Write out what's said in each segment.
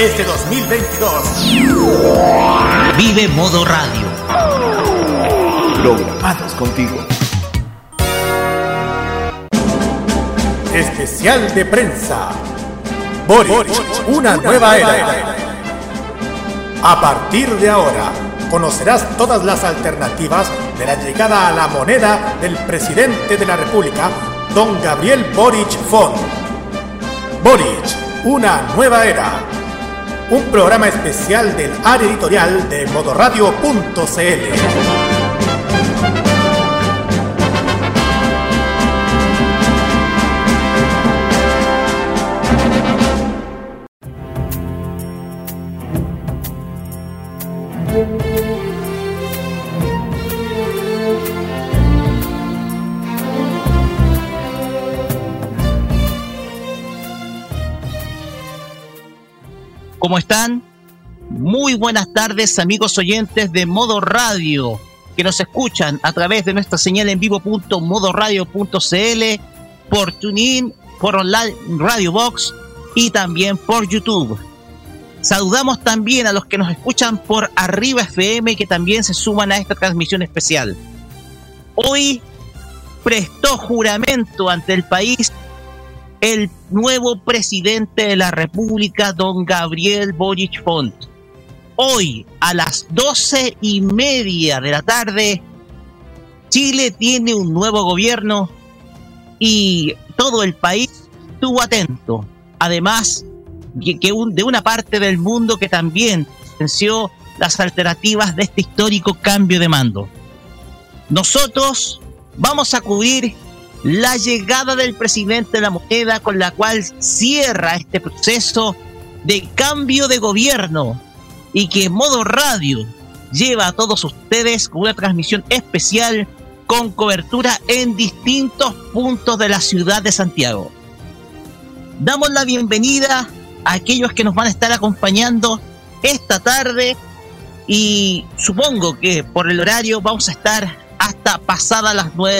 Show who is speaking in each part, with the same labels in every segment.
Speaker 1: Este 2022
Speaker 2: vive Modo Radio.
Speaker 3: Programados contigo.
Speaker 1: Especial de prensa. Boric, una nueva era. A partir de ahora, conocerás todas las alternativas de la llegada a la moneda del presidente de la República, don Gabriel Boric Font. Boric, una nueva era. Un programa especial del área editorial de modoradio.cl.
Speaker 2: ¿Cómo están? Muy buenas tardes, amigos oyentes de Modo Radio, que nos escuchan a través de nuestra señal en vivo.modoradio.cl, por TuneIn, por Online Radio Box y también por YouTube. Saludamos también a los que nos escuchan por Arriba FM, que también se suman a esta transmisión especial. Hoy prestó juramento ante el país el nuevo presidente de la República, don Gabriel Boric Font. Hoy, a las 12:30 de la tarde, Chile tiene un nuevo gobierno y todo el país estuvo atento. Además, de una parte del mundo que también presenció las alternativas de este histórico cambio de mando. Nosotros vamos a cubrir la llegada del presidente de la moneda, con la cual cierra este proceso de cambio de gobierno y que Modo Radio lleva a todos ustedes con una transmisión especial con cobertura en distintos puntos de la ciudad de Santiago. Damos la bienvenida a aquellos que nos van a estar acompañando esta tarde y supongo que por el horario vamos a estar hasta pasadas las 9 de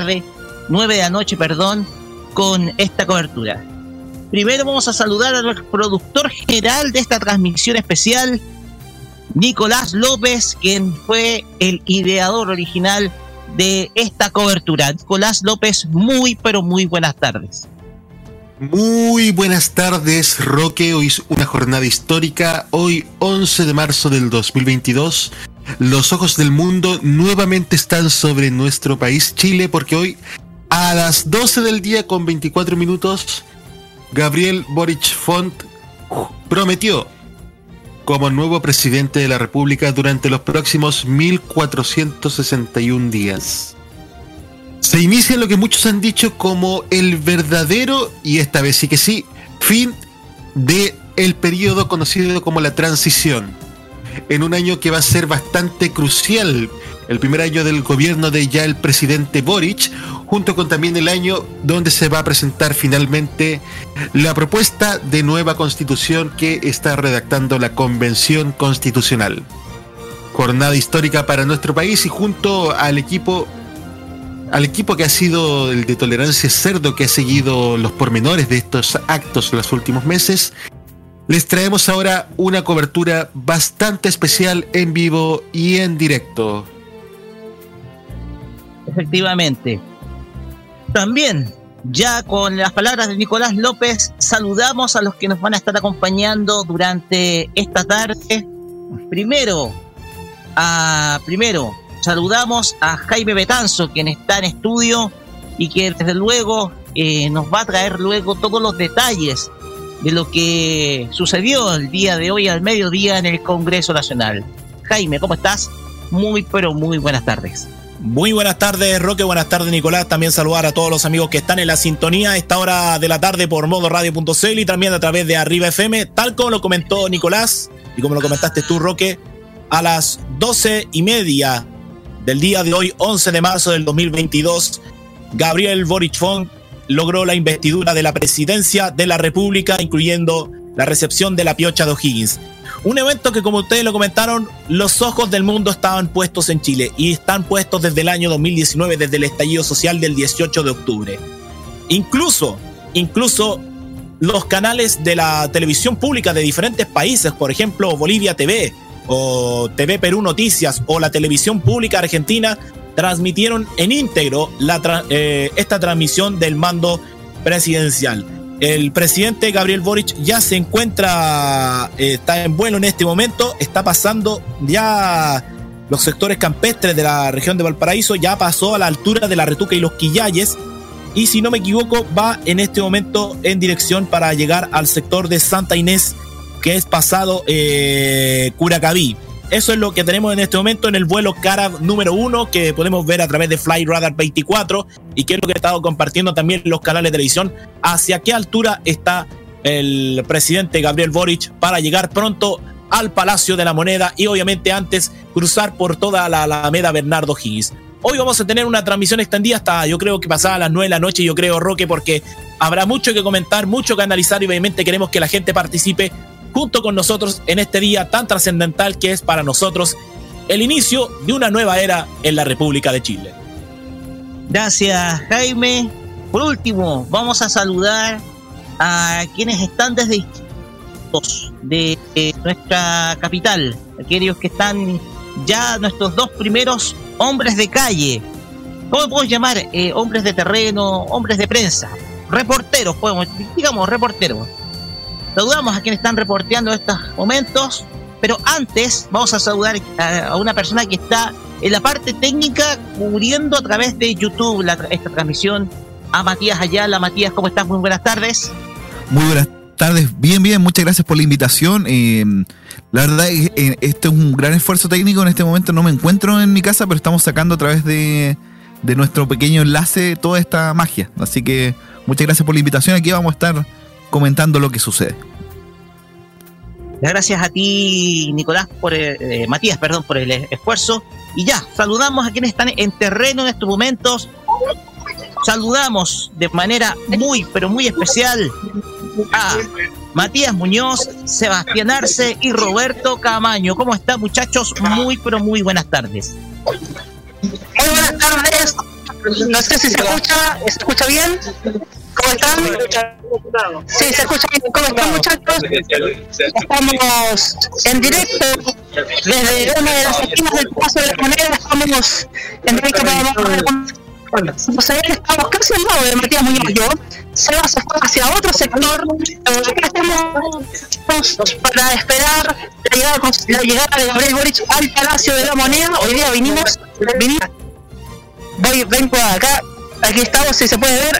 Speaker 2: la noche, con esta cobertura. Primero vamos a saludar al productor general de esta transmisión especial, Nicolás López, quien fue el ideador original de esta cobertura. Nicolás López, muy buenas tardes.
Speaker 4: Muy buenas tardes, Roque. Hoy es una jornada histórica. Hoy, 11 de marzo del 2022. Los ojos del mundo nuevamente están sobre nuestro país, Chile, porque hoy, a las 12 del día con 24 minutos, Gabriel Boric Font prometió como nuevo presidente de la República durante los próximos 1461 días. Se inicia lo que muchos han dicho como el verdadero, y esta vez sí que sí, fin de el periodo conocido como la transición. En un año que va a ser bastante crucial, el primer año del gobierno de ya el presidente Boric, junto con también el año donde se va a presentar finalmente la propuesta de nueva constitución que está redactando la Convención Constitucional. Jornada histórica para nuestro país, y junto al equipo que ha sido el de Tolerancia Cerdo, que ha seguido los pormenores de estos actos en los últimos meses, les traemos ahora una cobertura bastante especial en vivo y en directo.
Speaker 2: Efectivamente. También, ya con las palabras de Nicolás López, saludamos a los que nos van a estar acompañando durante esta tarde. Primero, saludamos a Jaime Betanzo, quien está en estudio y que desde luego nos va a traer luego todos los detalles de lo que sucedió el día de hoy al mediodía en el Congreso Nacional. Jaime, ¿cómo estás? Muy buenas tardes.
Speaker 5: Muy buenas tardes, Roque. Buenas tardes, Nicolás. También saludar a todos los amigos que están en la sintonía a esta hora de la tarde por modoradio.cl y también a través de Arriba FM, tal como lo comentó Nicolás y como lo comentaste tú, Roque. A las 12:30 del día de hoy, 11 de marzo del 2022, Gabriel Boric Font logró la investidura de la presidencia de la República, incluyendo la recepción de la piocha de O'Higgins. Un evento que, como ustedes lo comentaron, los ojos del mundo estaban puestos en Chile y están puestos desde el año 2019, desde el estallido social del 18 de octubre. Incluso los canales de la televisión pública de diferentes países, por ejemplo Bolivia TV o TV Perú Noticias o la televisión pública argentina, transmitieron en íntegro esta transmisión del mando presidencial. El presidente Gabriel Boric ya se encuentra, está en vuelo en este momento, está pasando ya los sectores campestres de la región de Valparaíso, ya pasó a la altura de La Retuca y Los Quillayes, y si no me equivoco va en este momento en dirección para llegar al sector de Santa Inés, que es pasado Curacaví. Eso es lo que tenemos en este momento en el vuelo Carab número 1, que podemos ver a través de Flightradar 24, y que es lo que he estado compartiendo también en los canales de televisión, hacia qué altura está el presidente Gabriel Boric para llegar pronto al Palacio de la Moneda y obviamente antes cruzar por toda la Alameda Bernardo Higgins. Hoy vamos a tener una transmisión extendida hasta, yo creo que pasada las 9 de la noche, yo creo, Roque, porque habrá mucho que comentar, mucho que analizar, y obviamente queremos que la gente participe junto con nosotros en este día tan trascendental que es para nosotros el inicio de una nueva era en la República de Chile.
Speaker 2: Gracias, Jaime. Por último, vamos a saludar a quienes están desde de nuestra capital, aquellos que están ya nuestros dos primeros hombres de calle. ¿Cómo podemos llamar? Hombres de terreno, hombres de prensa, reporteros, digamos reporteros. Saludamos a quienes están reporteando estos momentos, pero antes vamos a saludar a una persona que está en la parte técnica cubriendo a través de YouTube esta transmisión, a Matías Ayala. Matías, ¿cómo estás? Muy buenas tardes.
Speaker 3: Muy buenas tardes, bien, muchas gracias por la invitación. La verdad, este es un gran esfuerzo técnico. En este momento no me encuentro en mi casa, pero estamos sacando a través de nuestro pequeño enlace toda esta magia. Así que muchas gracias por la invitación. Aquí vamos a estar comentando lo que sucede.
Speaker 2: Gracias a ti, Nicolás, Matías, por el esfuerzo. Y ya, saludamos a quienes están en terreno en estos momentos. Saludamos de manera muy, pero muy especial a Matías Muñoz, Sebastián Arce y Roberto Camaño. ¿Cómo están, muchachos? Muy, pero muy buenas tardes.
Speaker 6: Muy buenas tardes. No sé si se escucha bien. ¿Cómo están? Sí, se escucha bien. ¿Cómo están, muchachos? Estamos en directo desde una de las esquinas del Palacio de la Moneda. Estamos en directo para estamos casi al lado de Matías Muñoz. Sebas está hacia otro sector. Acá estamos para esperar la llegada de Gabriel Boric al Palacio de la Moneda. Hoy día vengo acá. Aquí estamos, si se puede ver,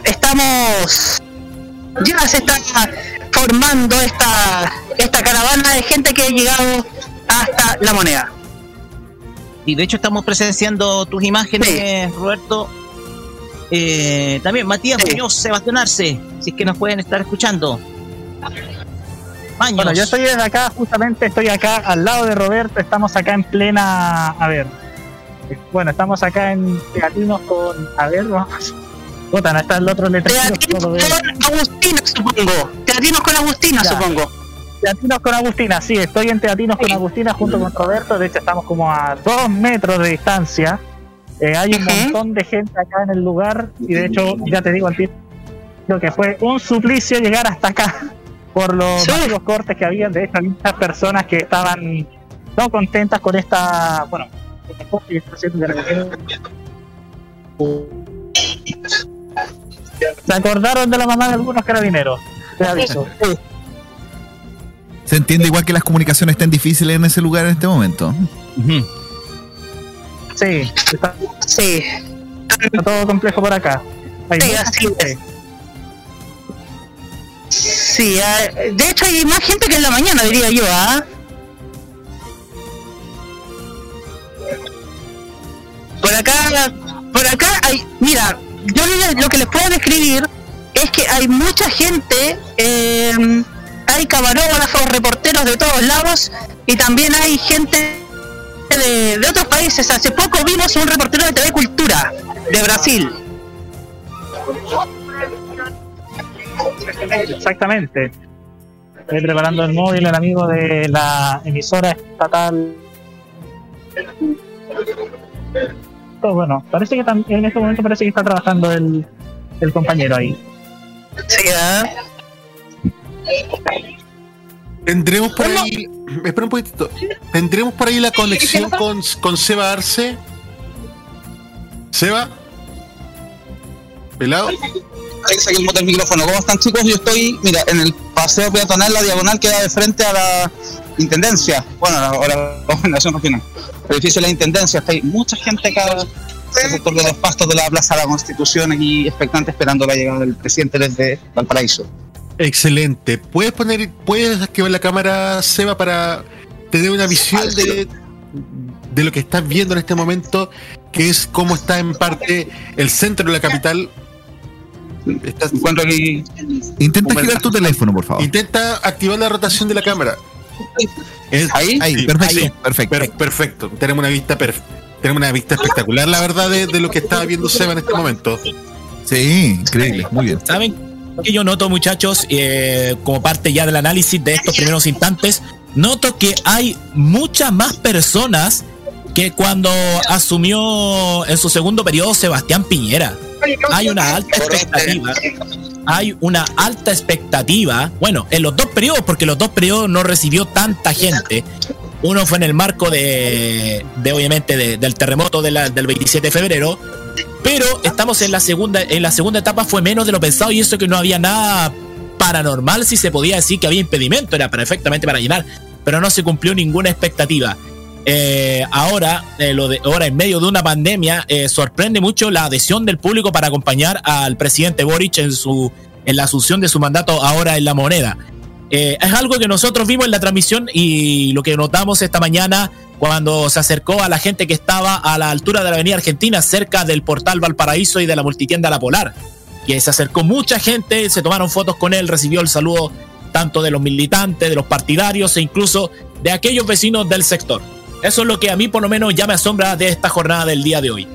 Speaker 6: ya se está formando esta caravana de gente que ha llegado hasta la Moneda.
Speaker 2: Y de hecho estamos presenciando tus imágenes, sí. Roberto. También Matías Muñoz, Sebastián Arce, si es que nos pueden estar escuchando.
Speaker 7: Maños. Bueno, yo estoy desde acá, justamente estoy acá al lado de Roberto. Estamos acá en plena, estamos acá en Teatinos con, vamos. No está el otro letrero.
Speaker 6: Teatinos con Agustina, supongo. Teatinos con Agustina, supongo.
Speaker 7: Teatinos con Agustina, sí, estoy en Teatinos con Agustina junto con Roberto. De hecho, estamos como a 2 metros de distancia. Hay un montón de gente acá en el lugar. Y de hecho, ya te digo al tiro que fue un suplicio llegar hasta acá por los masivos cortes que había. De hecho, hay muchas personas que estaban no contentas con esta, se acordaron de la mamá de algunos carabineros. Te aviso.
Speaker 3: Se entiende igual que las comunicaciones estén difíciles en ese lugar en este momento.
Speaker 7: Sí, está todo complejo por acá.
Speaker 6: Así es. Sí, de hecho hay más gente que en la mañana, diría yo, Por acá hay, mira, yo lo que les puedo describir es que hay mucha gente, hay camarógrafos, reporteros de todos lados, y también hay gente de otros países. Hace poco vimos un reportero de TV Cultura de Brasil.
Speaker 7: Exactamente. Estoy preparando el móvil, el amigo de la emisora estatal. Bueno, parece que en este momento parece que está trabajando el compañero ahí.
Speaker 6: Sí,
Speaker 4: Tendremos por ahí, espera un poquitito, tendremos por ahí la conexión con Seba Arce. Seba, pelado.
Speaker 8: Ahí saqué el bote del micrófono. ¿Cómo están, chicos? Yo estoy, mira, en el paseo peatonal, la diagonal que da de frente a la intendencia. Bueno, ahora la gobernación regional. El edificio de la intendencia. Está ahí mucha gente acá en el sector de los pastos de la Plaza de la Constitución, aquí expectante esperando la llegada del presidente desde Valparaíso.
Speaker 4: Excelente. ¿Puedes activar la cámara, Seba, para tener una visión de lo que estás viendo en este momento, que es cómo está en parte el centro de la capital?
Speaker 8: Encuentro aquí.
Speaker 3: Intenta girar tu teléfono, por favor.
Speaker 4: Intenta activar la rotación de la cámara.
Speaker 8: Ahí,
Speaker 4: sí, perfecto. Tenemos una vista espectacular, la verdad, de lo que estaba viendo Seba en este momento.
Speaker 3: Sí, increíble, muy bien.
Speaker 5: ¿Saben qué yo noto, muchachos? Como parte ya del análisis de estos primeros instantes, noto que hay muchas más personas que cuando asumió en su segundo periodo Sebastián Piñera. Hay una alta expectativa. Bueno, en los dos periodos, porque los dos periodos no recibió tanta gente. Uno fue en el marco de obviamente del terremoto del 27 de febrero, pero estamos en la segunda etapa. Fue menos de lo pensado, y eso que no había nada paranormal, si se podía decir que había impedimento, era perfectamente para llenar, pero no se cumplió ninguna expectativa. Ahora en medio de una pandemia, sorprende mucho la adhesión del público para acompañar al presidente Boric en la asunción de su mandato ahora en La Moneda. Es algo que nosotros vimos en la transmisión y lo que notamos esta mañana cuando se acercó a la gente que estaba a la altura de la Avenida Argentina, cerca del portal Valparaíso y de la multitienda La Polar, que se acercó mucha gente, se tomaron fotos con él, recibió el saludo tanto de los militantes, de los partidarios e incluso de aquellos vecinos del sector. Eso es lo que a mí por lo menos ya me asombra de esta jornada del día de hoy.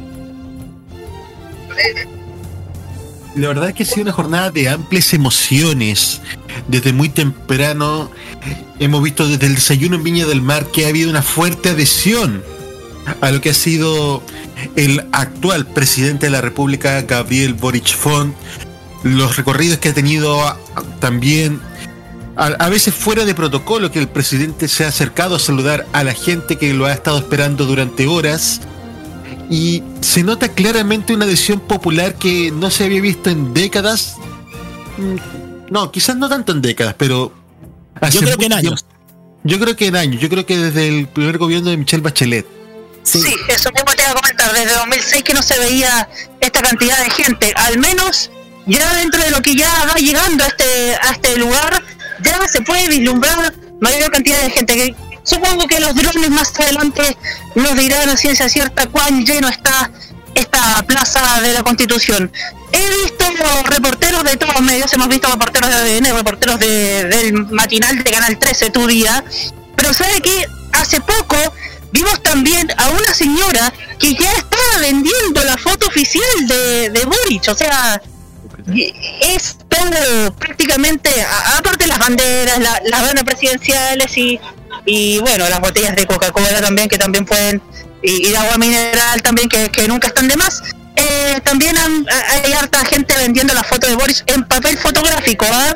Speaker 4: La verdad es que ha sido una jornada de amplias emociones. Desde muy temprano hemos visto desde el desayuno en Viña del Mar que ha habido una fuerte adhesión a lo que ha sido el actual presidente de la República, Gabriel Boric Font, los recorridos que ha tenido también, a veces fuera de protocolo, que el presidente se ha acercado a saludar a la gente que lo ha estado esperando durante horas. Y se nota claramente una adhesión popular que no se había visto en décadas. No, quizás no tanto en décadas, pero
Speaker 5: yo creo que en años.
Speaker 4: Yo creo que desde el primer gobierno de Michelle Bachelet.
Speaker 6: Sí, eso mismo te iba a comentar. Desde 2006 que no se veía esta cantidad de gente. Al menos ya dentro de lo que ya va llegando a este lugar, ya se puede vislumbrar mayor cantidad de gente. Que supongo que los drones más adelante nos dirán a ciencia cierta cuán lleno está esta plaza de la Constitución. He visto reporteros de todos medios, hemos visto reporteros de ADN, reporteros del matinal de Canal 13, Tu Día, pero sabe que hace poco vimos también a una señora que ya estaba vendiendo la foto oficial de Boric, o sea, es todo prácticamente, aparte de las banderas, las banderas presidenciales y bueno, las botellas de Coca-Cola también, que también pueden, y de agua mineral también, que nunca están de más. También hay harta gente vendiendo la foto de Boris en papel fotográfico, ¿ah?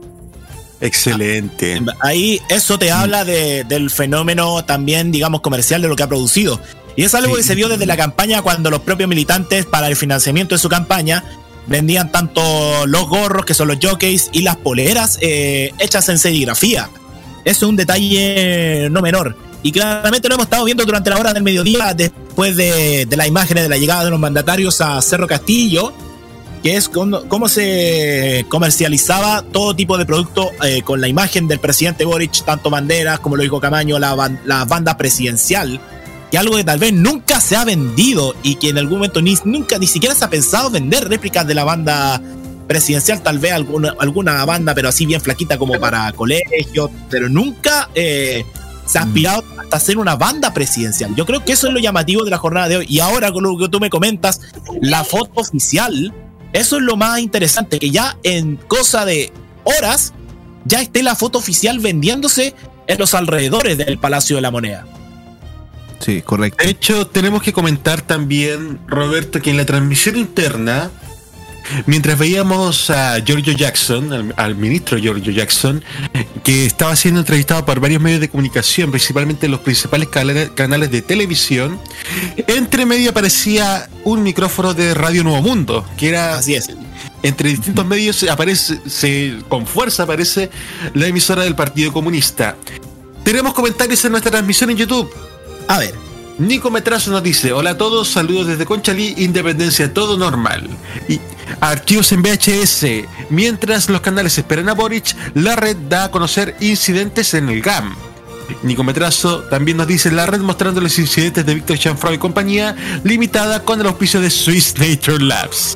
Speaker 4: Excelente.
Speaker 5: Ahí eso te habla del fenómeno también, digamos, comercial de lo que ha producido. Y es algo que se vio desde la campaña, cuando los propios militantes, para el financiamiento de su campaña, vendían tanto los gorros, que son los jockeys, y las poleras hechas en serigrafía. Eso es un detalle no menor. Y claramente lo hemos estado viendo durante la hora del mediodía, después de las imágenes de la llegada de los mandatarios a Cerro Castillo, que es cómo se comercializaba todo tipo de producto con la imagen del presidente Boric, tanto banderas, como lo dijo Camaño, la banda presidencial, que algo que tal vez nunca se ha vendido y que en algún momento ni siquiera se ha pensado vender réplicas de la banda presidencial, tal vez alguna banda, pero así bien flaquita como para colegios, pero nunca se ha aspirado hasta hacer una banda presidencial. Yo creo que eso es lo llamativo de la jornada de hoy. Y ahora, con lo que tú me comentas, la foto oficial, eso es lo más interesante, que ya en cosa de horas ya esté la foto oficial vendiéndose en los alrededores del Palacio de la Moneda.
Speaker 3: Sí, correcto.
Speaker 4: De hecho, tenemos que comentar también, Roberto, que en la transmisión interna mientras veíamos a Giorgio Jackson, al ministro Giorgio Jackson, que estaba siendo entrevistado por varios medios de comunicación, principalmente los principales canales de televisión, entre medio aparecía un micrófono de Radio Nuevo Mundo, que era...
Speaker 5: Así es.
Speaker 4: Entre distintos medios con fuerza aparece la emisora del Partido Comunista. Tenemos comentarios en nuestra transmisión en YouTube.
Speaker 5: A ver.
Speaker 4: Nico Metrazo nos dice: hola a todos, saludos desde Conchalí, Independencia, todo normal. Y archivos en VHS. Mientras los canales esperan a Boric, la red da a conocer incidentes en el GAM. Nico Metrazo también nos dice: la red mostrando los incidentes de Víctor Chanfrau y compañía, limitada con el auspicio de Swiss Nature Labs.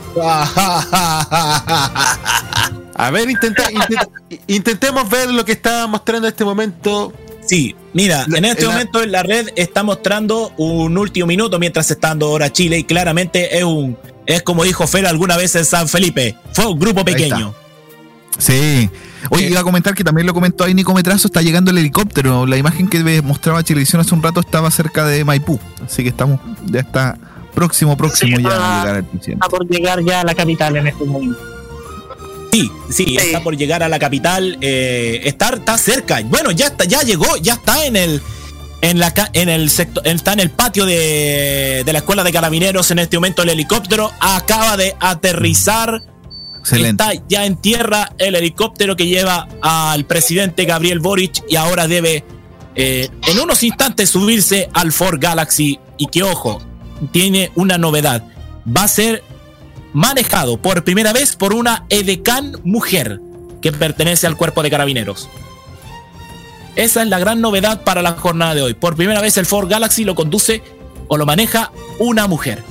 Speaker 4: A ver, intentemos ver lo que está mostrando en este momento.
Speaker 5: Sí, mira, en este momento la red está mostrando un último minuto mientras está dando hora Chile, y claramente es como dijo Fer alguna vez en San Felipe, fue un grupo pequeño.
Speaker 3: Sí. Oye, iba a comentar que también lo comentó ahí Nico Metrazo, está llegando el helicóptero. La imagen que mostraba Chilevisión hace un rato estaba cerca de Maipú, así que ya está próximo
Speaker 7: Sí,
Speaker 3: ya a llegar al presidente.
Speaker 7: Está por llegar ya a la capital en este momento.
Speaker 5: Sí, está por llegar a la capital, está cerca. Bueno, ya llegó, ya está en el sector, está en el patio de la Escuela de Carabineros en este momento. El helicóptero acaba de aterrizar.
Speaker 3: Excelente.
Speaker 5: Está ya en tierra el helicóptero que lleva al presidente Gabriel Boric, y ahora debe en unos instantes subirse al Ford Galaxy. Y que ojo, tiene una novedad: va a ser manejado por primera vez por una edecán mujer que pertenece al cuerpo de carabineros. Esa es la gran novedad para la jornada de hoy. Por primera vez el Ford Galaxy lo conduce o lo maneja una mujer.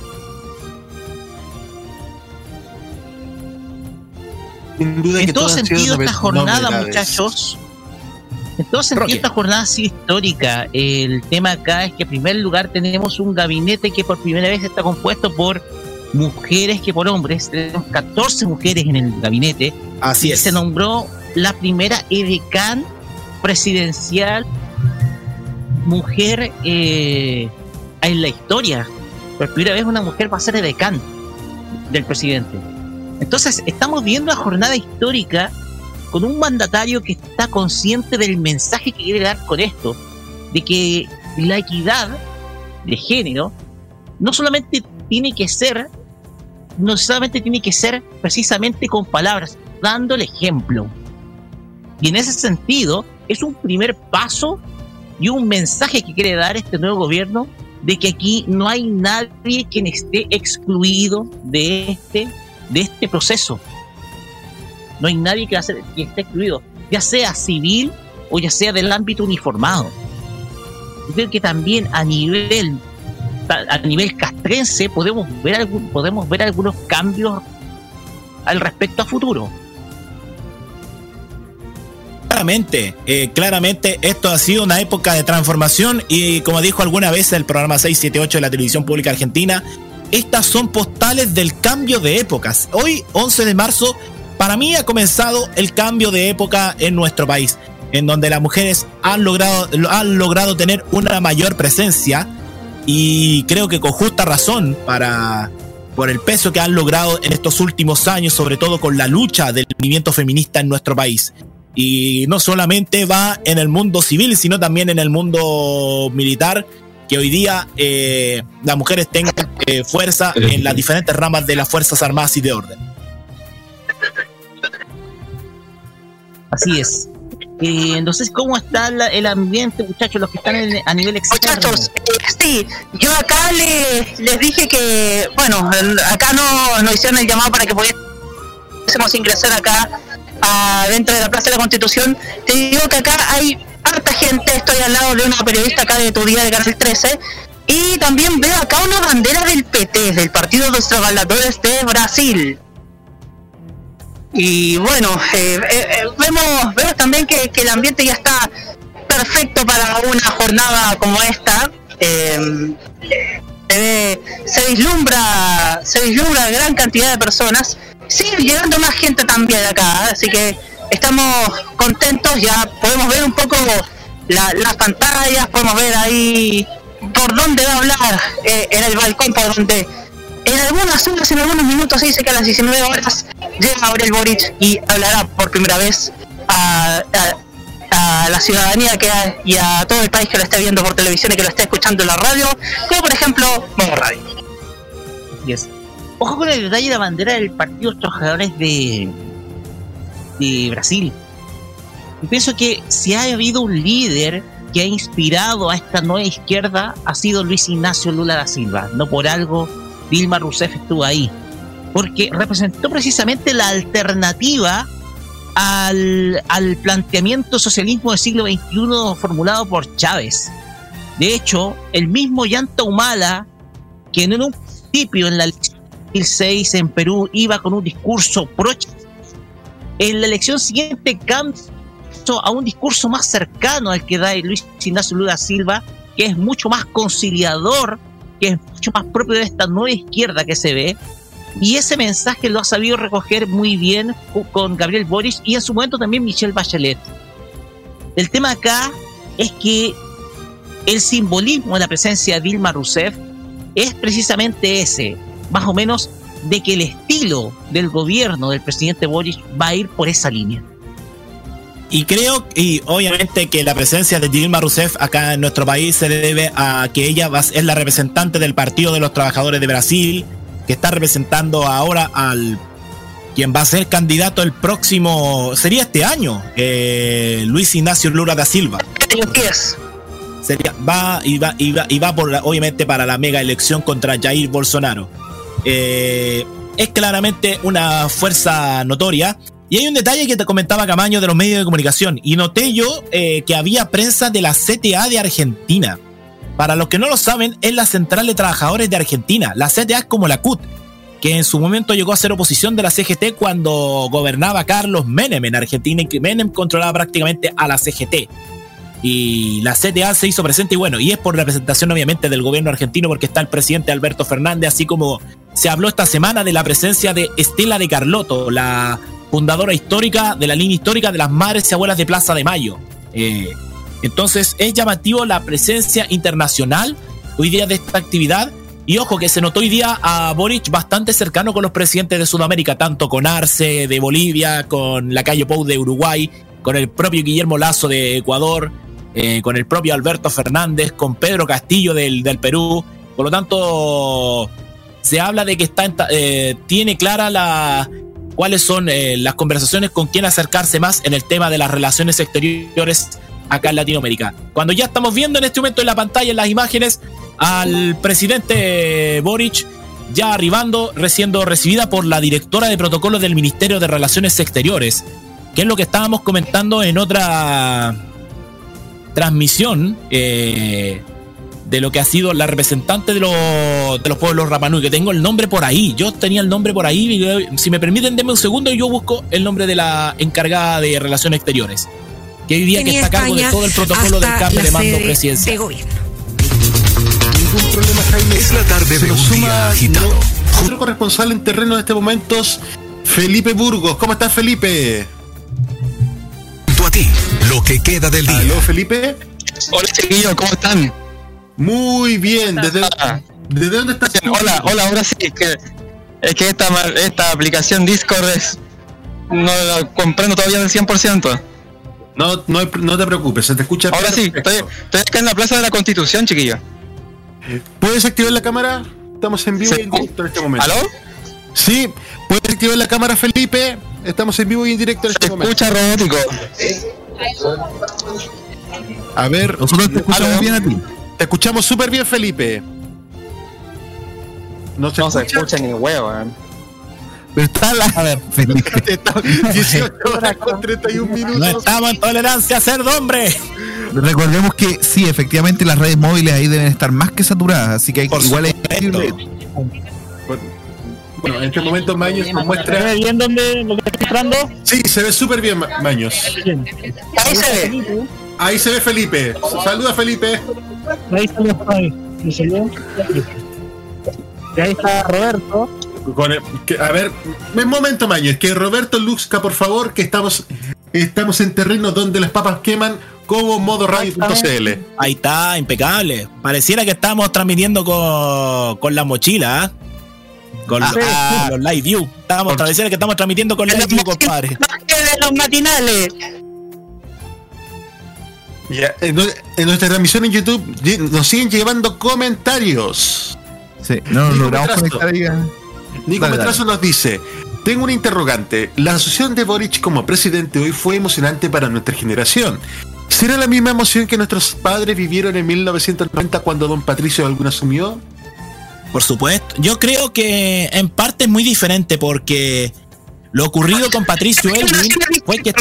Speaker 4: Sin duda
Speaker 2: En
Speaker 4: que
Speaker 2: todo
Speaker 4: todas han sido
Speaker 2: sentido, esta jornada,
Speaker 4: novedades.
Speaker 2: muchachos, en todo sentido,
Speaker 5: Roque.
Speaker 2: esta jornada ha sido histórica. El tema acá es que en primer lugar tenemos un gabinete que por primera vez está compuesto por mujeres que por hombres. Tenemos 14 mujeres en el gabinete.
Speaker 5: Así
Speaker 2: y
Speaker 5: es.
Speaker 2: se nombró la primera edecán presidencial mujer en la historia. Por primera vez una mujer va a ser edecán del presidente. Entonces estamos viendo una jornada histórica con un mandatario que está consciente del mensaje que quiere dar con esto, de que la equidad de género no solamente tiene que ser precisamente con palabras, dando el ejemplo. Y en ese sentido es un primer paso y un mensaje que quiere dar este nuevo gobierno, de que aquí no hay nadie quien esté excluido de este proceso. No hay nadie que esté excluido, ya sea civil o ya sea del ámbito uniformado. Yo creo que también a nivel castrense podemos ver algunos cambios al respecto a futuro.
Speaker 5: Claramente esto ha sido una época de transformación, y como dijo alguna vez el programa 678 de la televisión pública argentina, estas son postales del cambio de épocas. Hoy, 11 de marzo, para mí ha comenzado el cambio de época en nuestro país, en donde las mujeres han logrado tener una mayor presencia, y creo que con justa razón por el peso que han logrado en estos últimos años, sobre todo con la lucha del movimiento feminista en nuestro país. Y no solamente va en el mundo civil, sino también en el mundo militar, que hoy día las mujeres tengan fuerza en las diferentes ramas de las Fuerzas Armadas y de orden.
Speaker 2: Así es. Entonces, ¿cómo está el ambiente, muchachos, los que están a nivel externo?
Speaker 6: Muchachos, sí, yo acá les dije que, bueno, acá no hicieron el llamado para que pudiésemos ingresar acá dentro de la Plaza de la Constitución. Te digo que acá hay harta gente. Estoy al lado de una periodista acá de Tu Día de Canal 13, y también veo acá una bandera del PT, del Partido de los Trabajadores de Brasil. Y bueno, vemos también que el ambiente ya está perfecto para una jornada como esta. Se vislumbra gran cantidad de personas. Sigue llegando más gente también acá, así que estamos contentos. Ya podemos ver un poco las pantallas, podemos ver ahí por dónde va a hablar, en el balcón por donde el algunas horas, en algunos minutos, se dice que a las 19 horas llega Gabriel Boric y hablará por primera vez a la ciudadanía y a todo el país que lo esté viendo por televisión y que lo esté escuchando en la radio, como por ejemplo Modo Radio.
Speaker 2: Yes. Ojo con el detalle de la bandera del Partido de los Trabajadores de Brasil. Yo pienso que si ha habido un líder que ha inspirado a esta nueva izquierda, ha sido Luis Ignacio Lula da Silva. No por algo Dilma Rousseff estuvo ahí, porque representó precisamente la alternativa al planteamiento socialismo del siglo XXI formulado por Chávez. De hecho, el mismo Ollanta Humala, que en un principio en la elección 2006 en Perú iba con un discurso pro, en la elección siguiente cambió a un discurso más cercano al que da Luis Ignacio Lula da Silva, que es mucho más conciliador, que es mucho más propio de esta nueva izquierda que se ve. Y ese mensaje lo ha sabido recoger muy bien con Gabriel Boric y en su momento también Michelle Bachelet. El tema acá es que el simbolismo de la presencia de Dilma Rousseff es precisamente ese, más o menos, de que el estilo del gobierno del presidente Boric va a ir por esa línea.
Speaker 5: Y creo, y obviamente que la presencia de Dilma Rousseff acá en nuestro país se debe a que ella es la representante del Partido de los Trabajadores de Brasil, que está representando ahora al quien va a ser candidato el próximo, sería este año, Luis Ignacio Lula da Silva. Va por obviamente para la mega elección contra Jair Bolsonaro. Es claramente una fuerza notoria. Y hay un detalle que te comentaba Camaño de los medios de comunicación, y noté yo que había prensa de la CTA de Argentina. Para los que no lo saben, es la Central de Trabajadores de Argentina. La CTA es como la CUT, que en su momento llegó a ser oposición de la CGT cuando gobernaba Carlos Menem en Argentina, y que Menem controlaba prácticamente a la CGT. Y la CTA se hizo presente, y bueno, y es por representación obviamente del gobierno argentino, porque está el presidente Alberto Fernández, así como se habló esta semana de la presencia de Estela de Carlotto, la fundadora histórica de la línea histórica de las Madres y Abuelas de Plaza de Mayo. Entonces es llamativo la presencia internacional hoy día de esta actividad, y ojo que se notó hoy día a Boric bastante cercano con los presidentes de Sudamérica, tanto con Arce de Bolivia, con Lacayo Pou de Uruguay, con el propio Guillermo Lasso de Ecuador, con el propio Alberto Fernández, con Pedro Castillo del Perú. Por lo tanto, se habla de que tiene clara cuáles son las conversaciones con quién acercarse más en el tema de las relaciones exteriores acá en Latinoamérica. Cuando ya estamos viendo en este momento en la pantalla, en las imágenes, al presidente Boric ya arribando, siendo recibida por la directora de protocolo del Ministerio de Relaciones Exteriores, que es lo que estábamos comentando en otra transmisión de lo que ha sido la representante de los pueblos Rapanui, que tengo el nombre por ahí. Yo tenía el nombre por ahí. Si me permiten, denme un segundo y yo busco el nombre de la encargada de Relaciones Exteriores, que hoy día que está a cargo de todo el protocolo del cambio de mando presidencial.
Speaker 4: Ningún problema, Jaime.
Speaker 9: Es la tarde de un día agitado.
Speaker 4: Otro corresponsal en terreno en este momento, Felipe Burgos. ¿Cómo estás, Felipe?
Speaker 9: Junto a ti, lo que queda del día.
Speaker 4: ¿Aló, Felipe?
Speaker 8: Hola, chiquillos, ¿cómo están?
Speaker 4: Muy bien. ¿Desde dónde estás?
Speaker 8: Hola, ahora sí. Es que esta aplicación Discord no la comprendo todavía del 100%.
Speaker 4: No te preocupes, se te escucha.
Speaker 8: Ahora sí, estoy acá en la Plaza de la Constitución, chiquillos.
Speaker 4: ¿Puedes activar la cámara? Estamos en vivo y en directo en este momento.
Speaker 8: ¿Aló?
Speaker 4: Sí, ¿puedes activar la cámara, Felipe? Estamos en vivo y en directo en este momento.
Speaker 8: Se escucha robótico.
Speaker 4: A ver,
Speaker 3: nosotros te escuchamos bien a ti.
Speaker 4: Te escuchamos súper bien, Felipe.
Speaker 8: No se escucha ni huevo,
Speaker 3: Pero está
Speaker 5: A ver,
Speaker 3: Felipe.
Speaker 4: 18 horas con 31 minutos.
Speaker 5: No estamos en tolerancia a ser hombre.
Speaker 3: Recordemos que sí, efectivamente las redes móviles ahí deben estar más que saturadas, así que igual es posible.
Speaker 4: Bueno, en este momento Maños nos muestra.
Speaker 7: ¿Se ve bien dónde lo que está mostrando?
Speaker 4: Sí, se ve súper bien, Maños.
Speaker 6: Ahí se ve.
Speaker 4: Ahí se ve Felipe. Saluda, Felipe.
Speaker 7: Ahí está ahí. Y ahí está Roberto.
Speaker 4: A ver, un momento, Maños, que Roberto luzca, por favor, que estamos en terreno donde las papas queman, como modoradio.cl.
Speaker 5: Ahí está, impecable. Pareciera que estamos transmitiendo con la mochila, ¿eh? Con los live view. Estamos tradiciones que estamos transmitiendo con live view, compadre.
Speaker 6: De los matinales.
Speaker 4: Ya, en nuestra transmisión en YouTube nos siguen llevando comentarios.
Speaker 3: Sí, no nos logramos conectar ahí.
Speaker 4: Nico Metrazo nos dice: tengo una interrogante. La asunción de Boric como presidente hoy fue emocionante para nuestra generación. ¿Será la misma emoción que nuestros padres vivieron en 1990 cuando don Patricio Aylwin asumió?
Speaker 5: Por supuesto. Yo creo que en parte es muy diferente porque lo ocurrido con Patricio Aylwin fue que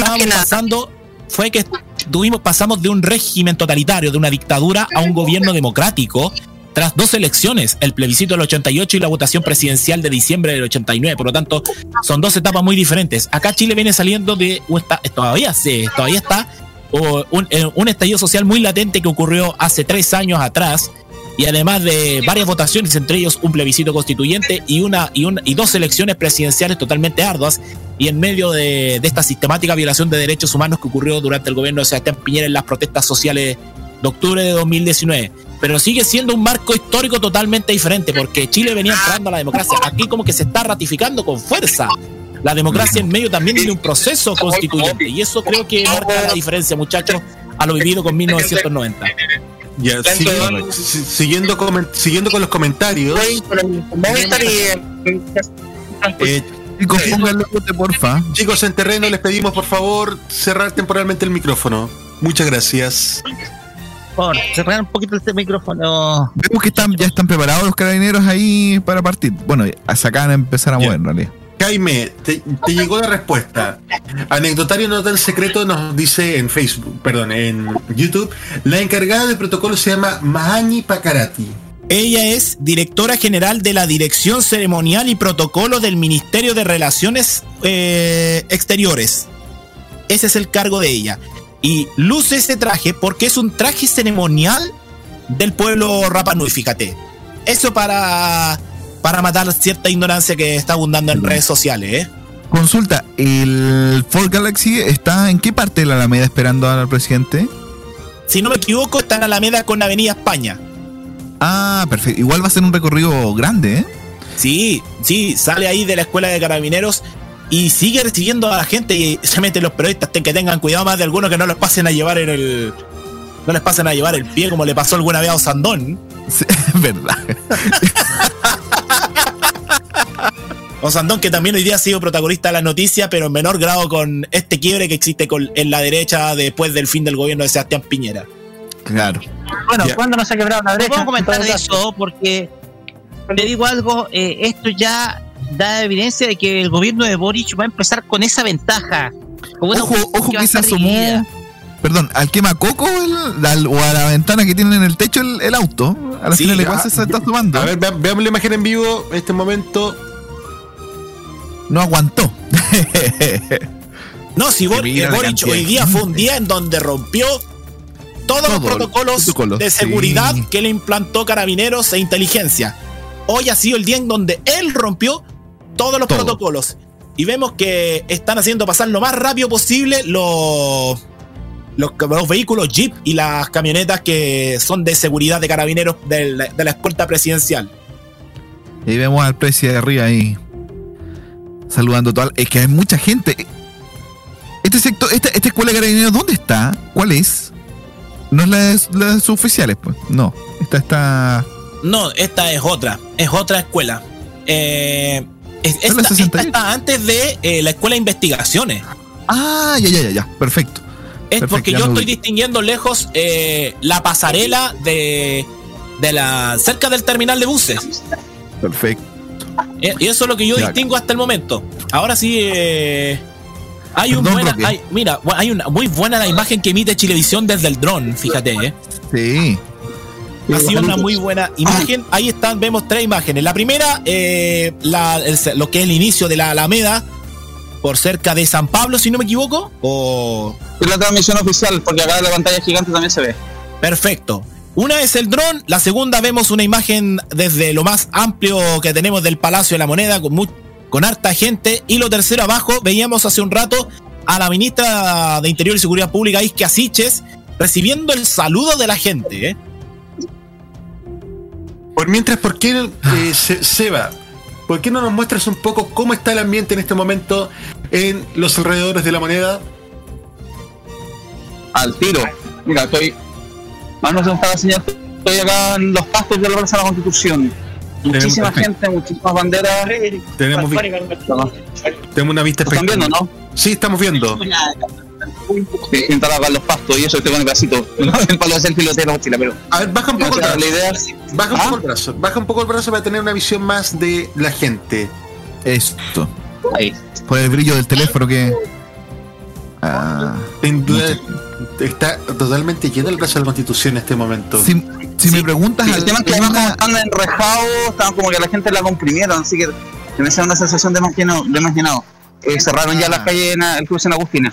Speaker 5: pasamos de un régimen totalitario, de una dictadura, a un gobierno democrático tras 2 elecciones, el plebiscito del 88 y la votación presidencial de diciembre del 89. Por lo tanto, son 2 etapas muy diferentes. Acá Chile viene saliendo de todavía está un estallido social muy latente que ocurrió hace 3 años atrás, y además de varias votaciones, entre ellos un plebiscito constituyente y 2 elecciones presidenciales totalmente arduas, y en medio de esta sistemática violación de derechos humanos que ocurrió durante el gobierno de Sebastián Piñera en las protestas sociales de octubre de 2019. Pero sigue siendo un marco histórico totalmente diferente, porque Chile venía entrando a la democracia. Aquí como que se está ratificando con fuerza la democracia en medio también de un proceso constituyente, y eso creo que marca la diferencia, muchachos, a lo vivido con 1990.
Speaker 4: Ya, siguiendo con los comentarios.
Speaker 3: Chicos, pónganlo, porfa.
Speaker 4: Chicos, en terreno les pedimos por favor cerrar temporalmente el micrófono. Muchas gracias.
Speaker 2: Por cerrar un poquito este micrófono.
Speaker 3: Vemos que ya están preparados los carabineros ahí para partir. Bueno, se acaban de empezar a mover en realidad.
Speaker 4: Jaime, te llegó la respuesta. Anecdotario no tan secreto nos dice en YouTube, la encargada de protocolo se llama Mahani Pakarati.
Speaker 5: Ella es directora general de la Dirección Ceremonial y Protocolo del Ministerio de Relaciones Exteriores. Ese es el cargo de ella. Y luce ese traje porque es un traje ceremonial del pueblo Rapa Nui, fíjate. Eso para matar cierta ignorancia que está abundando en redes sociales,
Speaker 3: Consulta, ¿el Ford Galaxy está en qué parte de la Alameda esperando al presidente?
Speaker 5: Si no me equivoco, está en Alameda con Avenida España.
Speaker 3: Ah, perfecto. Igual va a ser un recorrido grande,
Speaker 5: Sí, sale ahí de la escuela de carabineros y sigue recibiendo a la gente, y se meten los periodistas que tengan cuidado más de algunos que no les pasen a llevar el pie como le pasó alguna vez a Osandón.
Speaker 3: Sí, es verdad.
Speaker 5: Osandón, que también hoy día ha sido protagonista de la noticia, pero en menor grado con este quiebre que existe en la derecha después del fin del gobierno de Sebastián Piñera.
Speaker 3: Claro.
Speaker 7: Bueno, ¿cuándo no se ha quebrado la derecha?
Speaker 2: No puedo comentar de eso porque te digo algo, esto ya da evidencia de que el gobierno de Boric va a empezar con esa ventaja.
Speaker 3: Ojo que se asomó. Perdón, al quemacoco o a la ventana que tienen en el techo el auto. A la final igual se está sumando.
Speaker 4: A ver, veamos la imagen en vivo. En este momento
Speaker 3: no aguantó.
Speaker 5: No, si Boric hoy día fue un día en donde rompió todos los protocolos de seguridad que le implantó Carabineros e Inteligencia. Hoy ha sido el día en donde él rompió todos los protocolos. Y vemos que están haciendo pasar lo más rápido posible los vehículos Jeep y las camionetas que son de seguridad de Carabineros de la escolta presidencial.
Speaker 3: Y vemos al precio de arriba ahí saludando todo. Es que hay mucha gente. Este sector, esta escuela de Carabineros, ¿dónde está? ¿Cuál es? No es la de sus oficiales, pues. No, esta.
Speaker 5: No, esta es otra escuela. Esta está antes de la escuela de investigaciones.
Speaker 3: Ah, ya, perfecto.
Speaker 5: Es porque yo estoy distinguiendo lejos la pasarela de cerca del terminal de buses.
Speaker 3: Perfecto.
Speaker 5: Y eso es lo que yo distingo hasta el momento. Ahora sí, hay una muy buena la imagen que emite Chilevisión desde el dron, fíjate.
Speaker 3: Sí.
Speaker 5: Ha sido una muy buena imagen. Ahí vemos 3 imágenes. La primera, lo que es el inicio de la Alameda, por cerca de San Pablo, si no me equivoco.
Speaker 8: Es la transmisión oficial, porque acá en la pantalla gigante también se ve.
Speaker 5: Perfecto. Una es el dron, la segunda vemos una imagen desde lo más amplio que tenemos del Palacio de la Moneda, con harta gente. Y lo tercero abajo, veíamos hace un rato a la ministra de Interior y Seguridad Pública, Isquia Siches, recibiendo el saludo de la gente.
Speaker 4: Por mientras, ¿por qué, Seba? ¿por qué no nos muestras un poco cómo está el ambiente en este momento en los alrededores de La Moneda?
Speaker 8: Al tiro. Mira, estoy... no sé dónde está la señal. Estoy acá en los pastos de la Plaza de la Constitución. Muchísima gente, muchísimas banderas.
Speaker 4: Tenemos una vista
Speaker 8: espectacular. ¿Están viendo, no?
Speaker 4: Sí, estamos viendo.
Speaker 8: Sí, entrar acá en los pastos y eso estoy con el bracito. El palo de selfie lo tengo en la mochila, pero...
Speaker 4: A ver, baja un poco el brazo.
Speaker 8: La idea...
Speaker 4: Baja un poco el brazo para tener una visión más de la gente.
Speaker 3: Esto.
Speaker 8: Ahí.
Speaker 3: Por el brillo del teléfono que...
Speaker 4: Sin duda, está totalmente lleno el Plaza de la Constitución en este momento.
Speaker 3: Si me preguntas...
Speaker 8: Sí, el tema es que además como están enrejados, estaban como que la gente la comprimieron, así que me da una sensación de marginado. Cerraron ya las calles en el cruce en Agustina.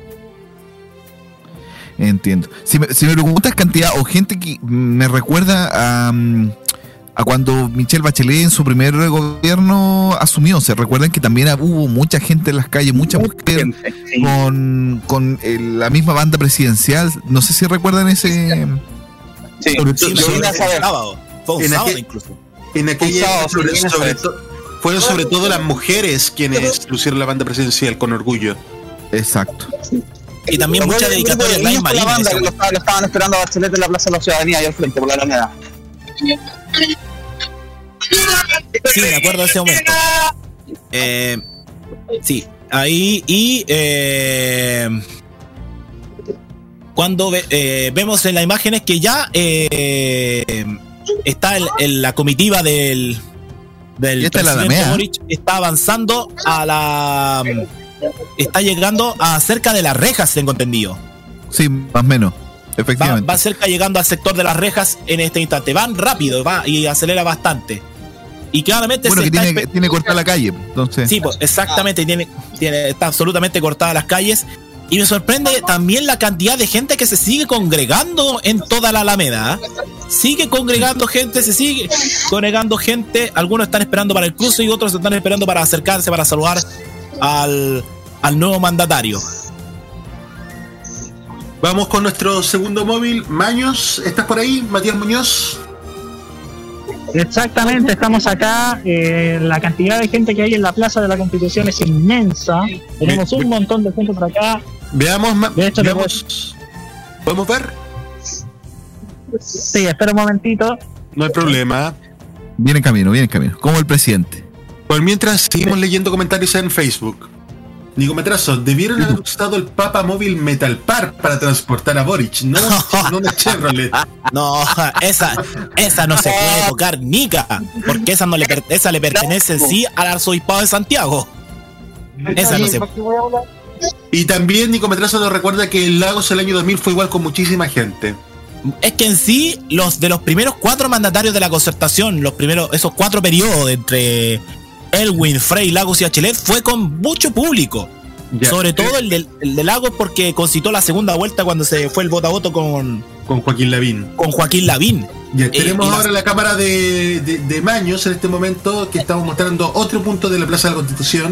Speaker 3: Entiendo. Si me preguntas cantidad o gente que me recuerda a cuando Michelle Bachelet en su primer gobierno asumió. ¿Se recuerdan que también hubo mucha gente en las calles, mucha mujer
Speaker 8: sí.
Speaker 3: con la misma banda presidencial? No sé si recuerdan ese...
Speaker 8: Sí,
Speaker 5: fue un sábado incluso.
Speaker 4: En aquella fueron sobre todo las mujeres quienes lucieron la banda presidencial con orgullo.
Speaker 3: Exacto.
Speaker 5: Y también muchas dedicatorias live
Speaker 8: la banda que lo estaban esperando a Bachelet en la Plaza de la Ciudadanía, ahí al frente, por la Alameda.
Speaker 5: Sí, me acuerdo de ese momento. Sí, ahí y cuando vemos en las imágenes que ya está la comitiva del presidente Boric, está avanzando está llegando a cerca de las rejas, tengo entendido.
Speaker 3: Sí, más o menos, efectivamente.
Speaker 5: Va cerca llegando al sector de las rejas en este instante. Van rápido, y acelera bastante. Y claramente
Speaker 3: tiene cortada la calle, entonces.
Speaker 5: Sí, pues exactamente, está absolutamente cortada las calles. Y me sorprende también la cantidad de gente que se sigue congregando en toda la Alameda. Sigue congregando gente, se sigue congregando gente. Algunos están esperando para el cruce y otros están esperando para acercarse, para saludar al nuevo mandatario.
Speaker 4: Vamos con nuestro segundo móvil. Maños, ¿estás por ahí? Matías Muñoz.
Speaker 7: Exactamente, estamos acá. La cantidad de gente que hay en la Plaza de la Constitución es inmensa. Tenemos un montón de gente por acá.
Speaker 4: Veamos. ¿Podemos ver?
Speaker 7: Sí, espera un momentito.
Speaker 4: No hay problema.
Speaker 3: Viene en camino. Como el presidente.
Speaker 4: Por mientras seguimos leyendo comentarios en Facebook. Nico Metrazo, debieron haber usado el Papa Móvil Metal Park para transportar a Boric, no de Chevrolet.
Speaker 5: No, esa no se puede tocar, Nica, porque esa le pertenece en sí al arzobispado de Santiago. Esa no se...
Speaker 4: Y también Nico Metrazo nos recuerda que el Lagos el año 2000 fue igual con muchísima gente.
Speaker 5: Es que en sí, los primeros 4 mandatarios de la Concertación, esos 4 periodos entre Elwin, Frey, Lagos y Bachelet, fue con mucho público. Ya. Sobre todo el de Lagos, porque concitó la segunda vuelta cuando se fue el voto a voto con
Speaker 4: Joaquín Lavín. Ya, tenemos ahora la cámara de Maños en este momento, que estamos mostrando otro punto de la Plaza de la Constitución.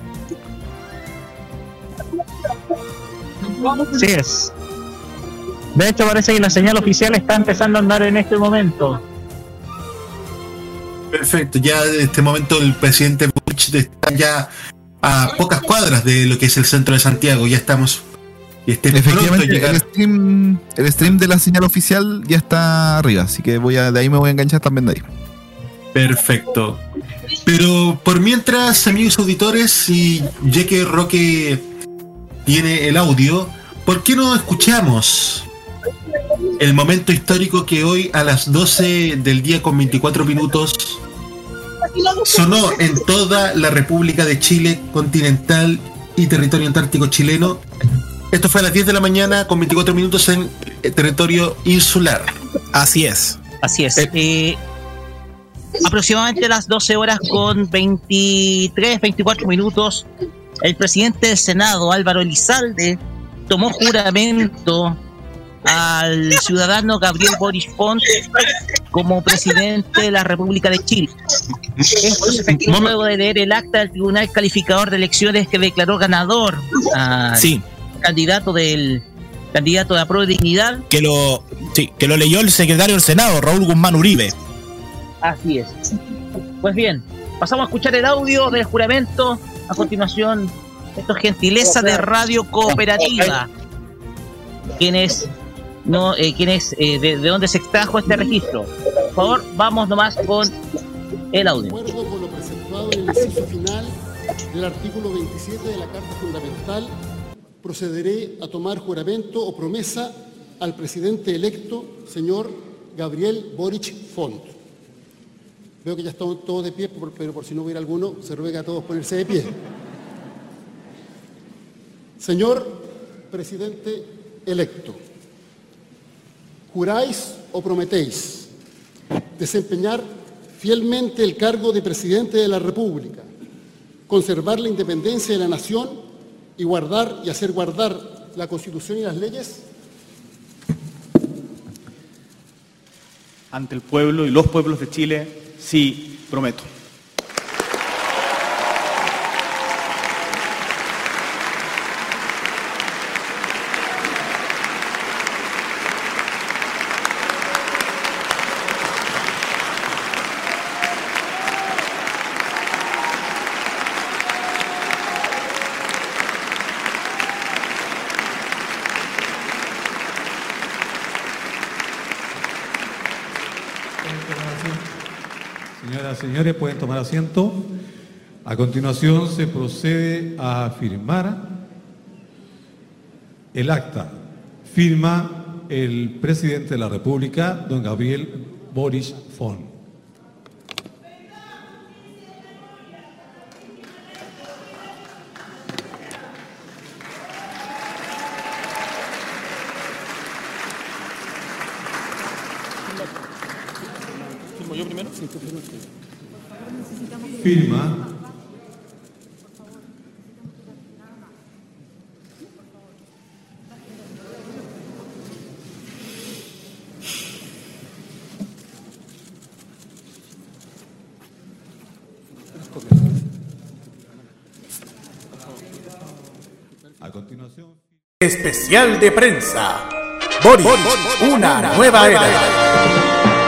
Speaker 7: Sí es. De hecho, parece que la señal oficial está empezando a andar en este momento.
Speaker 4: Perfecto, ya en este momento el presidente Boric está ya a pocas cuadras de lo que es el centro de Santiago. Ya estamos.
Speaker 3: Efectivamente, el stream de la señal oficial ya está arriba, así que de ahí me voy a enganchar también de ahí.
Speaker 4: Perfecto. Pero por mientras, amigos auditores, y ya que Roque tiene el audio, ¿por qué no escuchamos el momento histórico que hoy a las 12 del día con 24 minutos sonó en toda la República de Chile continental y territorio antártico chileno? Esto fue a las 10 de la mañana con 24 minutos en territorio insular.
Speaker 5: Así es.
Speaker 2: Aproximadamente a las 12 horas con 24 minutos, el presidente del Senado, Álvaro Elizalde, tomó juramento al ciudadano Gabriel Boric Font como presidente de la República de Chile. Esto se efectuó luego de leer el acta del Tribunal Calificador de Elecciones, que declaró ganador al candidato de Apruebo Dignidad.
Speaker 5: Que lo leyó el secretario del Senado, Raúl Guzmán Uribe.
Speaker 2: Así es. Pues bien, pasamos a escuchar el audio del juramento. A continuación, esto es gentileza de Radio Cooperativa. De dónde se extrajo este registro. Por favor, vamos nomás con el audio.
Speaker 10: De acuerdo con lo presentado en el inciso final del artículo 27 de la Carta Fundamental, procederé a tomar juramento o promesa al presidente electo, señor Gabriel Boric Font. Veo que ya estamos todos de pie, pero por si no hubiera alguno, se ruega a todos ponerse de pie. Señor presidente electo, ¿juráis o prometéis desempeñar fielmente el cargo de presidente de la República, conservar la independencia de la nación y guardar y hacer guardar la Constitución y las leyes?
Speaker 11: Ante el pueblo y los pueblos de Chile, sí, prometo.
Speaker 12: Señores, pueden tomar asiento. A continuación se procede a firmar el acta. Firma el presidente de la República, don Gabriel Boric Font.
Speaker 10: ¿Firmo yo primero? Sí, tú primero.
Speaker 12: Firma a continuación.
Speaker 1: Especial de prensa. Boric, una nueva era.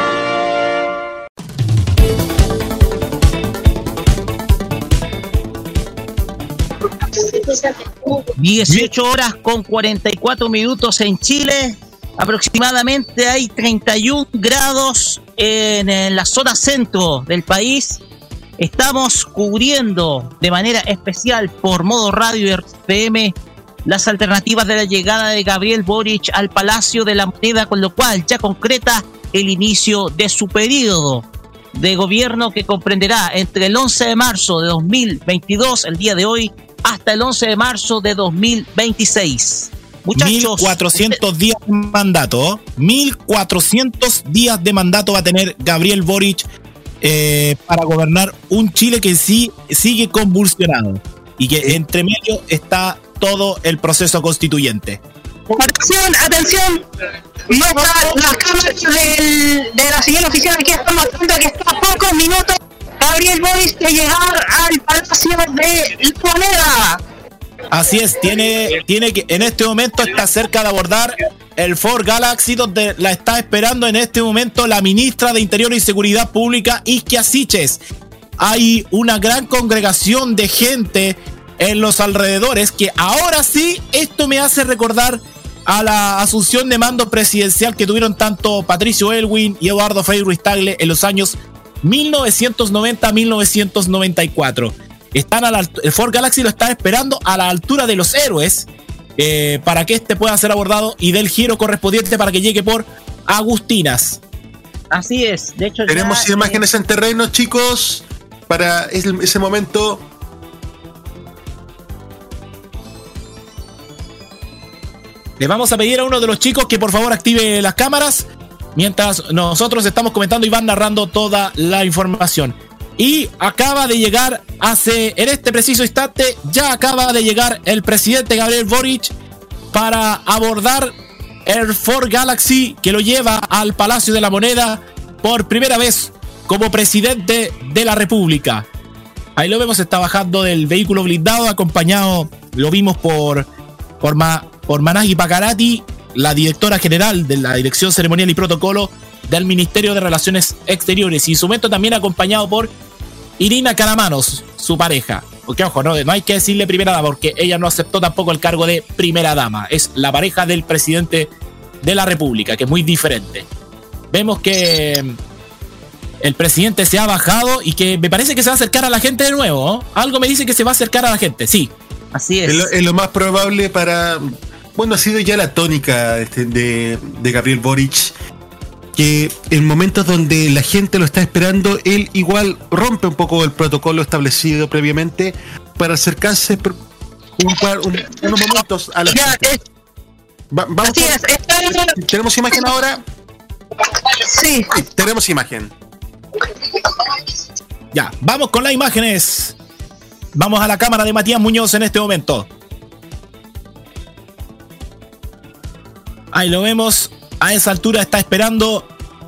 Speaker 2: 18 horas con 44 minutos en Chile. Aproximadamente hay 31 grados en la zona centro del país. Estamos cubriendo de manera especial por Modo Radio y FM las alternativas de la llegada de Gabriel Boric al Palacio de la Moneda, con lo cual ya concreta el inicio de su periodo de gobierno, que comprenderá entre el 11 de marzo de 2022, el día de hoy, hasta el 11 de marzo de 2026. Muchachos,
Speaker 5: 1400 días de mandato. 1400 días de mandato va a tener Gabriel Boric para gobernar un Chile que sí sigue convulsionado y que entre medio está todo el proceso constituyente.
Speaker 6: Atención, las cámaras de la señal oficial aquí están mostrando que está a pocos minutos Gabriel Boric de llegar al Palacio de la Moneda.
Speaker 5: Así es, tiene que en este momento está cerca de abordar el Ford Galaxy, donde la está esperando en este momento la ministra de Interior y Seguridad Pública, Isquia Siches. Hay una gran congregación de gente en los alrededores que ahora sí, esto me hace recordar a la asunción de mando presidencial que tuvieron tanto Patricio Aylwin y Eduardo Frei Ruiz-Tagle en los años 1990-1994. El Ford Galaxy lo está esperando a la altura de los héroes para que este pueda ser abordado y del giro correspondiente para que llegue por Agustinas.
Speaker 2: Así es, de hecho
Speaker 4: tenemos imágenes en terreno, chicos, para ese momento.
Speaker 5: Le vamos a pedir a uno de los chicos que por favor active las cámaras mientras nosotros estamos comentando y van narrando toda la información. Y acaba de llegar en este preciso instante, ya acaba de llegar el presidente Gabriel Boric para abordar el Ford Galaxy que lo lleva al Palacio de la Moneda por primera vez como presidente de la República. Ahí lo vemos, está bajando del vehículo blindado, acompañado, lo vimos por Managi Pacarati, la directora general de la Dirección Ceremonial y Protocolo del Ministerio de Relaciones Exteriores, y en su momento también acompañado por Irina Karamanos, su pareja. Porque, ojo, no hay que decirle primera dama, porque ella no aceptó tampoco el cargo de primera dama. Es la pareja del presidente de la República, que es muy diferente. Vemos que el presidente se ha bajado y que me parece que se va a acercar a la gente de nuevo, ¿no? Algo me dice que se va a acercar a la gente, sí.
Speaker 2: Así es.
Speaker 4: Es lo más probable para... Bueno, ha sido ya la tónica de Gabriel Boric, que en momentos donde la gente lo está esperando, él igual rompe un poco el protocolo establecido previamente para acercarse unos momentos a la gente. Vamos. ¿Tenemos imagen ahora?
Speaker 6: Sí.
Speaker 4: Tenemos imagen.
Speaker 5: Ya, vamos con las imágenes. Vamos a la cámara de Matías Muñoz en este momento. Ahí lo vemos. A esa altura está esperando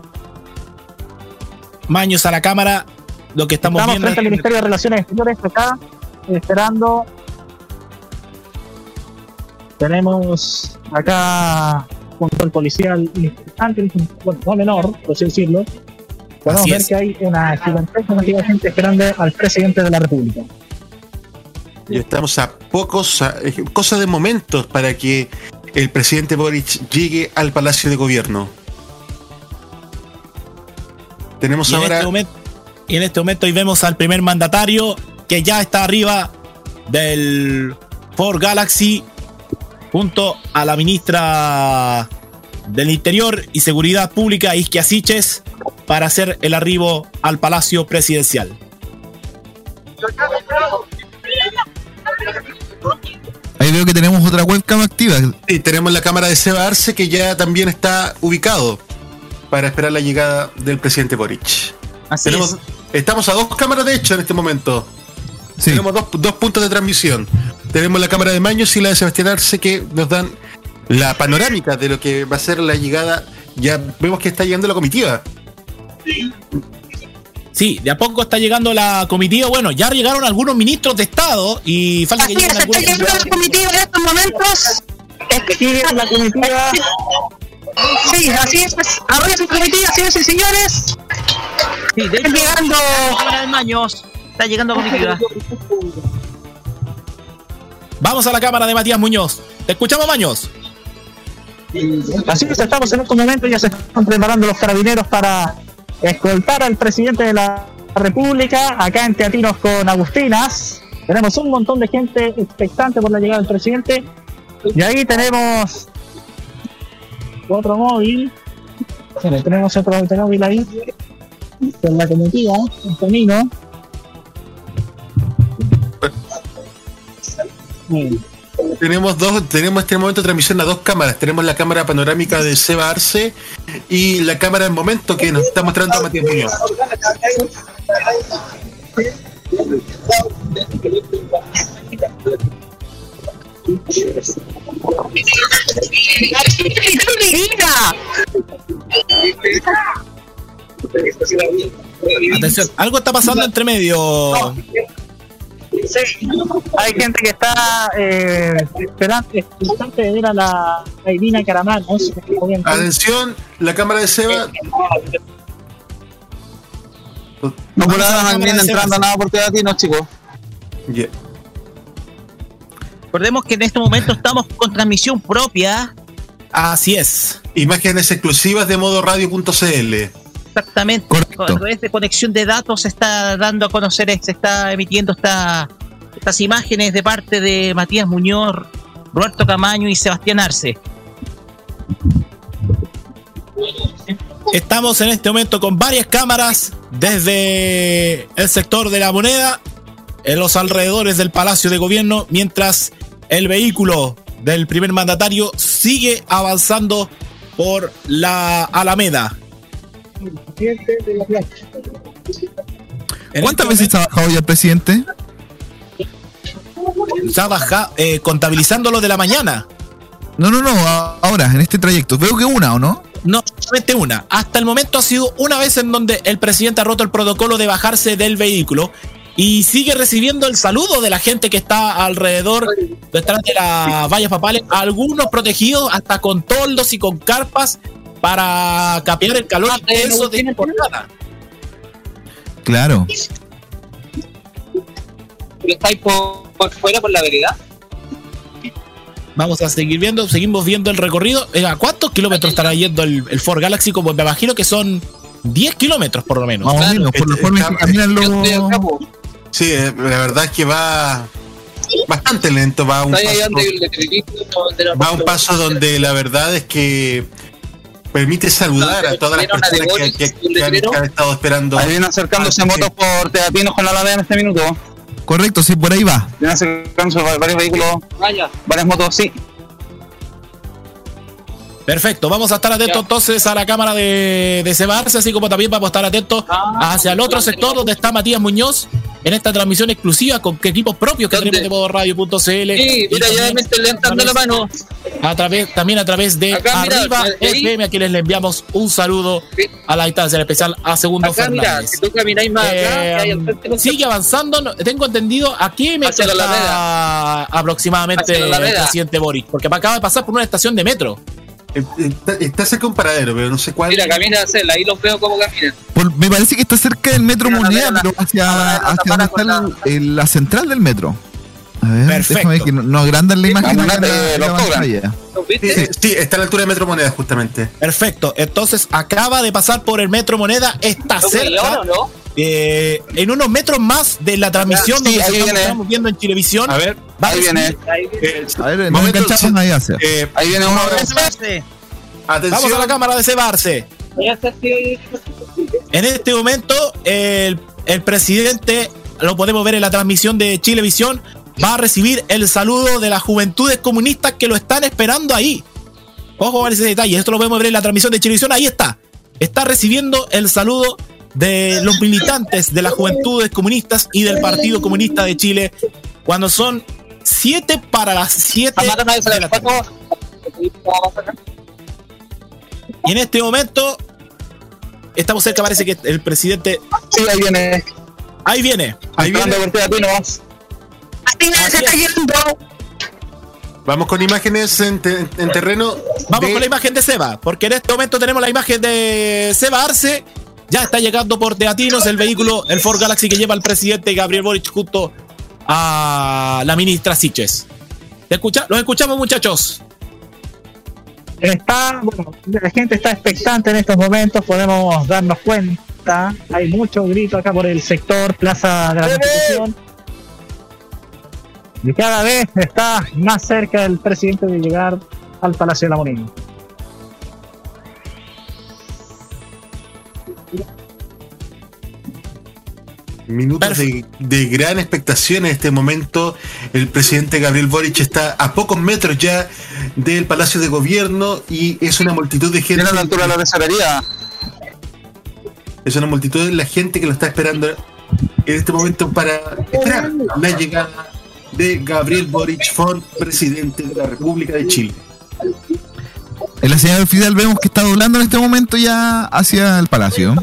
Speaker 5: Maños a la cámara. Lo que estamos viendo
Speaker 7: frente al Ministerio de Relaciones Exteriores acá, esperando. Tenemos acá control policial importante, bueno, no menor, por así decirlo. Podemos ver que hay una gigantesca cantidad de gente esperando al presidente de la República.
Speaker 4: Y estamos a cosa de momentos para que el presidente Boric llegue al Palacio de Gobierno. Tenemos ahora...
Speaker 5: En este momento hoy vemos al primer mandatario que ya está arriba del Ford Galaxy junto a la ministra del Interior y Seguridad Pública, Isquia Siches, para hacer el arribo al Palacio Presidencial.
Speaker 3: Ahí veo que tenemos otra webcam activa.
Speaker 4: Sí, tenemos la cámara de Seba Arce, que ya también está ubicado para esperar la llegada del presidente Boric.
Speaker 2: Así es.
Speaker 4: Estamos a dos cámaras, de hecho, en este momento. Sí. Tenemos dos puntos de transmisión. Tenemos la cámara de Maños y la de Sebastián Arce, que nos dan la panorámica de lo que va a ser la llegada. Ya vemos que está llegando la comitiva.
Speaker 5: Sí, de a poco está llegando la comitiva. Bueno, ya llegaron algunos ministros de Estado y falta que lleguen algunos.
Speaker 6: Está llegando la comitiva en estos momentos.
Speaker 7: La comitiva.
Speaker 6: Sí, así es. Ahora su comitiva, señores y señores.
Speaker 2: Sí, de hecho,
Speaker 6: llegando.
Speaker 2: Maños. Está llegando comitiva.
Speaker 5: Vamos a la cámara de Matías Muñoz. Te escuchamos, Maños.
Speaker 7: Así es, estamos en este momento, ya se están preparando los carabineros para escoltar al presidente de la República, acá en Teatinos con Agustinas. Tenemos un montón de gente expectante por la llegada del presidente. Y ahí tenemos otro móvil. Bueno, tenemos otro automóvil ahí con la comitiva en camino.
Speaker 4: Tenemos en este momento transmisión a dos cámaras. Tenemos la cámara panorámica de Seba Arce y la cámara en momento que nos está mostrando a Matías Muñoz.
Speaker 5: Atención, algo está pasando entre medio.
Speaker 7: Sí, hay gente que está expectante de ver a la Irina Karamanos.
Speaker 4: Atención, la cámara de Seba.
Speaker 8: No por ahora no viene entrando nada por Teatinos, chicos.
Speaker 4: Yeah.
Speaker 2: Recordemos que en este momento estamos con transmisión propia.
Speaker 5: Así es.
Speaker 9: Imágenes exclusivas de modoradio.cl.
Speaker 2: Exactamente.
Speaker 3: Correcto.
Speaker 2: A través de conexión de datos se está dando a conocer, se está emitiendo estas imágenes de parte de Matías Muñoz, Roberto Camaño y Sebastián Arce.
Speaker 5: Estamos en este momento con varias cámaras desde el sector de la Moneda, en los alrededores del Palacio de Gobierno, mientras el vehículo del primer mandatario sigue avanzando por la Alameda.
Speaker 3: ¿Cuántas veces se ha bajado ya el presidente?
Speaker 5: Se ha bajado, contabilizándolo de la mañana.
Speaker 3: No, ahora, en este trayecto. Veo que una, ¿o no?
Speaker 5: No, solamente una. Hasta el momento ha sido una vez en donde el presidente ha roto el protocolo de bajarse del vehículo y sigue recibiendo el saludo de la gente que está alrededor, detrás de las vallas papales, algunos protegidos hasta con toldos y con carpas para capear el calor intenso de esta jornada.
Speaker 3: Claro.
Speaker 8: estáis por fuera, por la vereda.
Speaker 5: Vamos a seguimos viendo el recorrido. ¿A cuántos kilómetros estará yendo el Ford Galaxy? Como me imagino que son 10 kilómetros por lo menos.
Speaker 3: Más o menos, por la forma en que caminan los...
Speaker 4: Sí, la verdad es que va bastante lento, va a un paso donde la verdad es que permite saludar a todas las personas que han estado esperando.
Speaker 8: Ahí vienen acercándose motos por Teatinos con la Alameda en este minuto.
Speaker 3: Correcto, sí, por ahí va.
Speaker 8: Vienen acercándose varios vehículos, varias motos, sí.
Speaker 5: Perfecto, vamos a estar atentos entonces a la cámara de Seba Arce, así como también vamos a estar atentos hacia el otro sector donde está Matías Muñoz en esta transmisión exclusiva con equipos propios que tenemos de modoradio.cl.
Speaker 8: Sí, mira, ya me estoy levantando la mano.
Speaker 5: También a través de
Speaker 8: acá,
Speaker 5: Arriba
Speaker 8: mira,
Speaker 5: FM, a quienes le enviamos un saludo a la distancia, en especial a Segundo
Speaker 8: acá,
Speaker 5: Fernández.
Speaker 8: Mira, si tú camináis más acá,
Speaker 5: sigue avanzando, tengo entendido a qué metro está aproximadamente el presidente Boric, porque acaba de pasar por una estación de metro.
Speaker 4: Está cerca de un paradero, pero no sé cuál.
Speaker 8: Mira, camina a hacerla, ahí los veo cómo caminan.
Speaker 3: Me parece que está cerca del metro Moneda, pero hacia donde está la central del metro. A ver,
Speaker 5: perfecto.
Speaker 3: Déjame que no agrandan la imagen.
Speaker 4: Sí, está a la altura del metro Moneda, justamente.
Speaker 5: Perfecto, entonces acaba de pasar por el metro Moneda, está cerca. En unos metros más de la transmisión donde estamos viendo en Chilevisión.
Speaker 8: A ver, ahí viene.
Speaker 3: A ver, nos enganchamos ahí hacia.
Speaker 8: Ahí viene uno.
Speaker 4: Atención.
Speaker 5: Vamos a la cámara de Seba Arce. En este momento, el presidente, lo podemos ver en la transmisión de Chilevisión, va a recibir el saludo de las juventudes comunistas que lo están esperando ahí. Ojo a ese detalle, esto lo podemos ver en la transmisión de Chilevisión, ahí está. Está recibiendo el saludo de los militantes de las juventudes comunistas y del Partido Comunista de Chile cuando son 7 para las 7 de la tarde. Y en este momento estamos cerca, parece que el presidente...
Speaker 8: Sí, ahí viene.
Speaker 5: Ahí viene.
Speaker 8: Ahí viene. Se está yendo.
Speaker 4: Vamos con imágenes en terreno.
Speaker 5: Vamos con la imagen de Seba, porque en este momento tenemos la imagen de Seba Arce. Ya está llegando por Teatinos el vehículo, el Ford Galaxy que lleva al presidente Gabriel Boric junto a la ministra Siches. ¿Los escuchamos, muchachos?
Speaker 7: La gente está expectante en estos momentos, podemos darnos cuenta. Hay mucho grito acá por el sector Plaza de la Constitución. Y cada vez está más cerca el presidente de llegar al Palacio de la Moneda.
Speaker 4: Minutos de gran expectación en este momento. El presidente Gabriel Boric está a pocos metros ya del Palacio de Gobierno y es una multitud de gente.
Speaker 8: A la altura de la tesorería.
Speaker 4: Es una multitud de la gente que lo está esperando en este momento para esperar la llegada de Gabriel Boric, Ford, presidente de la República de Chile.
Speaker 3: En la señal oficial vemos que está doblando en este momento ya hacia el Palacio.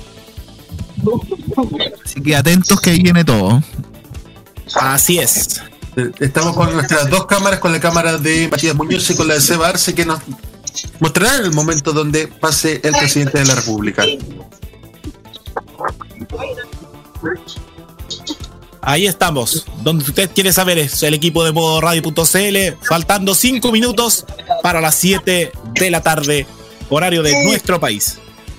Speaker 3: Así que atentos que ahí viene todo.
Speaker 5: Así es.
Speaker 4: Estamos con nuestras dos cámaras, con la cámara de Matías Muñoz y con la de Seba Arce, que nos mostrarán el momento donde pase el presidente de la República.
Speaker 5: Ahí estamos. Donde usted quiere saber es el equipo de modoradio.cl. Faltando 5 minutos para las 7 de la tarde, horario de nuestro país.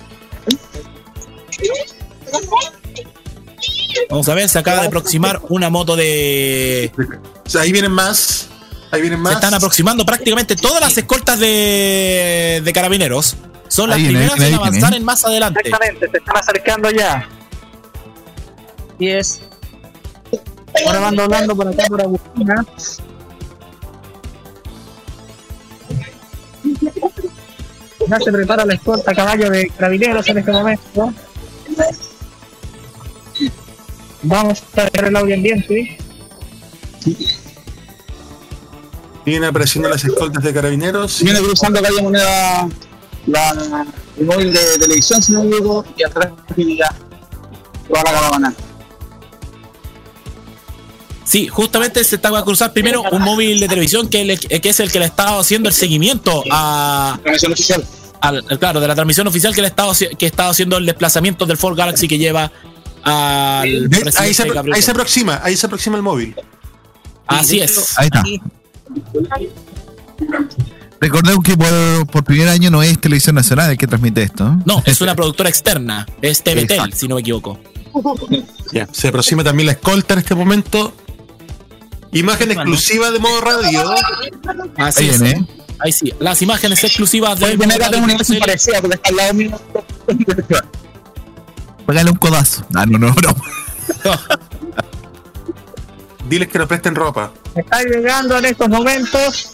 Speaker 5: Vamos a ver, se acaba de aproximar una moto de...
Speaker 4: Ahí vienen más.
Speaker 5: Se están aproximando prácticamente todas las escoltas de carabineros. Son las primeras en avanzar en más adelante.
Speaker 7: Exactamente, se están acercando ya.
Speaker 2: Y es...
Speaker 7: Ahora van doblando por acá por Agustina. Ya se prepara la escolta a caballo de carabineros en este momento. Vamos a ver el audio ambiente.
Speaker 4: Vienen apareciendo las escoltas de carabineros.
Speaker 8: Viene cruzando calle Moneda el móvil de televisión, si no me equivoco, y atrás ya toda la caravana.
Speaker 5: Sí, justamente se estaba a cruzar primero un móvil de televisión que es el que le estaba haciendo el seguimiento a...
Speaker 8: Transmisión oficial.
Speaker 5: Claro, de la transmisión oficial que estaba haciendo el desplazamiento del Ford Galaxy que lleva al presidente Gabriel.
Speaker 4: Ahí se aproxima el móvil.
Speaker 5: Así es.
Speaker 3: Ahí está. Recordemos que por primer año no es Televisión Nacional el que transmite esto.
Speaker 5: No, es una productora externa. Es TVTEL,
Speaker 3: Exacto.
Speaker 5: si no me equivoco.
Speaker 4: Ya, se aproxima también la escolta en este momento. Imagen exclusiva de Modo Radio.
Speaker 5: Así es. Ahí sí, las imágenes exclusivas de
Speaker 8: Voy a tener una imagen parecida porque está al lado mío.
Speaker 3: Pégale un codazo. No.
Speaker 4: Diles que nos presten ropa.
Speaker 7: Está llegando en estos momentos.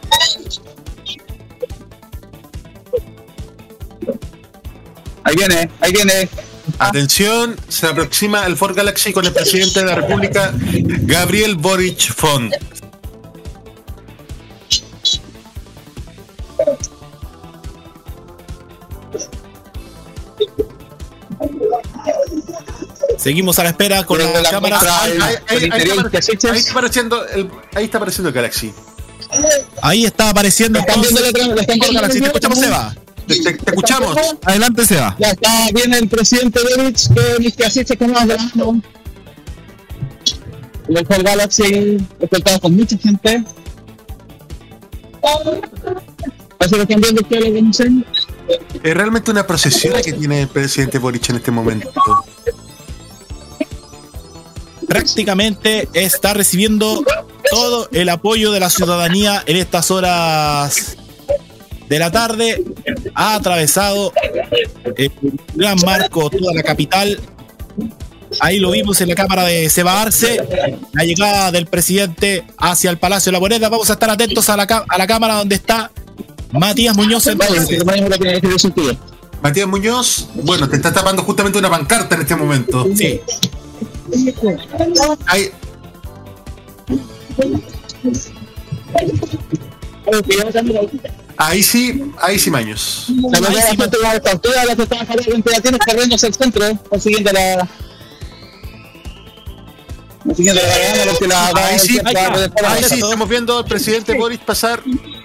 Speaker 8: Ahí viene.
Speaker 4: Atención, se aproxima el Ford Galaxy con el presidente de la República, Gabriel Boric Font.
Speaker 5: Seguimos a la espera con la cámara.
Speaker 4: Ahí está apareciendo el Galaxy.
Speaker 5: Ahí está apareciendo.
Speaker 4: Galaxy. Te escuchamos, Seba. Te escuchamos.
Speaker 3: Adelante, Seba.
Speaker 8: Ya está, viene el presidente Boric con este asiste que estamos grabando. El Ford Galaxy está con mucha gente. Parece que están viendo ustedes lo que dicen.
Speaker 4: Es realmente una procesión que tiene el presidente Boric en este momento.
Speaker 5: Prácticamente está recibiendo todo el apoyo de la ciudadanía en estas horas de la tarde. Ha atravesado el gran marco toda la capital. Ahí lo vimos en la cámara de Seba Arce, la llegada del presidente hacia el Palacio de la Moneda. Vamos a estar atentos a la cámara donde está Matías Muñoz.
Speaker 4: Matías Muñoz, bueno, te está tapando justamente una pancarta en este momento.
Speaker 5: Sí.
Speaker 4: Ahí sí, Maños.
Speaker 8: La verdad es que todas las que estaban corriendo corriendo hacia el centro, consiguiendo la
Speaker 4: Ahí sí, estamos viendo al presidente Boric pasar.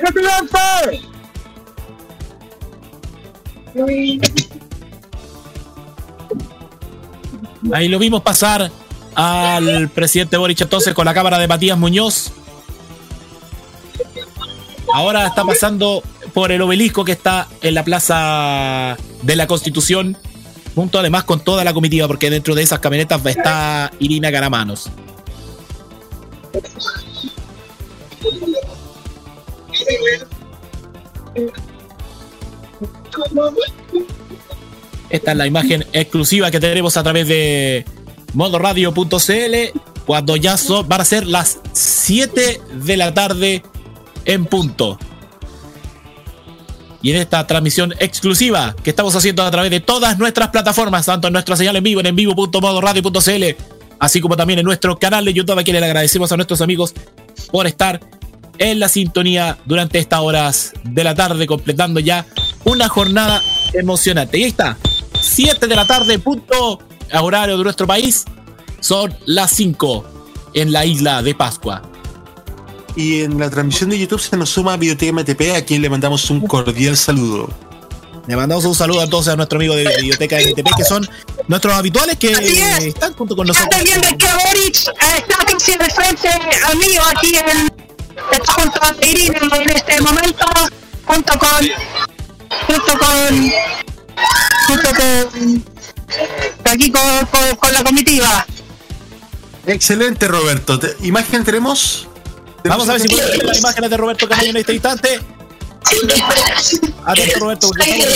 Speaker 5: Ahí lo vimos pasar al presidente Boric entonces con la cámara de Matías Muñoz. Ahora está pasando por el obelisco que está en la Plaza de la Constitución, junto además con toda la comitiva, porque dentro de esas camionetas está Irina Garamanos. Esta es la imagen exclusiva que tenemos a través de modoradio.cl cuando ya van a ser las 7 de la tarde en punto. Y en esta transmisión exclusiva que estamos haciendo a través de todas nuestras plataformas, tanto en nuestra señal en vivo, en vivo.modoradio.cl, así como también en nuestro canal de YouTube, a quienes le agradecemos a nuestros amigos por estar en la sintonía durante estas horas de la tarde, completando ya una jornada emocionante. Y ahí está, 7 de la tarde, punto, a horario de nuestro país, son las 5 en la isla de Pascua.
Speaker 4: Y en la transmisión de YouTube se nos suma Videoteca MTP, a quien le mandamos un cordial saludo.
Speaker 5: Le mandamos un saludo entonces a nuestro amigo de Videoteca MTP, que son nuestros habituales que están junto con nosotros.
Speaker 6: Estoy viendo que Boric está casi de frente al mío aquí está junto a Irina en este momento, junto con aquí con la comitiva.
Speaker 4: Excelente, Roberto. ¿Imagen tenemos?
Speaker 5: Vamos a ver si podemos ver las imágenes de Roberto Camaño en este instante. Atento, Roberto, porque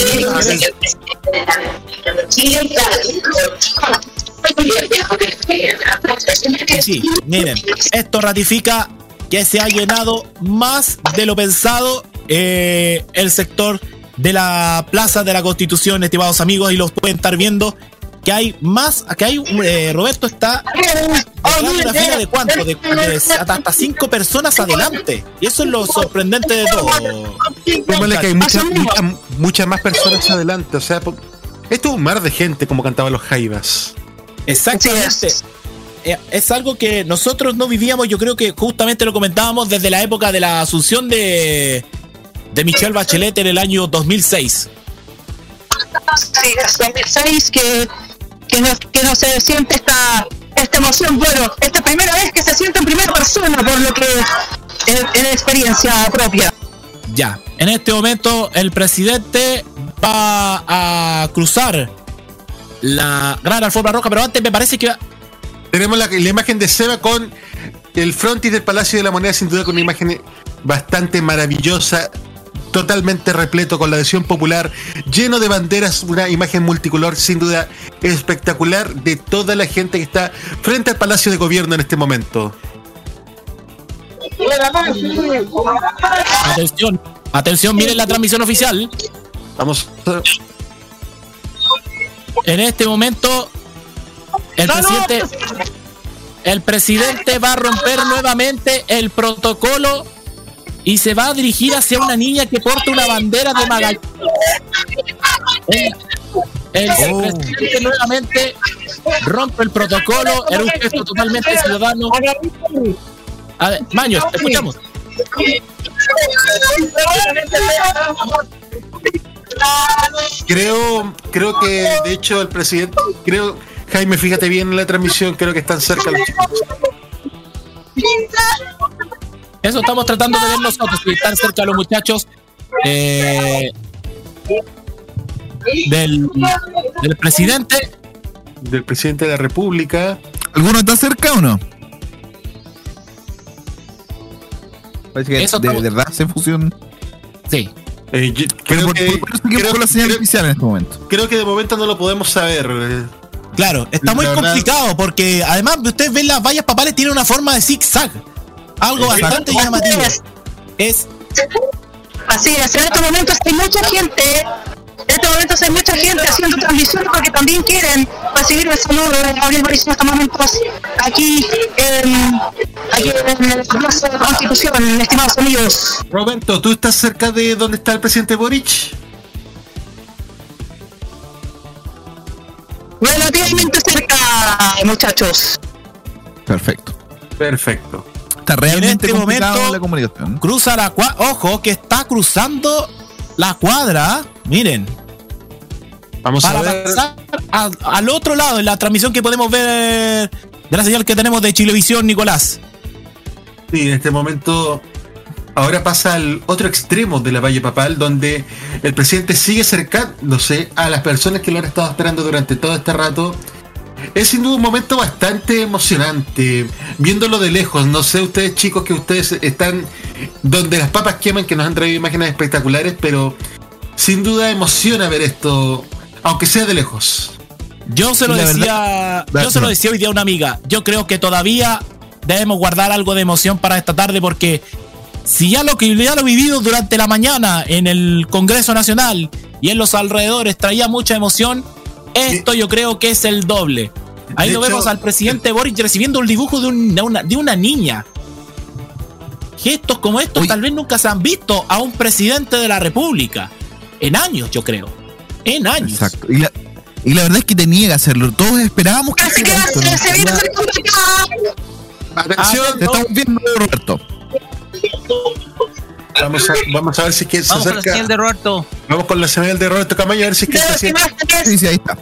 Speaker 5: sí, miren, esto ratifica que se ha llenado más de lo pensado el sector de la Plaza de la Constitución, estimados amigos, y los pueden estar viendo que hay más, que hay Roberto está una fila de cuánto, de hasta 5 personas adelante, y eso es lo sorprendente de todo.
Speaker 4: Póngale que hay muchas más personas adelante, o sea, esto es un mar de gente, como cantaban los Jaivas.
Speaker 5: Exactamente. Es algo que nosotros no vivíamos, yo creo que justamente lo comentábamos desde la época de la asunción de Michelle Bachelet en el año 2006.
Speaker 6: Sí, es 2006 que que no se siente esta emoción. Bueno, esta primera vez que se siente en primera persona, por lo que es experiencia propia.
Speaker 5: Ya, en este momento el presidente va a cruzar la gran alfombra roja, pero antes me parece que
Speaker 4: tenemos la imagen de Seba con el frontis del Palacio de la Moneda, sin duda con una imagen bastante maravillosa, totalmente repleto con la adhesión popular, lleno de banderas, una imagen multicolor sin duda espectacular de toda la gente que está frente al Palacio de Gobierno en este momento.
Speaker 5: Atención, miren la transmisión oficial.
Speaker 4: Vamos.
Speaker 5: En este momento el presidente va a romper nuevamente el protocolo y se va a dirigir hacia una niña que porta una bandera de Magallanes. El presidente nuevamente rompe el protocolo en un gesto totalmente ciudadano. A ver, Maños, escuchamos.
Speaker 4: Creo que de hecho el presidente, Jaime, fíjate bien en la transmisión, creo que están cerca los chicos.
Speaker 5: Eso estamos tratando de ver nosotros, que están cerca los muchachos del presidente.
Speaker 4: Del presidente de la República.
Speaker 3: ¿Alguno está cerca o no? Parece que
Speaker 5: eso
Speaker 3: de verdad se fusión.
Speaker 5: Sí.
Speaker 4: Creo que
Speaker 3: la señal oficial en este momento.
Speaker 4: Creo que de momento no lo podemos saber.
Speaker 5: Claro, está muy complicado porque además ustedes ven las vallas papales tienen una forma de zigzag, algo bastante llamativo.
Speaker 6: Así es, en estos momentos hay mucha gente. Haciendo transmisiones porque también quieren recibir el saludo de Gabriel Boric en estos momentos aquí en el Plaza de la Constitución, estimados amigos.
Speaker 4: Roberto, ¿tú estás cerca de donde está el presidente Boric?
Speaker 6: Relativamente cerca, muchachos.
Speaker 3: Perfecto. Está realmente
Speaker 5: en este momento
Speaker 3: la comunicación.
Speaker 5: Cruza la cuadra. Ojo, que está cruzando la cuadra. Miren.
Speaker 4: Vamos
Speaker 5: para
Speaker 4: a ver.
Speaker 5: pasar al otro lado, en la transmisión que podemos ver de la señal que tenemos de Chilevisión, Nicolás.
Speaker 4: Sí, en este momento ahora pasa al otro extremo de la Valle Papal, donde el presidente sigue acercándose a las personas que lo han estado esperando durante todo este rato. Es sin duda un momento bastante emocionante, viéndolo de lejos. No sé ustedes, chicos, que ustedes están donde las papas queman, que nos han traído imágenes espectaculares, pero sin duda emociona ver esto, aunque sea de lejos.
Speaker 5: Yo se lo decía hoy día a una amiga. Yo creo que todavía debemos guardar algo de emoción para esta tarde, porque si ya lo vivido durante la mañana en el Congreso Nacional y en los alrededores traía mucha emoción, esto yo creo que es el doble. Ahí lo vemos al presidente Boric recibiendo el dibujo de una niña. Gestos como estos tal vez nunca se han visto a un presidente de la República. En años, yo creo. En años.
Speaker 3: Exacto. Y la verdad es que te niega a hacerlo. Todos esperábamos que
Speaker 6: esto.
Speaker 3: Atención, te estamos viendo, Roberto.
Speaker 4: Vamos a ver si es que se acerca.
Speaker 2: Con la señal de Roberto.
Speaker 4: Vamos con la señal de Roberto Camayo a ver si es que se acerca.
Speaker 3: Sí, ahí está.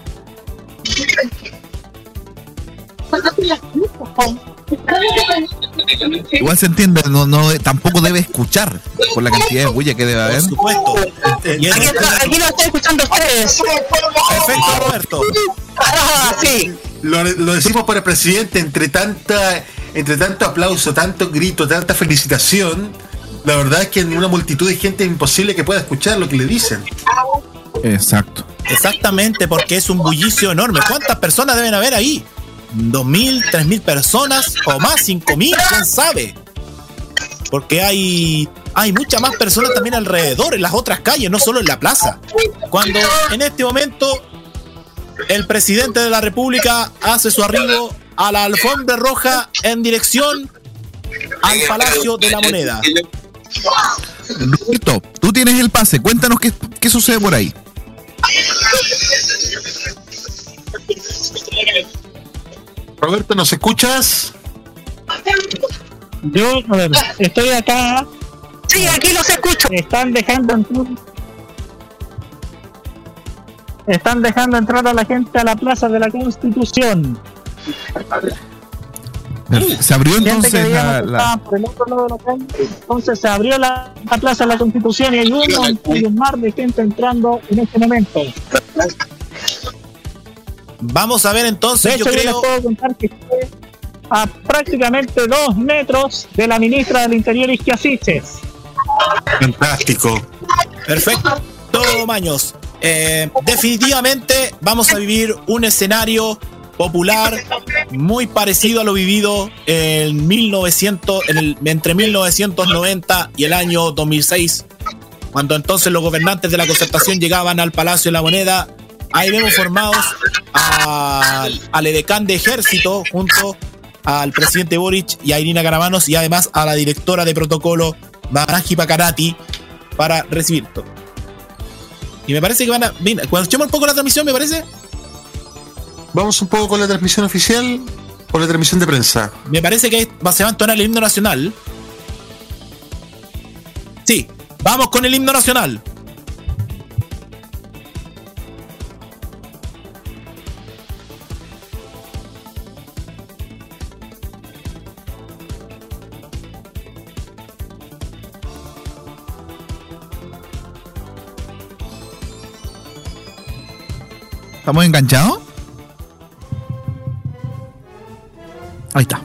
Speaker 3: Igual se entiende, tampoco debe escuchar por la cantidad de bulla que debe haber.
Speaker 5: Por supuesto.
Speaker 6: Aquí lo estoy escuchando ustedes.
Speaker 5: Perfecto, Roberto.
Speaker 6: Sí.
Speaker 4: Lo decimos por el presidente, entre tanto aplauso, tanto grito, tanta felicitación, la verdad es que en una multitud de gente es imposible que pueda escuchar lo que le dicen.
Speaker 3: Exacto.
Speaker 5: Exactamente, porque es un bullicio enorme. ¿Cuántas personas deben haber ahí? ¿2.000, 3.000 personas o más? ¿5.000? ¿Quién sabe? Porque hay muchas más personas también alrededor, en las otras calles, no solo en la plaza. Cuando en este momento el presidente de la República hace su arribo a la alfombra roja en dirección al Palacio de la Moneda.
Speaker 3: Roberto, tú tienes el pase, cuéntanos qué sucede por ahí.
Speaker 4: Roberto, ¿nos escuchas?
Speaker 7: Yo, a ver, estoy acá.
Speaker 6: Sí, aquí los escucho.
Speaker 7: Están dejando están dejando entrar a la gente a la Plaza de la Constitución.
Speaker 3: Se abrió entonces
Speaker 7: por el otro lado de la calle. Entonces se abrió la Plaza de la Constitución y hay un mar de gente entrando en este momento.
Speaker 5: Vamos a ver entonces,
Speaker 7: de hecho, yo les puedo contar que estoy a prácticamente 2 metros de la ministra del Interior, Isquia Siches.
Speaker 4: Fantástico.
Speaker 5: Perfecto, Maños. Definitivamente vamos a vivir un escenario popular muy parecido a lo vivido en entre 1990 y el año 2006, cuando entonces los gobernantes de la Concertación llegaban al Palacio de la Moneda. Ahí vemos formados al edecán de Ejército junto al presidente Boric y a Irina Caramanos, y además a la directora de protocolo Maraji Pacarati para recibirlo. Y me parece que van a... Bien, cuando escuchemos un poco la transmisión, me parece...
Speaker 4: Vamos un poco con la transmisión oficial o la transmisión de prensa.
Speaker 5: Me parece que se va a entonar el himno nacional. Sí, vamos con el himno nacional.
Speaker 3: ¿Estamos enganchados? Ahí está.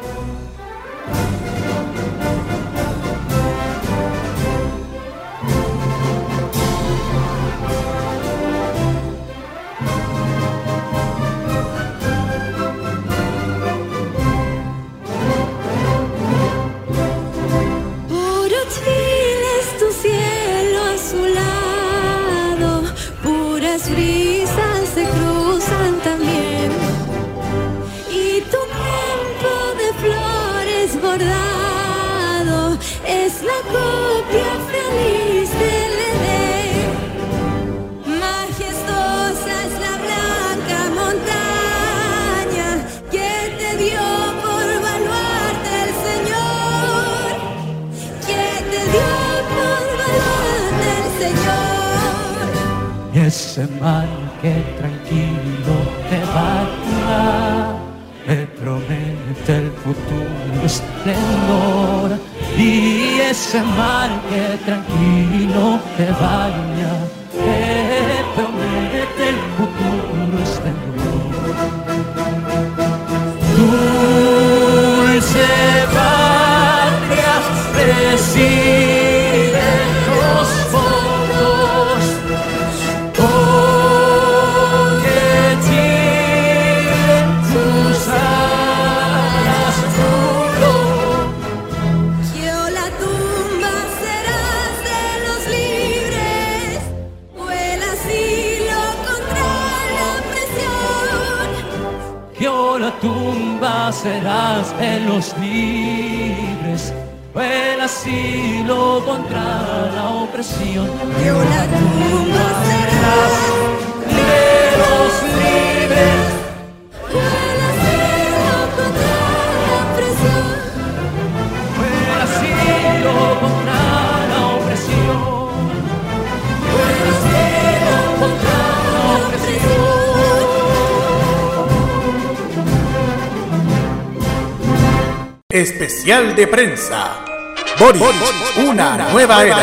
Speaker 13: Ese mar que tranquilo te baña, me promete el futuro esplendor. Y ese mar que tranquilo te baña, me promete el futuro esplendor. Dulce patria, recibe los fondos. Tumba serás de los libres, el asilo contra la opresión. Yo la tumba serás de los libres, el asilo contra la opresión. El asilo contra la opresión. El asilo contra la opresión.
Speaker 1: Especial de prensa. Boric, una nueva era.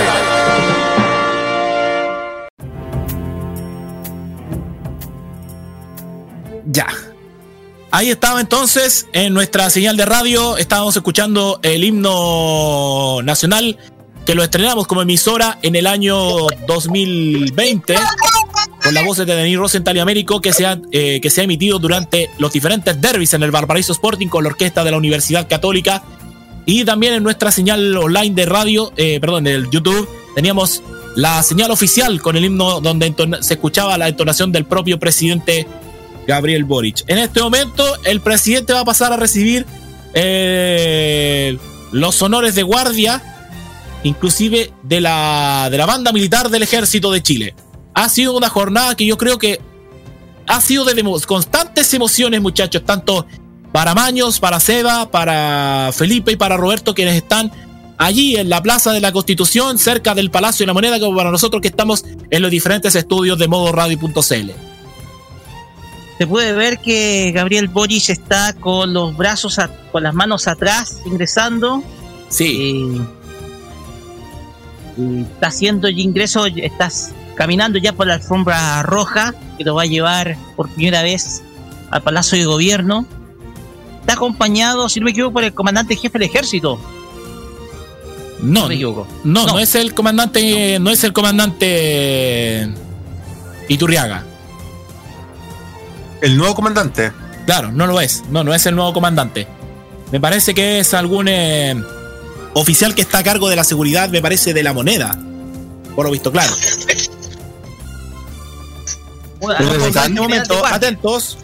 Speaker 5: Ya. Ahí estaba entonces en nuestra señal de radio. Estábamos escuchando el himno nacional que lo estrenamos como emisora en el año 2020 con las voces de Denis Rosenthal y Américo, que se ha emitido durante los diferentes derbis en el Valparaíso Sporting con la orquesta de la Universidad Católica, y también en nuestra señal online de radio, del YouTube, teníamos la señal oficial con el himno donde se escuchaba la entonación del propio presidente Gabriel Boric. En este momento el presidente va a pasar a recibir los honores de guardia, inclusive de la banda militar del Ejército de Chile. Ha sido una jornada que yo creo que ha sido de constantes emociones, muchachos, tanto para Maños, para Seba, para Felipe y para Roberto, quienes están allí en la Plaza de la Constitución, cerca del Palacio de la Moneda, como para nosotros que estamos en los diferentes estudios de modoradio.cl.
Speaker 2: Se puede ver que Gabriel Boric está con los brazos, con las manos atrás, ingresando.
Speaker 5: Sí.
Speaker 2: Está haciendo el ingreso, estás caminando ya por la alfombra roja, que lo va a llevar por primera vez al Palacio de Gobierno. Está acompañado, si no me equivoco, por el comandante jefe del ejército.
Speaker 5: No es el comandante, no es el comandante Iturriaga.
Speaker 4: ¿El nuevo comandante?
Speaker 5: Claro, no lo es. No es el nuevo comandante. Me parece que es algún oficial que está a cargo de la seguridad, me parece, de la Moneda. Por lo visto, claro. En este momento, atentos.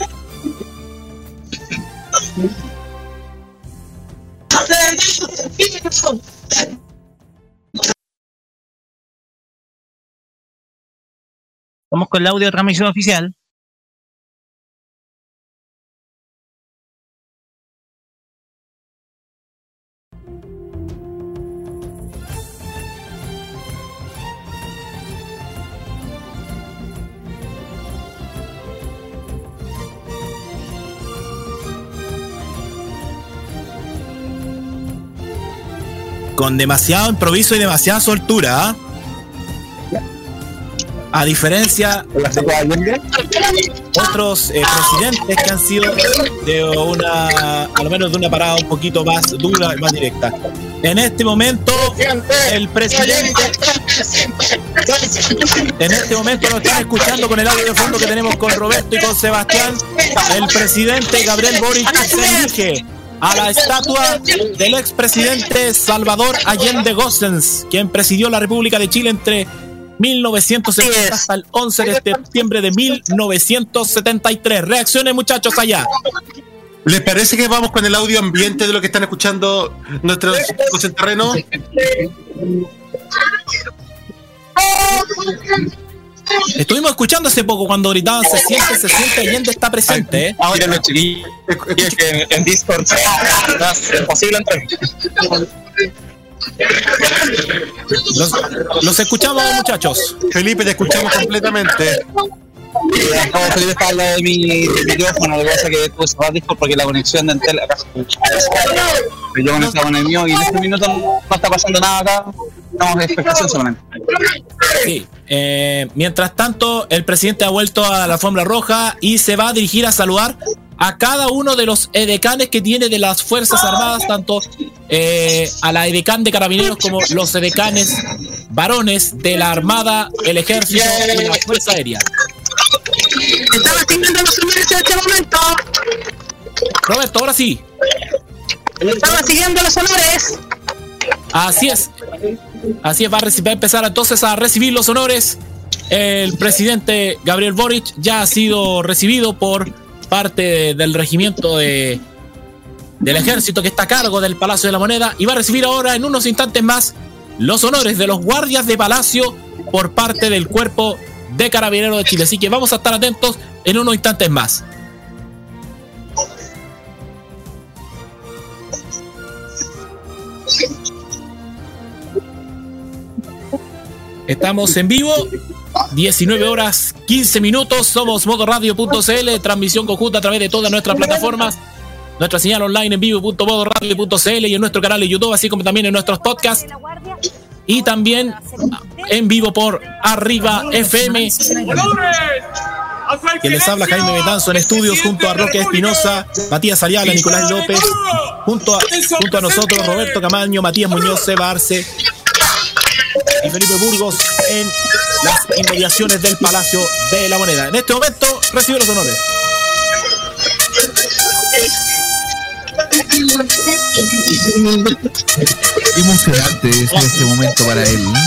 Speaker 2: Vamos con el audio de transmisión oficial.
Speaker 5: Con demasiado improviso y demasiada soltura, a diferencia de otros presidentes que han sido de una, a lo menos de una parada un poquito más dura y más directa. En este momento, el presidente, en este momento nos están escuchando con el audio de fondo que tenemos con Roberto y con Sebastián. El presidente Gabriel Boric se dirige a la estatua del expresidente Salvador Allende Gossens, quien presidió la República de Chile entre 1970 hasta el 11 de septiembre de 1973. Reacciones, muchachos, allá.
Speaker 4: ¿Les parece que vamos con el audio ambiente de lo que están escuchando nuestros chicos en terreno?
Speaker 5: Estuvimos escuchando hace poco cuando gritaban se siente, Allende está presente, ¿eh?
Speaker 8: Ahora los chiquillos que en Discord es posible entrar.
Speaker 5: Los escuchamos, muchachos.
Speaker 4: Felipe, te escuchamos completamente.
Speaker 8: Felipe está al lado de mi micrófono, lo que pasa es que tuve que cerrar Discord porque la conexión de Entel acá yo conectado con el mío y en este minuto no está pasando nada acá. Estamos de expectación solamente.
Speaker 5: Sí. Mientras tanto, el presidente ha vuelto a la alfombra roja y se va a dirigir a saludar a cada uno de los edecanes que tiene de las Fuerzas Armadas, tanto a la edecán de Carabineros como los edecanes varones de la Armada, el Ejército y la Fuerza Aérea.
Speaker 6: Estaba siguiendo los honores en este momento.
Speaker 5: Roberto, ahora sí.
Speaker 6: Estaba siguiendo los honores.
Speaker 5: Así es, va a empezar entonces a recibir los honores. El presidente Gabriel Boric ya ha sido recibido por parte del regimiento del ejército que está a cargo del Palacio de la Moneda y va a recibir ahora en unos instantes más los honores de los guardias de palacio por parte del Cuerpo de Carabineros de Chile. Así que vamos a estar atentos en unos instantes más. Estamos en vivo, 19 horas 15 minutos, somos modoradio.cl, transmisión conjunta a través de todas nuestras plataformas, nuestra señal online en vivo.modoradio.cl y en nuestro canal de YouTube, así como también en nuestros podcasts y también en vivo por Arriba FM. Que les habla Jaime Betanzo en estudios junto a Roque Espinosa, Matías Ayala, Nicolás López, junto a nosotros Roberto Camaño, Matías Muñoz, Seba Arce y Felipe Burgos en las inmediaciones del Palacio de la Moneda. En este momento recibe los honores.
Speaker 3: Emocionante es este momento para él, ¿no?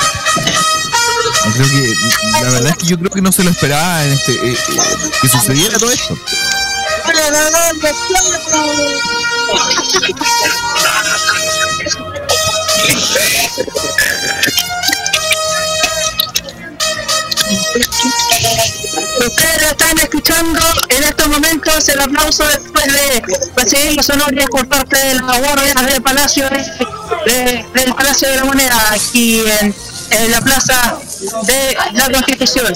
Speaker 3: Creo que la verdad es que yo creo que no se lo esperaba en que sucediera todo esto.
Speaker 6: Ustedes están escuchando en estos momentos entonces el aplauso después de recibir los honores por parte de la guardia del Palacio del Palacio de la Moneda, aquí en la Plaza de la Constitución.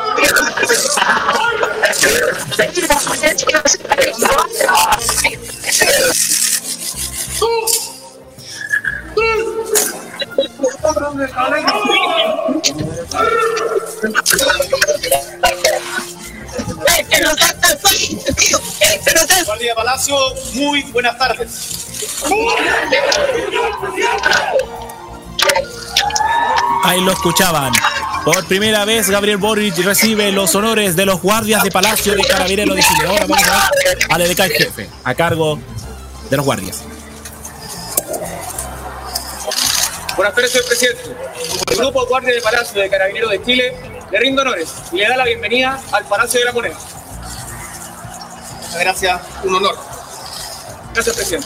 Speaker 11: Guardia de Palacio, muy buenas tardes.
Speaker 5: Ahí lo escuchaban. Por primera vez Gabriel Boric recibe los honores de los guardias de Palacio de Carabineros de Chile. Ahora vamos a ver al edecán jefe, a cargo de los guardias.
Speaker 11: Buenas tardes, señor presidente. El grupo Guardia de Palacio de Carabineros de Chile le rinde honores y le da la bienvenida al Palacio de la Moneda. Muchas gracias, un honor. Gracias, presidente.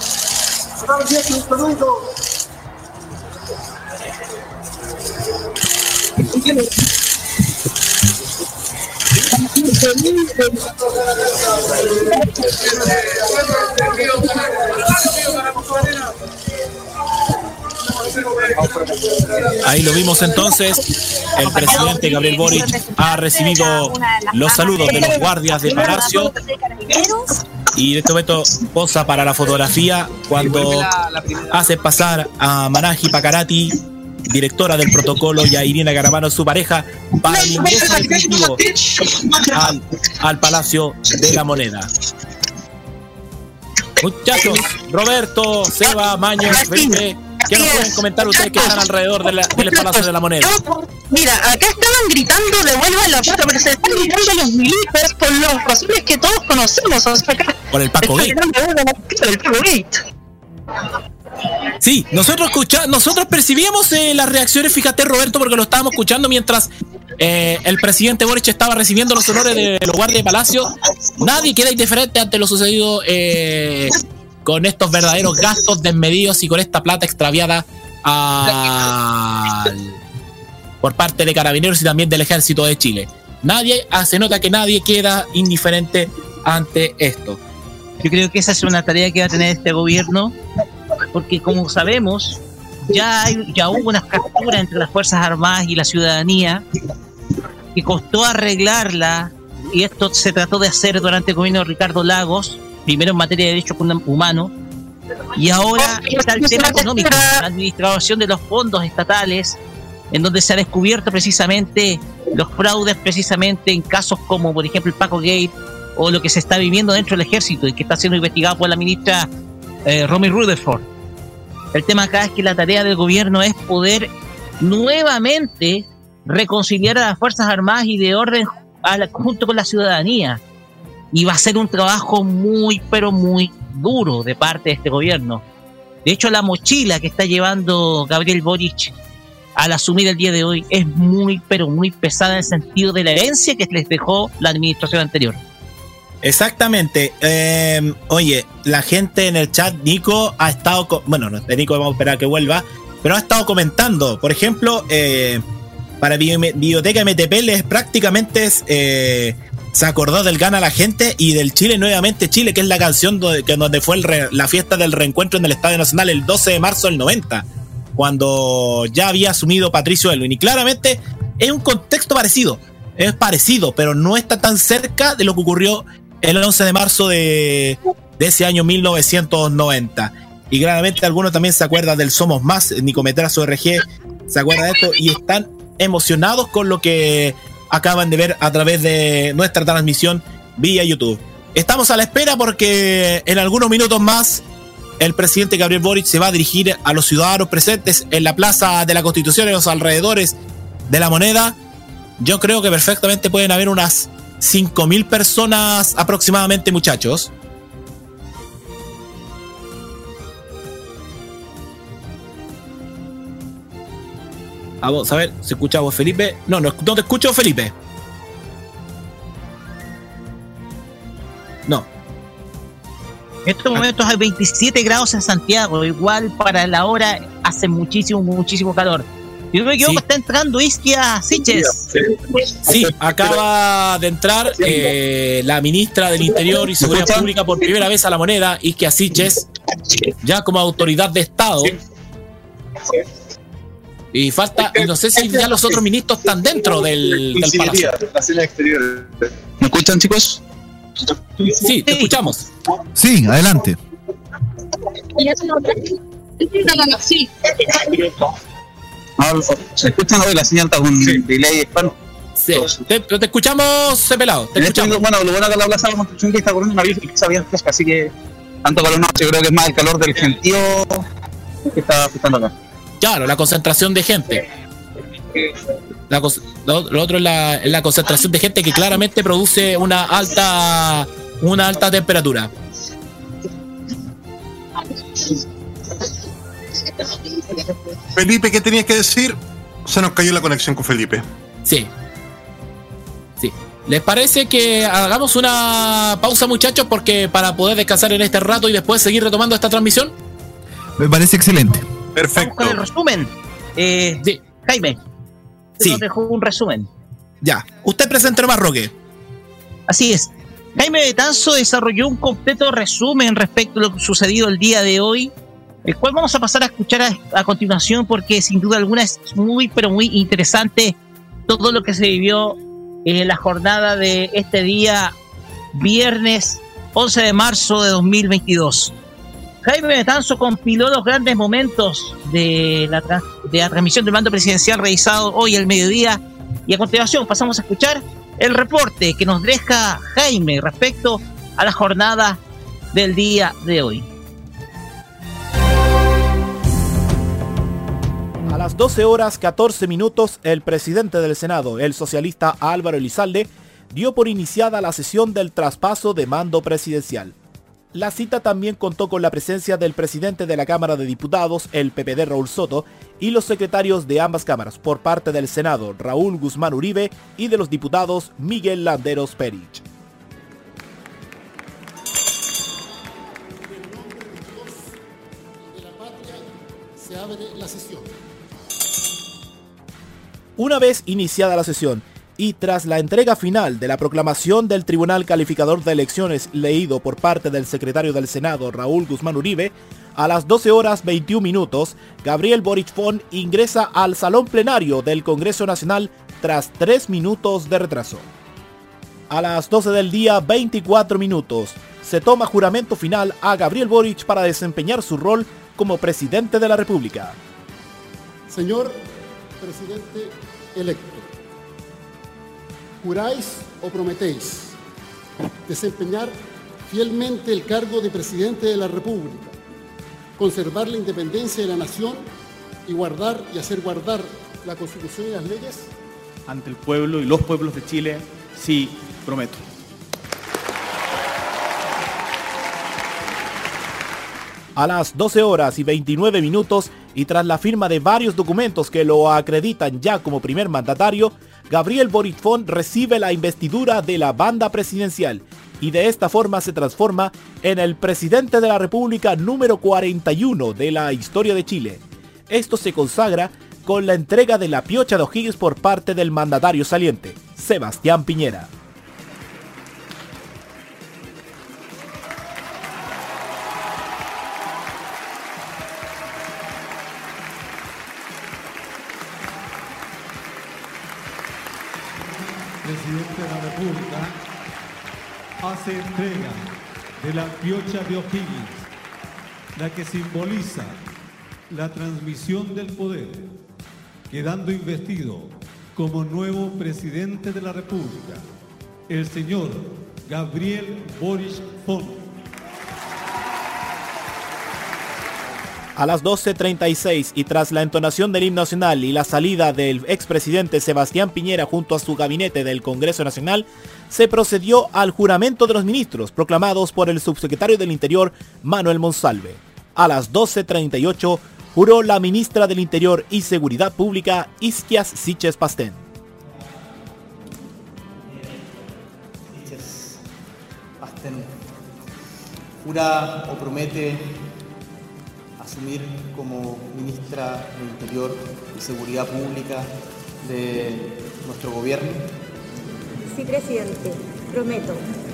Speaker 5: Ahí lo vimos entonces. El presidente Gabriel Boric ha recibido los saludos de los guardias de Palacio y en este momento posa para la fotografía cuando hace pasar a Manaji Pacarati, directora del protocolo, y a Irina Garavano, su pareja, para el ingreso definitivo al Palacio de la Moneda. Muchachos, Roberto, Seba, Maño, Felipe, ¿qué nos pueden comentar ustedes que están alrededor del Palacio de la Moneda?
Speaker 6: Mira, acá estaban gritando devuelvan la plata, pero se están gritando los militares por las razones que todos conocemos. O sea, acá
Speaker 5: por el Paco Gate.
Speaker 6: El Paco Gate.
Speaker 5: Sí, nosotros percibíamos las reacciones, fíjate, Roberto, porque lo estábamos escuchando mientras el presidente Boric estaba recibiendo los honores de los guardias de Palacio. Nadie queda indiferente ante lo sucedido con estos verdaderos gastos desmedidos y con esta plata extraviada por parte de Carabineros y también del Ejército de Chile. Se nota que nadie queda indiferente ante esto.
Speaker 2: Yo creo que esa es una tarea que va a tener este gobierno, porque como sabemos, ya hubo unas capturas entre las Fuerzas Armadas y la ciudadanía que costó arreglarla, y esto se trató de hacer durante el gobierno de Ricardo Lagos, primero en materia de derechos humanos, y ahora está el tema económico, la administración de los fondos estatales, en donde se ha descubierto precisamente los fraudes precisamente en casos como por ejemplo el Paco Gate o lo que se está viviendo dentro del ejército y que está siendo investigado por la ministra Romy Rutherford. El tema acá es que la tarea del gobierno es poder nuevamente reconciliar a las Fuerzas Armadas y de orden junto con la ciudadanía, y va a ser un trabajo muy pero muy duro de parte de este gobierno. De hecho, la mochila que está llevando Gabriel Boric al asumir el día de hoy es muy pero muy pesada en el sentido de la herencia que les dejó la administración anterior.
Speaker 5: Exactamente. Oye, la gente en el chat, Nico ha estado Nico vamos a esperar a que vuelva, pero ha estado comentando, por ejemplo, para Biblioteca MTP prácticamente se acordó del Gana la Gente y del Chile Nuevamente Chile, que es la canción donde fue la fiesta del reencuentro en el Estadio Nacional el 12 de marzo del 90, cuando ya había asumido Patricio Aylwin, y claramente es un contexto parecido, pero no está tan cerca de lo que ocurrió el 11 de marzo de ese año 1990. Y claramente algunos también se acuerdan del Somos Más, Nicometrazo RG, se acuerdan de esto y están emocionados con lo que acaban de ver a través de nuestra transmisión vía YouTube. Estamos a la espera porque en algunos minutos más el presidente Gabriel Boric se va a dirigir a los ciudadanos presentes en la Plaza de la Constitución, en los alrededores de la Moneda. Yo creo que perfectamente pueden haber unas 5.000 personas aproximadamente, muchachos. Vamos a ver, ¿se escucha vos, Felipe? No te escucho, Felipe. No.
Speaker 2: En estos momentos hay 27 grados en Santiago, igual para la hora hace muchísimo calor. Si no me equivoco, está entrando Isquia Siches.
Speaker 5: Sí, acaba de entrar la ministra del Interior y Seguridad Pública por primera vez a La Moneda, Isquia Siches, ya como autoridad de Estado. Y falta, y no sé si ya los otros ministros están dentro del palacio.
Speaker 8: ¿Me escuchan, chicos?
Speaker 5: Sí, te escuchamos.
Speaker 3: Sí, adelante.
Speaker 6: Sí.
Speaker 8: ¿Se escuchan hoy? La señal está con delay.
Speaker 5: Sí, te escuchamos, pelado. Te escuchamos.
Speaker 8: Bueno, lo bueno que la plaza de la Constitución que está corriendo una brisa que está bien fresca, así que tanto calor no, yo creo que es más el calor del gentío que está afectando acá.
Speaker 5: Claro, la concentración de gente. Lo otro es la concentración de gente que claramente produce una alta temperatura.
Speaker 4: Felipe, ¿qué tenías que decir? Se nos cayó la conexión con Felipe.
Speaker 5: Sí. ¿Les parece que hagamos una pausa, muchachos, porque para poder descansar en este rato y después seguir retomando esta transmisión?
Speaker 3: Me parece excelente.
Speaker 2: Vamos
Speaker 4: Perfecto.
Speaker 2: con el resumen.
Speaker 5: Sí.
Speaker 2: Jaime, nos dejó un resumen.
Speaker 5: Ya. Usted presente más, Roque.
Speaker 2: Así es. Jaime Betanzo desarrolló un completo resumen respecto a lo sucedido el día de hoy, el cual vamos a pasar a escuchar a continuación, porque sin duda alguna es muy, pero muy interesante todo lo que se vivió en la jornada de este día, viernes 11 de marzo de 2022. Jaime Betanzo compiló los grandes momentos de la transmisión del mando presidencial realizado hoy al mediodía, y a continuación pasamos a escuchar el reporte que nos deja Jaime respecto a la jornada del día de hoy.
Speaker 14: A las 12:14 el presidente del Senado, el socialista Álvaro Elizalde, dio por iniciada la sesión del traspaso de mando presidencial. La cita también contó con la presencia del presidente de la Cámara de Diputados, el PPD Raúl Soto, y los secretarios de ambas cámaras por parte del Senado, Raúl Guzmán Uribe, y de los diputados, Miguel Landeros Perich.
Speaker 10: Se abre la sesión.
Speaker 14: Una vez iniciada la sesión y tras la entrega final de la proclamación del Tribunal Calificador de Elecciones leído por parte del secretario del Senado, Raúl Guzmán Uribe, a las 12:21, Gabriel Boric Font ingresa al salón plenario del Congreso Nacional tras 3 minutos de retraso. A las 12:24 se toma juramento final a Gabriel Boric para desempeñar su rol como presidente de la República.
Speaker 10: Señor presidente electo, ¿juráis o prometéis desempeñar fielmente el cargo de presidente de la República, conservar la independencia de la nación y guardar y hacer guardar la Constitución y las leyes?
Speaker 15: Ante el pueblo y los pueblos de Chile, sí, prometo.
Speaker 14: A las 12:29 y tras la firma de varios documentos que lo acreditan ya como primer mandatario, Gabriel Boric Font recibe la investidura de la banda presidencial y de esta forma se transforma en el presidente de la República número 41 de la historia de Chile. Esto se consagra con la entrega de la piocha de O'Higgins por parte del mandatario saliente, Sebastián Piñera.
Speaker 12: Presidente de la República hace entrega de la piocha de O'Higgins, la que simboliza la transmisión del poder, quedando investido como nuevo presidente de la República, el señor Gabriel Boric Font.
Speaker 14: A las 12:36 y tras la entonación del himno nacional y la salida del expresidente Sebastián Piñera junto a su gabinete del Congreso Nacional, se procedió al juramento de los ministros proclamados por el subsecretario del Interior, Manuel Monsalve. A las 12:38 juró la ministra del Interior y Seguridad Pública, Isquia Siches Pastén.
Speaker 16: Siches Pastén jura o promete asumir como ministra de Interior y Seguridad Pública de nuestro gobierno?
Speaker 17: Sí, presidente, prometo.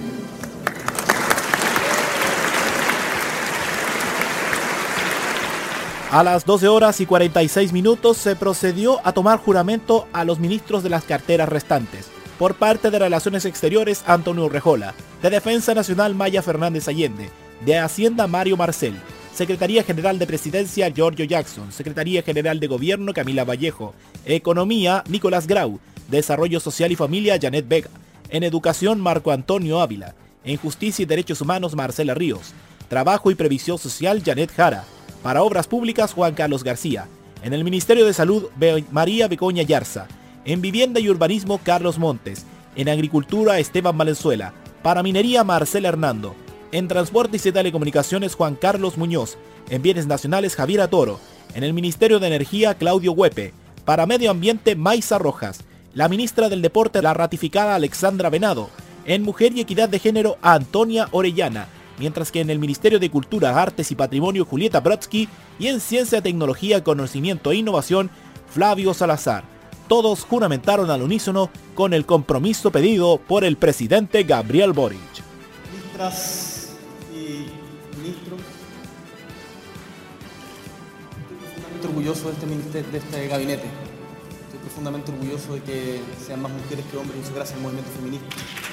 Speaker 14: A las 12 horas y 46 minutos se procedió a tomar juramento a los ministros de las carteras restantes. Por parte de Relaciones Exteriores, Antonio Urrejola; de Defensa Nacional, Maya Fernández Allende; de Hacienda, Mario Marcel; Secretaría General de Presidencia, Giorgio Jackson; Secretaría General de Gobierno, Camila Vallejo; Economía, Nicolás Grau; Desarrollo Social y Familia, Janet Vega; en Educación, Marco Antonio Ávila; en Justicia y Derechos Humanos, Marcela Ríos; Trabajo y Previsión Social, Janet Jara; para Obras Públicas, Juan Carlos García; en el Ministerio de Salud, María Begoña Yarza; en Vivienda y Urbanismo, Carlos Montes; en Agricultura, Esteban Valenzuela; para Minería, Marcela Hernando; en Transportes y Telecomunicaciones, Juan Carlos Muñoz; en Bienes Nacionales, Javiera Toro; en el Ministerio de Energía, Claudio Huepe; para Medio Ambiente, Maisa Rojas; la ministra del Deporte, la ratificada Alexandra Venado; en Mujer y Equidad de Género, Antonia Orellana; mientras que en el Ministerio de Cultura, Artes y Patrimonio, Julieta Brodsky; y en Ciencia, Tecnología, Conocimiento e Innovación, Flavio Salazar. Todos juramentaron al unísono con el compromiso pedido por el presidente Gabriel Boric.
Speaker 16: Ministras y ministros, estoy profundamente orgulloso de este gabinete. Estoy profundamente orgulloso de que sean más mujeres que hombres, y eso gracias al movimiento feminista.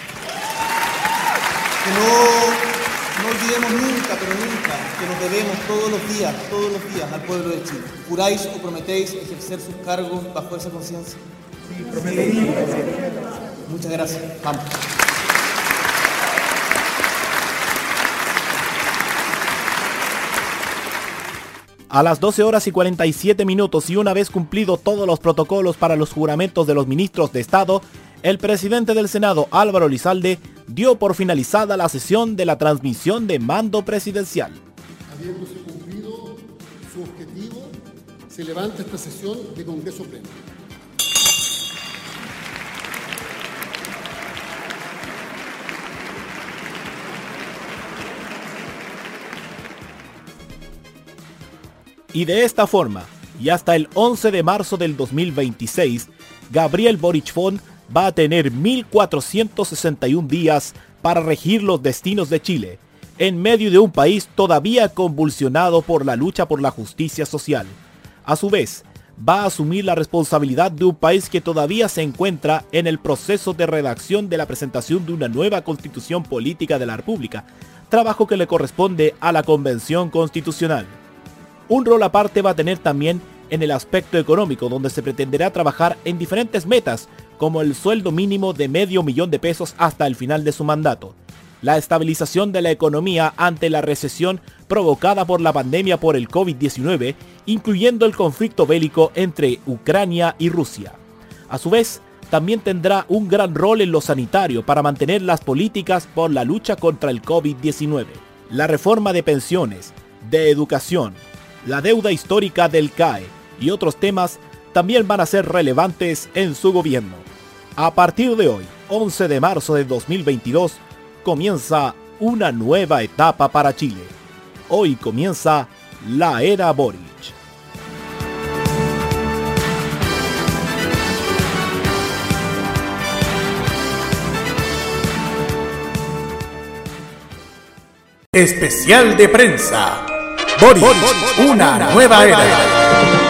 Speaker 16: Que no olvidemos nunca, pero nunca, que nos debemos todos los días al pueblo de Chile. ¿Juráis o prometéis ejercer sus cargos bajo esa conciencia? Sí, prometemos. Muchas gracias. Vamos.
Speaker 14: A las 12 horas y 47 minutos y una vez cumplido todos los protocolos para los juramentos de los ministros de Estado, el presidente del Senado, Álvaro Elizalde, dio por finalizada la sesión de la transmisión de mando presidencial.
Speaker 10: Habiéndose cumplido su objetivo, se levanta esta sesión de Congreso Pleno.
Speaker 14: Y de esta forma, y hasta el 11 de marzo del 2026, Gabriel Boric Font va a tener 1461 días para regir los destinos de Chile, en medio de un país todavía convulsionado por la lucha por la justicia social. A su vez, va a asumir la responsabilidad de un país que todavía se encuentra en el proceso de redacción de la presentación de una nueva constitución política de la República, trabajo que le corresponde a la Convención Constitucional. Un rol aparte va a tener también en el aspecto económico, donde se pretenderá trabajar en diferentes metas, como el sueldo mínimo de $500,000 hasta el final de su mandato, la estabilización de la economía ante la recesión provocada por la pandemia por el COVID-19, incluyendo el conflicto bélico entre Ucrania y Rusia. A su vez, también tendrá un gran rol en lo sanitario para mantener las políticas por la lucha contra el COVID-19, la reforma de pensiones, de educación, la deuda histórica del CAE y otros temas también van a ser relevantes en su gobierno. A partir de hoy, 11 de marzo de 2022, comienza una nueva etapa para Chile. Hoy comienza la era Boric.
Speaker 1: Especial de prensa. Boric, una nueva era.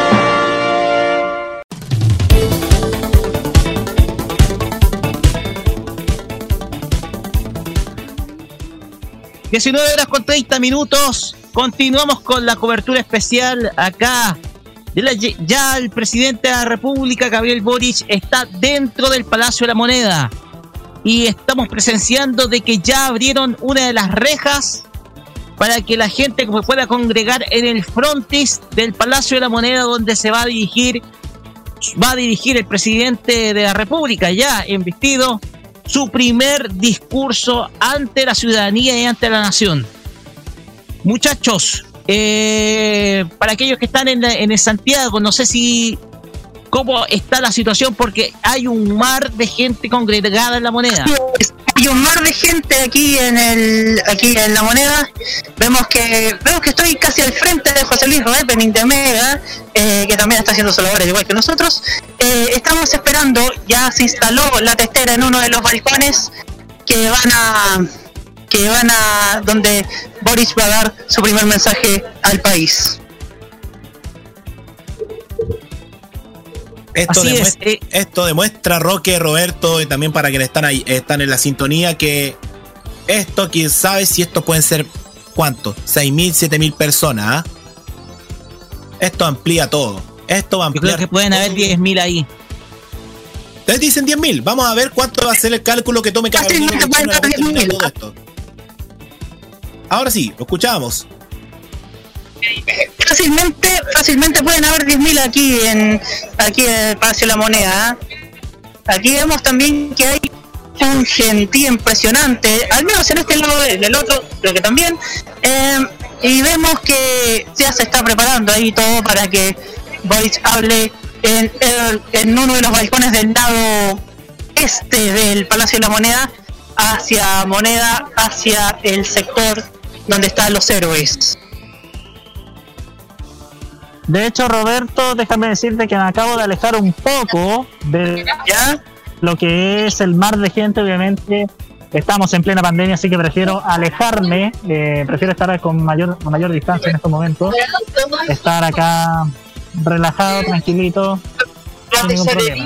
Speaker 2: 19 horas con 30 minutos. Continuamos con la cobertura especial acá. Ya el presidente de la República, Gabriel Boric, está dentro del Palacio de la Moneda. Y estamos presenciando de que ya abrieron una de las rejas para que la gente pueda congregar en el frontis del Palacio de la Moneda, donde se va a dirigir el presidente de la República, ya investido, su primer discurso ante la ciudadanía y ante la nación. Muchachos, para aquellos que están en el Santiago, no sé cómo está la situación, porque hay un mar de gente congregada en la Moneda.
Speaker 6: hay un mar de gente aquí en La Moneda. Vemos que estoy casi al frente de José Luis Repening de Mega, que también está haciendo su labor igual que nosotros. Estamos esperando, ya se instaló la testera en uno de los balcones que van a donde Boris va a dar su primer mensaje al país.
Speaker 5: Esto demuestra, Roque, Roberto, y también para quienes están en la sintonía, que esto, quién sabe si esto pueden ser, ¿cuánto? 6.000, 7.000 personas, ¿eh? Esto amplía todo. Esto va a ampliar.
Speaker 2: Yo creo que pueden haber 10.000 ahí.
Speaker 5: Ustedes dicen 10.000. Vamos a ver cuánto va a ser el cálculo que tome cada uno de todo esto. Ahora sí, lo escuchamos.
Speaker 6: Fácilmente pueden haber 10.000 aquí en el Palacio de la Moneda. Aquí vemos también que hay un gentío impresionante, al menos en este lado del otro, creo que también. Y vemos que ya se está preparando ahí todo para que Boris hable en uno de los balcones del lado este del Palacio de la Moneda, hacia el sector donde están los héroes.
Speaker 7: De hecho, Roberto, déjame decirte que me acabo de alejar un poco de lo que es el mar de gente. Obviamente estamos en plena pandemia, así que prefiero alejarme, prefiero estar con mayor distancia en estos momentos, estar acá relajado, tranquilito, sin ningún problema.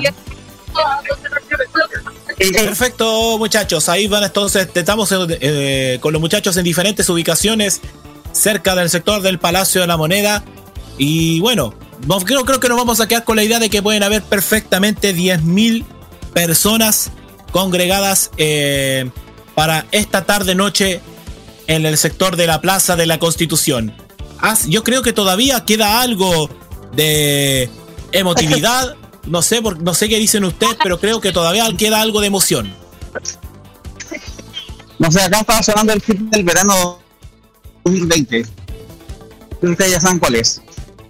Speaker 5: Perfecto, muchachos, ahí van entonces, estamos con los muchachos en diferentes ubicaciones cerca del sector del Palacio de la Moneda. Y bueno, creo que nos vamos a quedar con la idea de que pueden haber perfectamente 10.000 personas congregadas para esta tarde-noche en el sector de la Plaza de la Constitución. Yo creo que todavía queda algo de emotividad, no sé qué dicen ustedes, pero creo que todavía queda algo de emoción.
Speaker 8: No sé, acá estaba sonando el hit del verano 2020. Ustedes ya saben cuál es.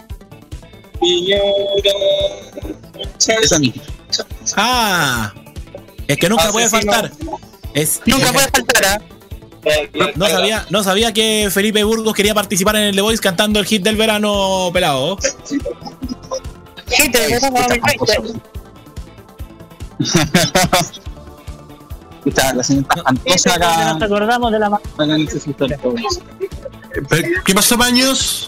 Speaker 5: Es que nunca puede faltar.
Speaker 6: Nunca puede faltar,
Speaker 5: No sabía que Felipe Burgos quería participar en el The Voice cantando el hit del verano, pelado.
Speaker 6: Hit del verano 2020.
Speaker 8: La señorita Antosa acá.
Speaker 7: Nos acordamos de la
Speaker 4: ¿Qué pasó, Maños?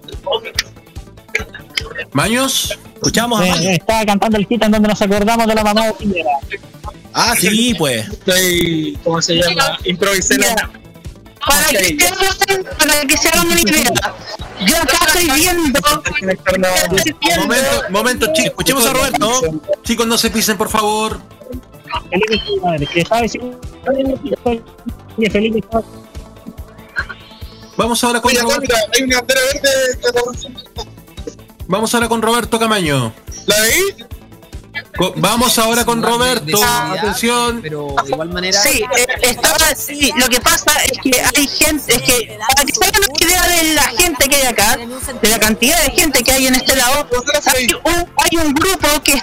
Speaker 4: ¿Maños?
Speaker 5: Escuchamos a Maños.
Speaker 7: Estaba cantando el hit en donde nos acordamos de la mamá de Piñera.
Speaker 5: Sí, pues.
Speaker 8: Estoy, ¿cómo se llama? Improvisé
Speaker 6: para que se hagan una idea. Yo acá estoy viendo.
Speaker 4: Momento, chicos.
Speaker 5: Escuchemos a Roberto.
Speaker 4: Chicos, no se pisen, por favor. Vamos ahora con Roberto.
Speaker 8: Hay una bandera verde.
Speaker 4: Vamos ahora con Roberto Camaño.
Speaker 8: ¿La veí?
Speaker 4: Vamos ahora con Roberto. Atención.
Speaker 18: Pero de igual manera.
Speaker 6: Sí, lo que pasa es que hay gente, para que se hagan una idea de la gente que hay acá, de la cantidad de gente que hay en este lado, hay un grupo que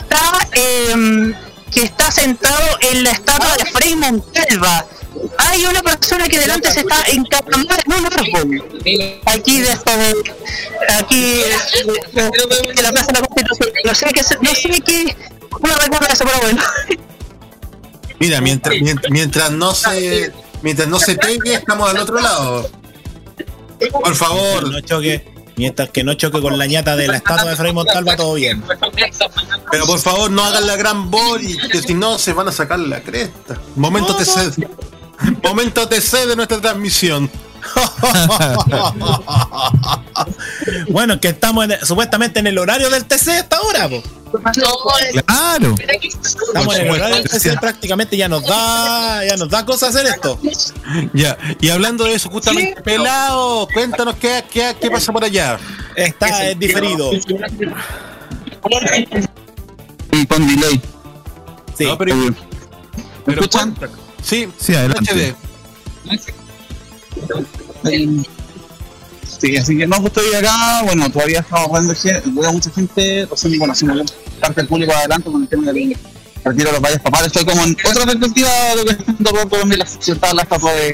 Speaker 6: está sentado en la estatua de Frei Montalva. Hay una persona que delante se está encaramada en un árbol. Aquí de la Plaza de la Constitución. No sé qué. No recuerdo eso, pero bueno.
Speaker 4: Mira, mientras no se pegue, estamos al otro lado. Por favor.
Speaker 5: Mientras que no choque con la ñata de la estatua de Frei Montalva, todo bien.
Speaker 4: Pero por favor, no hagan la gran Boris, que si no se van a sacar la cresta. Momento TC de nuestra transmisión.
Speaker 5: Bueno, que estamos supuestamente en el horario del TC hasta ahora, po.
Speaker 3: Claro.
Speaker 5: Estamos en el horario del TC, prácticamente ya nos da cosa hacer esto.
Speaker 4: Ya, y hablando de eso, justamente, pelado, cuéntanos qué pasa por allá.
Speaker 5: Está diferido.
Speaker 8: Con delay.
Speaker 5: Sí.
Speaker 4: No, pero
Speaker 8: ¿Me escuchan?
Speaker 4: Sí,
Speaker 3: adelante.
Speaker 8: Sí, así que no, pues estoy acá, bueno, todavía estamos hablando de mucha gente, recién, bueno, hacemos parte del público adelante con el tema retiro los valles papales. Estoy como en otra perspectiva de lo que está haciendo Rocco con la estatua de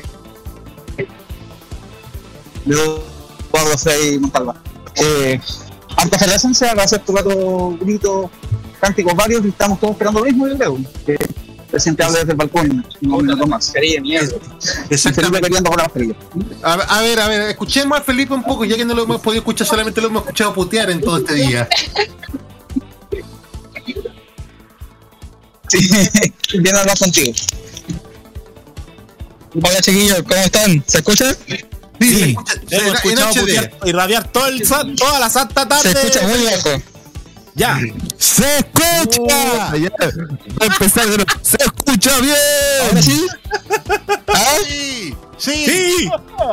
Speaker 8: Eduardo Frei Montalva. Harta efervescencia, va a ser tu rato grito, cánticos varios, y estamos todos esperando lo mismo, yo creo. Que el presidente hable desde el balcón, no minutos más. Mascarilla, mierda. Felipe queriendo con la mascarilla.
Speaker 4: A ver, escuchemos a Felipe un poco, ya que no lo hemos podido escuchar, solamente lo hemos escuchado putear en todo este día.
Speaker 8: Sí, bien hablar contigo. Hola chiquillos, ¿cómo están? ¿Se escucha?
Speaker 5: Sí, hemos escuchado putear y rabiar toda la santa tarde.
Speaker 8: Se escucha muy lejos.
Speaker 5: Ya.
Speaker 3: ¡Se escucha! Ya. Va a empezar de nuevo. ¡Se escucha bien!
Speaker 8: ¿Ahora sí?
Speaker 4: ¿Ah? Sí.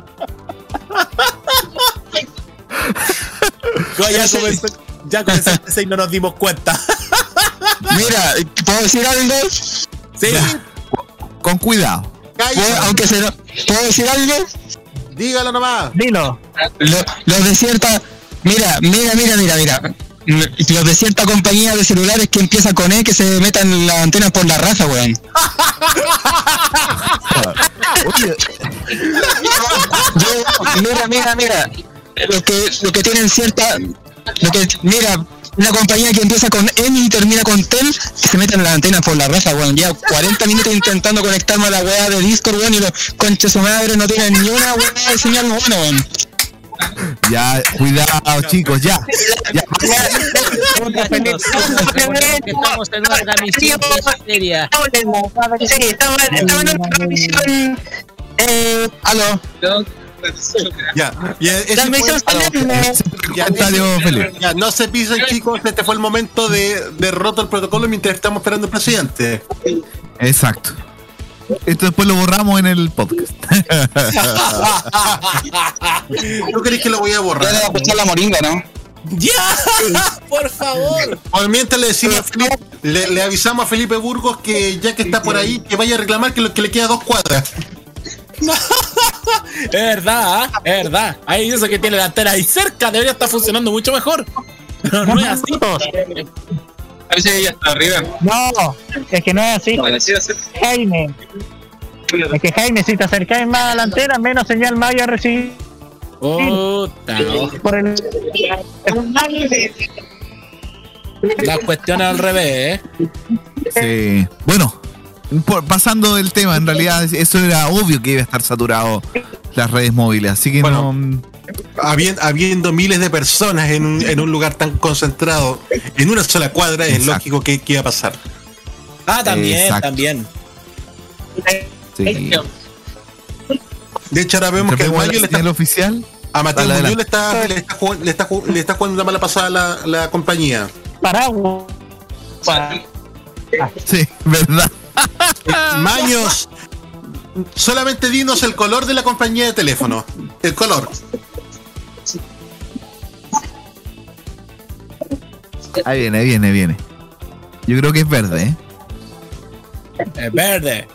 Speaker 5: Ya con ese 6 no nos dimos cuenta.
Speaker 8: Mira, ¿puedo decir algo?
Speaker 5: Sí.
Speaker 3: Con cuidado.
Speaker 8: Aunque se no. ¿Puedo decir algo?
Speaker 4: Dígalo nomás.
Speaker 7: Dilo.
Speaker 8: Los de cierta. Mira. Los de cierta compañía de celulares que empieza con E, que se metan las antenas por la raja, weón. Mira. Los que tienen cierta. Mira. Una compañía que empieza con N y termina con TEL, que se meten las antenas por la raza, weón. Ya 40 minutos intentando conectarme a la weá de Discord, weón, y los conches su madre no tienen ni una weá de señal buena, weón.
Speaker 3: Ya, cuidado, chicos, ya.
Speaker 2: Estamos en una transmisión seria.
Speaker 6: Sí, estamos en una transmisión.
Speaker 8: Aló.
Speaker 4: Ya, no se pisen, chicos, este fue el momento de roto el protocolo mientras estamos esperando al presidente.
Speaker 3: Exacto. Esto después lo borramos en el podcast.
Speaker 4: ¿No crees que lo voy a borrar?
Speaker 8: Ya le va a escuchar la moringa, ¿no?
Speaker 5: ¡Ya! ¡Por favor!
Speaker 4: O mientras le decimos a Felipe, le avisamos a Felipe Burgos que ya que está por ahí, que vaya a reclamar que le queda 2 cuadras.
Speaker 5: Es verdad. Ahí dice que tiene la antena ahí cerca, debería estar funcionando mucho mejor. Pero no es así.
Speaker 8: A ver si ella está arriba.
Speaker 7: No, es que no es así. Jaime. Es que Jaime, si te acercáis más a la antena, menos señal más vaya a recibir. Por el...
Speaker 5: La cuestión es al revés,
Speaker 3: Sí. Bueno, pasando del tema, en realidad eso era obvio que iba a estar saturado las redes móviles, así que
Speaker 4: bueno, habiendo miles de personas en un lugar tan concentrado, en una sola cuadra, es lógico que iba a pasar.
Speaker 5: También.
Speaker 3: Sí.
Speaker 4: De hecho, ahora vemos que Mayo le está
Speaker 3: oficial.
Speaker 4: A Mateo Muñoz le está jugando una mala pasada la compañía.
Speaker 7: Paraguas.
Speaker 3: Sí, verdad.
Speaker 4: Maños, solamente dinos el color de la compañía de teléfono. El color.
Speaker 3: Ahí viene. Yo creo que es verde, ¿eh?
Speaker 5: Es verde.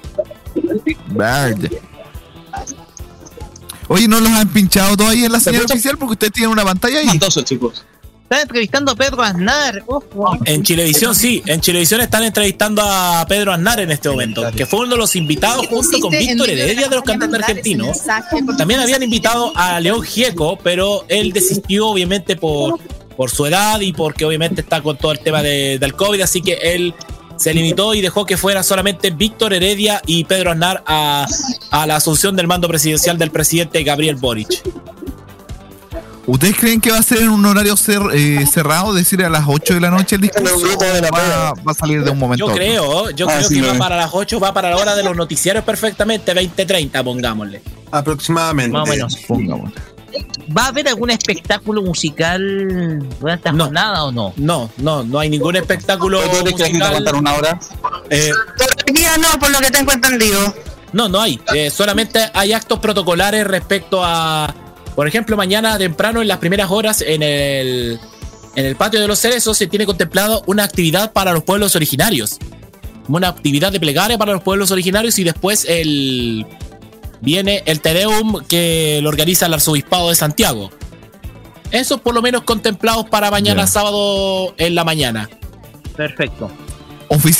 Speaker 3: Oye, ¿no los han pinchado todavía en la señal oficial? Porque ustedes tienen una pantalla ahí.
Speaker 8: Mantoso, chicos.
Speaker 2: Están entrevistando a Pedro Aznar.
Speaker 5: En Chilevisión sí, en Chilevisión están entrevistando a Pedro Aznar en este momento, que fue uno de los invitados junto con Víctor Heredia de los cantantes argentinos. También habían invitado a León Gieco, pero él desistió obviamente por su edad y porque obviamente está con todo el tema del COVID, así que él se limitó y dejó que fuera solamente Víctor Heredia y Pedro Aznar a la asunción del mando presidencial del presidente Gabriel Boric.
Speaker 3: ¿Ustedes creen que va a ser en un horario cerrado, es decir, a las 8 de la noche el discurso? Va a salir de un momento
Speaker 5: Yo
Speaker 3: a otro?
Speaker 5: creo que va para las 8, va para la hora de los noticiarios perfectamente, 20:30, pongámosle.
Speaker 4: Aproximadamente.
Speaker 2: Más o menos.
Speaker 3: Pongamos.
Speaker 2: ¿Va a haber algún espectáculo musical durante esta jornada o no?
Speaker 5: No hay ningún espectáculo
Speaker 8: ¿Tú crees que va a contar una hora?
Speaker 6: Todavía no, por lo que tengo entendido.
Speaker 5: No hay. Solamente hay actos protocolares respecto a... Por ejemplo, mañana temprano en las primeras horas en el patio de los Cerezos se tiene contemplado una actividad para los pueblos originarios. Una actividad de plegaria para los pueblos originarios y después viene el Te Deum que lo organiza el Arzobispado de Santiago. Esos por lo menos contemplados para mañana sábado en la mañana.
Speaker 2: Perfecto.
Speaker 3: Oficial.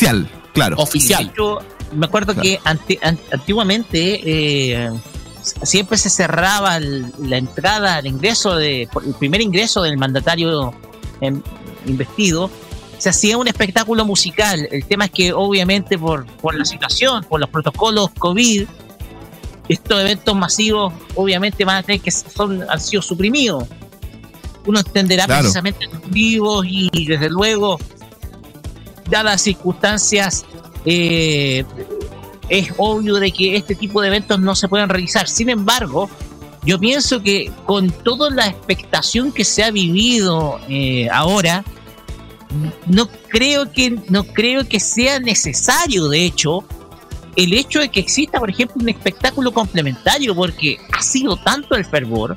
Speaker 3: Claro.
Speaker 5: Oficial.
Speaker 2: Yo me acuerdo que antiguamente siempre se cerraba la entrada, el primer ingreso del mandatario investido, se hacía un espectáculo musical. El tema es que obviamente por la situación, por los protocolos COVID, estos eventos masivos obviamente van a tener han sido suprimidos. Uno entenderá precisamente los motivos y desde luego, dadas las circunstancias, es obvio de que este tipo de eventos no se pueden realizar. Sin embargo, yo pienso que con toda la expectación que se ha vivido ahora, no creo que sea necesario, de hecho, el hecho de que exista, por ejemplo, un espectáculo complementario, porque ha sido tanto el fervor,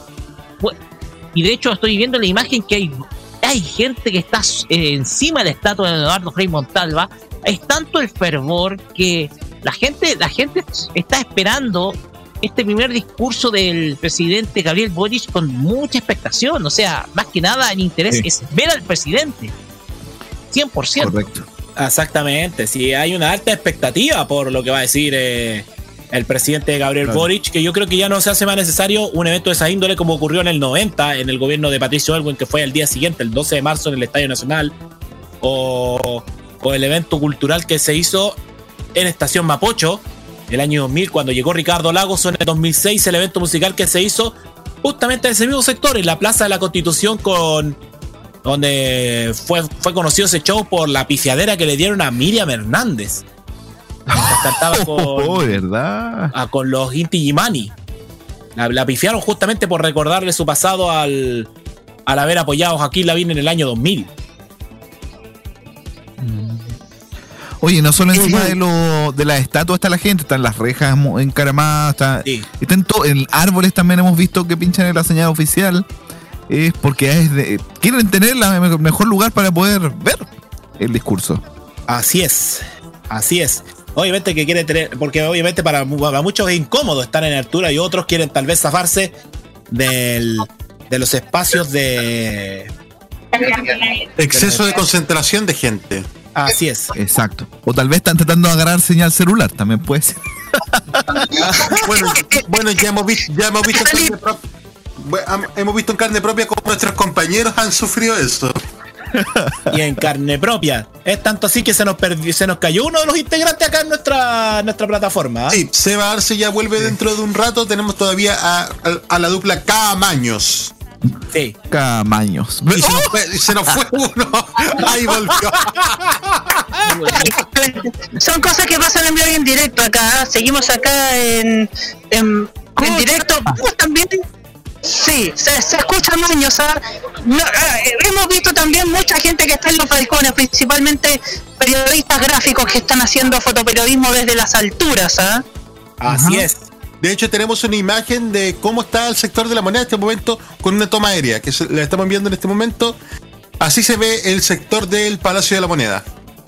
Speaker 2: y de hecho estoy viendo la imagen que hay gente que está encima de la estatua de Eduardo Frei Montalva. Es tanto el fervor que la gente está esperando este primer discurso del presidente Gabriel Boric con mucha expectación. O sea, más que nada el interés es ver al presidente 100%.
Speaker 3: Correcto.
Speaker 5: Exactamente, sí, hay una alta expectativa por lo que va a decir el presidente Gabriel Boric, que yo creo que ya no se hace más necesario un evento de esa índole como ocurrió en el 90 en el gobierno de Patricio Aylwin, que fue el día siguiente, el 12 de marzo en el Estadio Nacional, o el evento cultural que se hizo en Estación Mapocho el año 2000 cuando llegó Ricardo Lagos, o en el 2006 el evento musical que se hizo justamente en ese mismo sector, en la Plaza de la Constitución, donde fue conocido ese show por la pifiadera que le dieron a Miriam Hernández. Cantaba con los Inti Gimani. La pifiaron justamente por recordarle su pasado al haber apoyado a Joaquín Lavín en el año 2000.
Speaker 3: Oye, no solo encima de las estatuas está la gente, están las rejas encaramadas, están en árboles también hemos visto que pinchan en la señal oficial. Es porque quieren tener el mejor lugar para poder ver el discurso. Así es.
Speaker 5: Obviamente que quieren tener, porque obviamente para muchos es incómodo estar en altura y otros quieren tal vez zafarse de los espacios de
Speaker 4: exceso de concentración de gente.
Speaker 5: Así es.
Speaker 3: Exacto. O tal vez están tratando de agarrar señal celular, también puede ser.
Speaker 4: bueno, ya hemos visto en carne propia cómo nuestros compañeros han sufrido eso.
Speaker 5: Y en carne propia. Es tanto así que se nos cayó uno de los integrantes acá en nuestra plataforma.
Speaker 4: Sí, Seba Arce ya vuelve dentro de un rato. Tenemos todavía a la dupla Camaños.
Speaker 5: Sí.
Speaker 3: Camaños.
Speaker 4: Y se nos fue uno. Ahí volvió.
Speaker 6: Son cosas que pasan en vivo y en directo acá. Seguimos acá en directo. También. Sí, se escucha Maños. Hemos visto también mucha gente que está en los balcones, principalmente periodistas gráficos que están haciendo fotoperiodismo desde las alturas.
Speaker 5: Así es.
Speaker 4: De hecho, tenemos una imagen de cómo está el sector de la Moneda en este momento con una toma aérea, que la estamos viendo en este momento. Así se ve el sector del Palacio de la Moneda.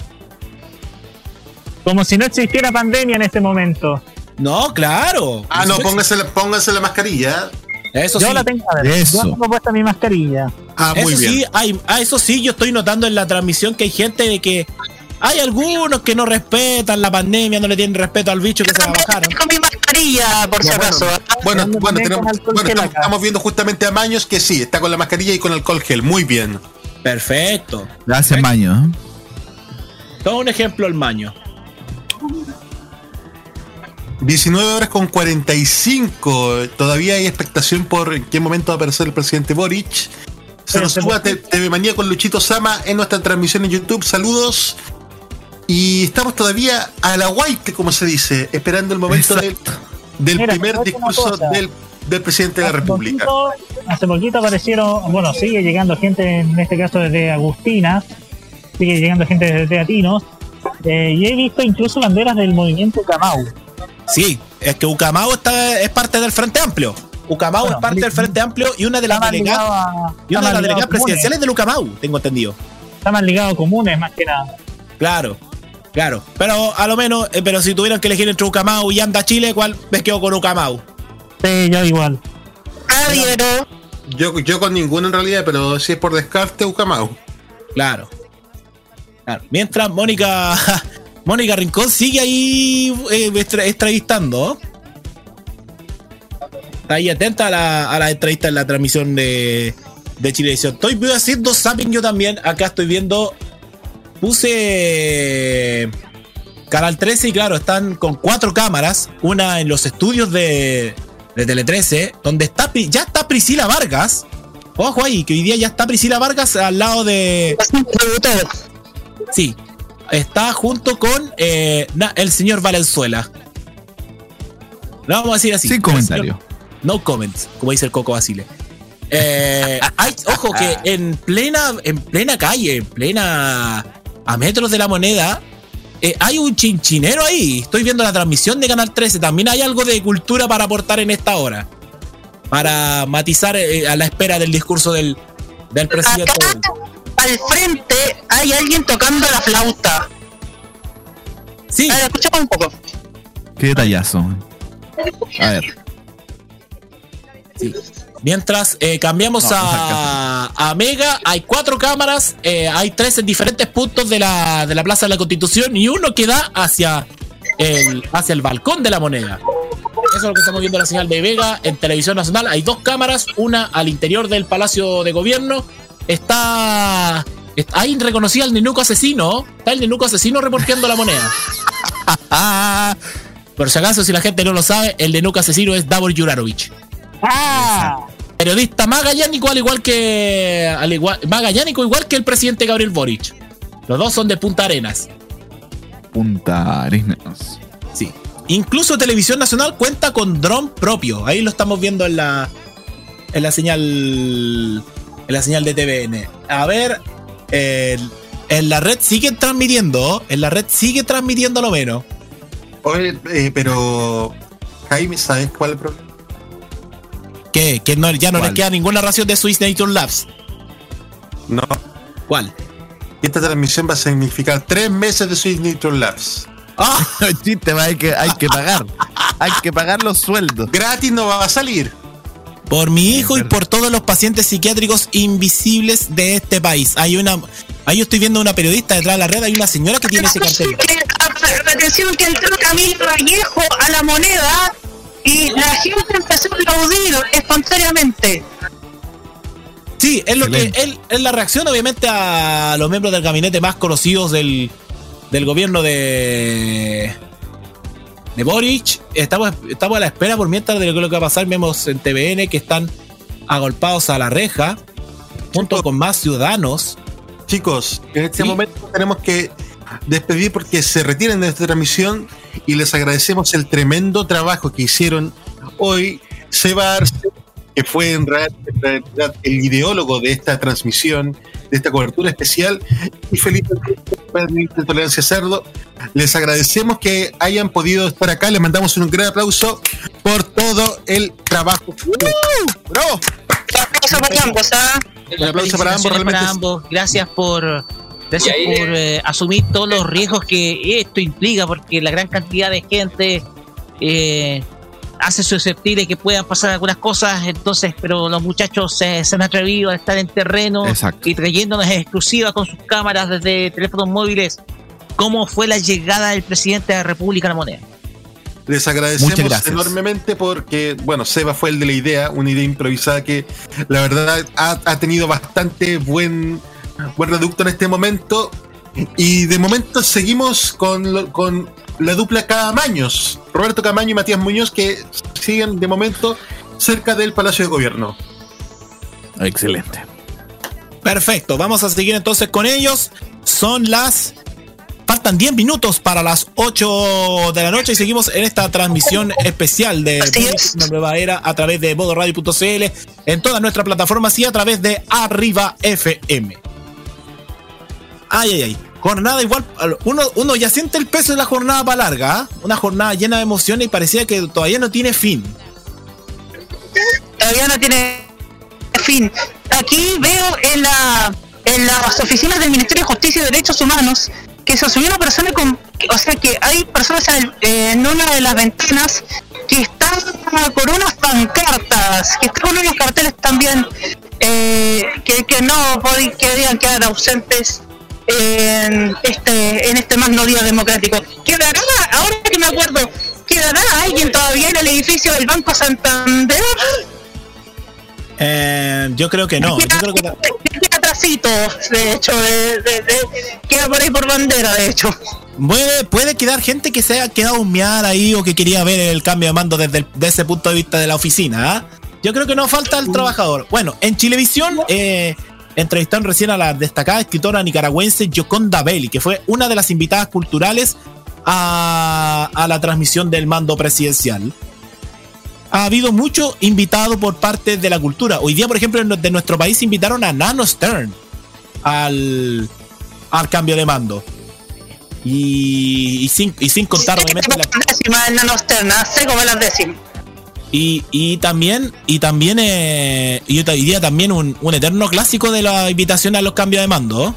Speaker 7: Como si no existiera pandemia en este momento.
Speaker 5: No, claro.
Speaker 4: No, póngase la mascarilla.
Speaker 7: Eso yo sí. La tengo, yo tengo puesta mi mascarilla.
Speaker 4: Muy bien.
Speaker 5: Sí, eso sí, yo estoy notando en la transmisión que hay gente de que hay algunos que no respetan la pandemia, no le tienen respeto al bicho que se la bajaron.
Speaker 6: Con mi mascarilla, por si acaso.
Speaker 4: Estamos viendo justamente a Maños que sí, está con la mascarilla y con alcohol gel. Muy bien.
Speaker 5: Perfecto.
Speaker 3: Gracias, Maño.
Speaker 5: Todo un ejemplo el Maño.
Speaker 4: 19:45. Todavía hay expectación por en qué momento va a aparecer el presidente Boric. Se nos suba TV Manía con Luchito Sama en nuestra transmisión en YouTube. Saludos. Y estamos todavía a la guaite, como se dice, esperando el momento del primer discurso del presidente de la República.
Speaker 7: Hace poquito aparecieron, sigue llegando gente, en este caso desde Agustina, sigue llegando gente desde Teatinos, y he visto incluso banderas del movimiento Ucamau.
Speaker 5: Sí, es que Ucamau es parte del Frente Amplio. Ucamau es parte del Frente Amplio y una de las delegadas presidenciales del Ucamau, tengo entendido.
Speaker 7: Está más ligado a comunes, más que nada.
Speaker 5: Claro. Pero a lo menos, pero si tuvieran que elegir entre Ucamau y Anda Chile, ¿cuál me quedo con Ucamau?
Speaker 7: Sí, yo igual.
Speaker 4: Yo con ninguno en realidad, pero si es por descarte, Ucamau.
Speaker 5: Claro. Mientras Mónica Mónica Rincón sigue ahí entrevistando. Está ahí atenta a la entrevista en la transmisión de Chilevisión. Estoy haciendo zapping yo también. Acá estoy viendo. Puse Canal 13 y claro, están con 4 cámaras. Una en los estudios de Tele 13, donde ya está Priscila Vargas. Ojo ahí, que hoy día ya está Priscila Vargas al lado de... Sí, está junto con el señor Valenzuela. Lo vamos a decir así.
Speaker 3: Sin comentario.
Speaker 5: No comments, como dice el Coco Basile. Ojo que en plena calle, a metros de la Moneda, hay un chinchinero ahí. Estoy viendo la transmisión de Canal 13. También hay algo de cultura para aportar en esta hora, para matizar a la espera del discurso del presidente.
Speaker 6: Acá, al frente hay alguien tocando la flauta.
Speaker 5: Sí.
Speaker 6: A ver, escuchamos un poco.
Speaker 3: Qué detallazo. A ver.
Speaker 5: Sí. Mientras cambiamos a Mega, hay 4 cámaras, hay 3 en diferentes puntos de la Plaza de la Constitución y uno que da hacia el balcón de la Moneda. Eso es lo que estamos viendo en la señal de Vega en Televisión Nacional. Hay 2 cámaras, una al interior del Palacio de Gobierno. Está ahí reconocida el Nenuco Asesino. Está el Nenuco Asesino reporteando la Moneda. Por si acaso, si la gente no lo sabe, el Nenuco Asesino es Davor Jurarovich. Periodista magallánico igual que el presidente Gabriel Boric. Los dos son de Punta Arenas.
Speaker 3: Punta Arenas.
Speaker 5: Sí. Incluso Televisión Nacional cuenta con dron propio. Ahí lo estamos viendo en la señal de TVN. A ver, en la red siguen transmitiendo. Lo menos.
Speaker 4: Oye, pero Jaime, ¿sabes cuál es el problema?
Speaker 5: ¿Qué? Que ya no les queda ninguna ración de Swiss Nature Labs.
Speaker 4: No.
Speaker 5: ¿Cuál?
Speaker 4: Esta transmisión va a significar 3 meses de Swiss Nature Labs.
Speaker 3: Chiste, hay que pagar. Hay que pagar los sueldos.
Speaker 4: Gratis no va a salir.
Speaker 5: Por mi hijo y por todos los pacientes psiquiátricos invisibles de este país. Ahí yo estoy viendo una periodista detrás de la red. Hay una señora que tiene ese cartel.
Speaker 6: Atención que entró Camilo Vallejo a la Moneda y la gente empezó a aplaudir espontáneamente.
Speaker 5: Sí, es lo que es la reacción, obviamente, a los miembros del gabinete más conocidos del gobierno de Boric. Estamos a la espera por mientras de lo que va a pasar. Vemos en TVN que están agolpados a la reja junto con más ciudadanos.
Speaker 4: Chicos, en este momento tenemos que despedir porque se retiran de esta transmisión y les agradecemos el tremendo trabajo que hicieron hoy Seba Arce, que fue en realidad el ideólogo de esta transmisión, de esta cobertura especial, y Felipe de Tolerancia Cerdo. Les agradecemos que hayan podido estar acá. Les mandamos un gran aplauso por todo el trabajo.
Speaker 6: ¡Bravo! Un aplauso para ambos,
Speaker 4: Un aplauso para ambos, realmente.
Speaker 2: Para ambos. Gracias por asumir todos los riesgos que esto implica, porque la gran cantidad de gente hace susceptible que puedan pasar algunas cosas. Entonces, pero los muchachos se han atrevido a estar en terreno.
Speaker 3: Exacto.
Speaker 2: Y trayéndonos en exclusiva con sus cámaras desde teléfonos móviles cómo fue la llegada del presidente de la República a la Moneda.
Speaker 4: Les agradecemos enormemente porque, bueno, Seba fue el de la idea, una idea improvisada que la verdad ha tenido bastante buen reducto en este momento. Y de momento seguimos con la dupla Camaños, Roberto Camaño y Matías Muñoz, que siguen de momento cerca del Palacio de Gobierno.
Speaker 3: Excelente.
Speaker 5: Perfecto, vamos a seguir entonces con ellos. Faltan 10 minutos para las 8 de la noche y seguimos en esta transmisión especial de Una Nueva Era a través de modoradio.cl, en todas nuestras plataformas y a través de Arriba FM. Ay. Jornada igual, uno ya siente el peso de la jornada para larga, ¿eh? Una jornada llena de emociones y parecía que todavía no tiene fin.
Speaker 6: Todavía no tiene fin. Aquí veo en las oficinas del Ministerio de Justicia y Derechos Humanos que se subió una persona que hay personas en una de las ventanas que están con unas pancartas, que están con unos carteles también que no podían quedar ausentes en este magno día democrático. ¿Quedará, ahora que me acuerdo, quedará alguien todavía en el edificio del Banco Santander?
Speaker 5: Yo creo que no.
Speaker 6: Queda atrasito, de hecho, queda por ahí por bandera, de hecho.
Speaker 5: Puede quedar gente que se haya quedado a humear ahí o que quería ver el cambio de mando desde ese punto de vista de la oficina, ¿eh? Yo creo que no falta el trabajador. Bueno, en Chilevisión entrevistaron recién a la destacada escritora nicaragüense Yoconda Belli, que fue una de las invitadas culturales a la transmisión del mando presidencial. Ha habido mucho invitado por parte de la cultura. Hoy día, por ejemplo, de nuestro país invitaron a Nano Stern al cambio de mando. Y sin contar, obviamente,
Speaker 6: la décima de Nano Stern, sé como las décimas.
Speaker 5: Y también hoy día también un eterno clásico de la invitación a los cambios de mando.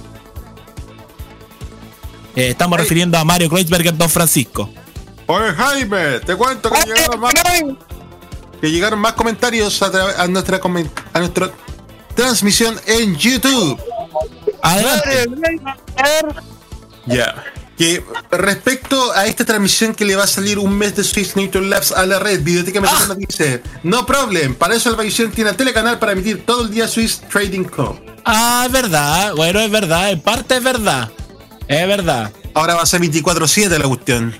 Speaker 5: Estamos refiriendo a Mario Kreuzberg en Don Francisco.
Speaker 4: Oye, Jaime, te cuento que llegaron más comentarios a nuestra transmisión en YouTube.
Speaker 5: Adelante.
Speaker 4: Ya. Que respecto a esta transmisión que le va a salir un mes de Swiss Nature Labs a la red, Videoteca Mexicana dice: no problem, para eso Alvavisión tiene el telecanal para emitir todo el día Swiss Trading Co.
Speaker 5: Es verdad, bueno, es verdad, en parte es verdad. Es verdad.
Speaker 4: Ahora va a ser 24/7 la cuestión.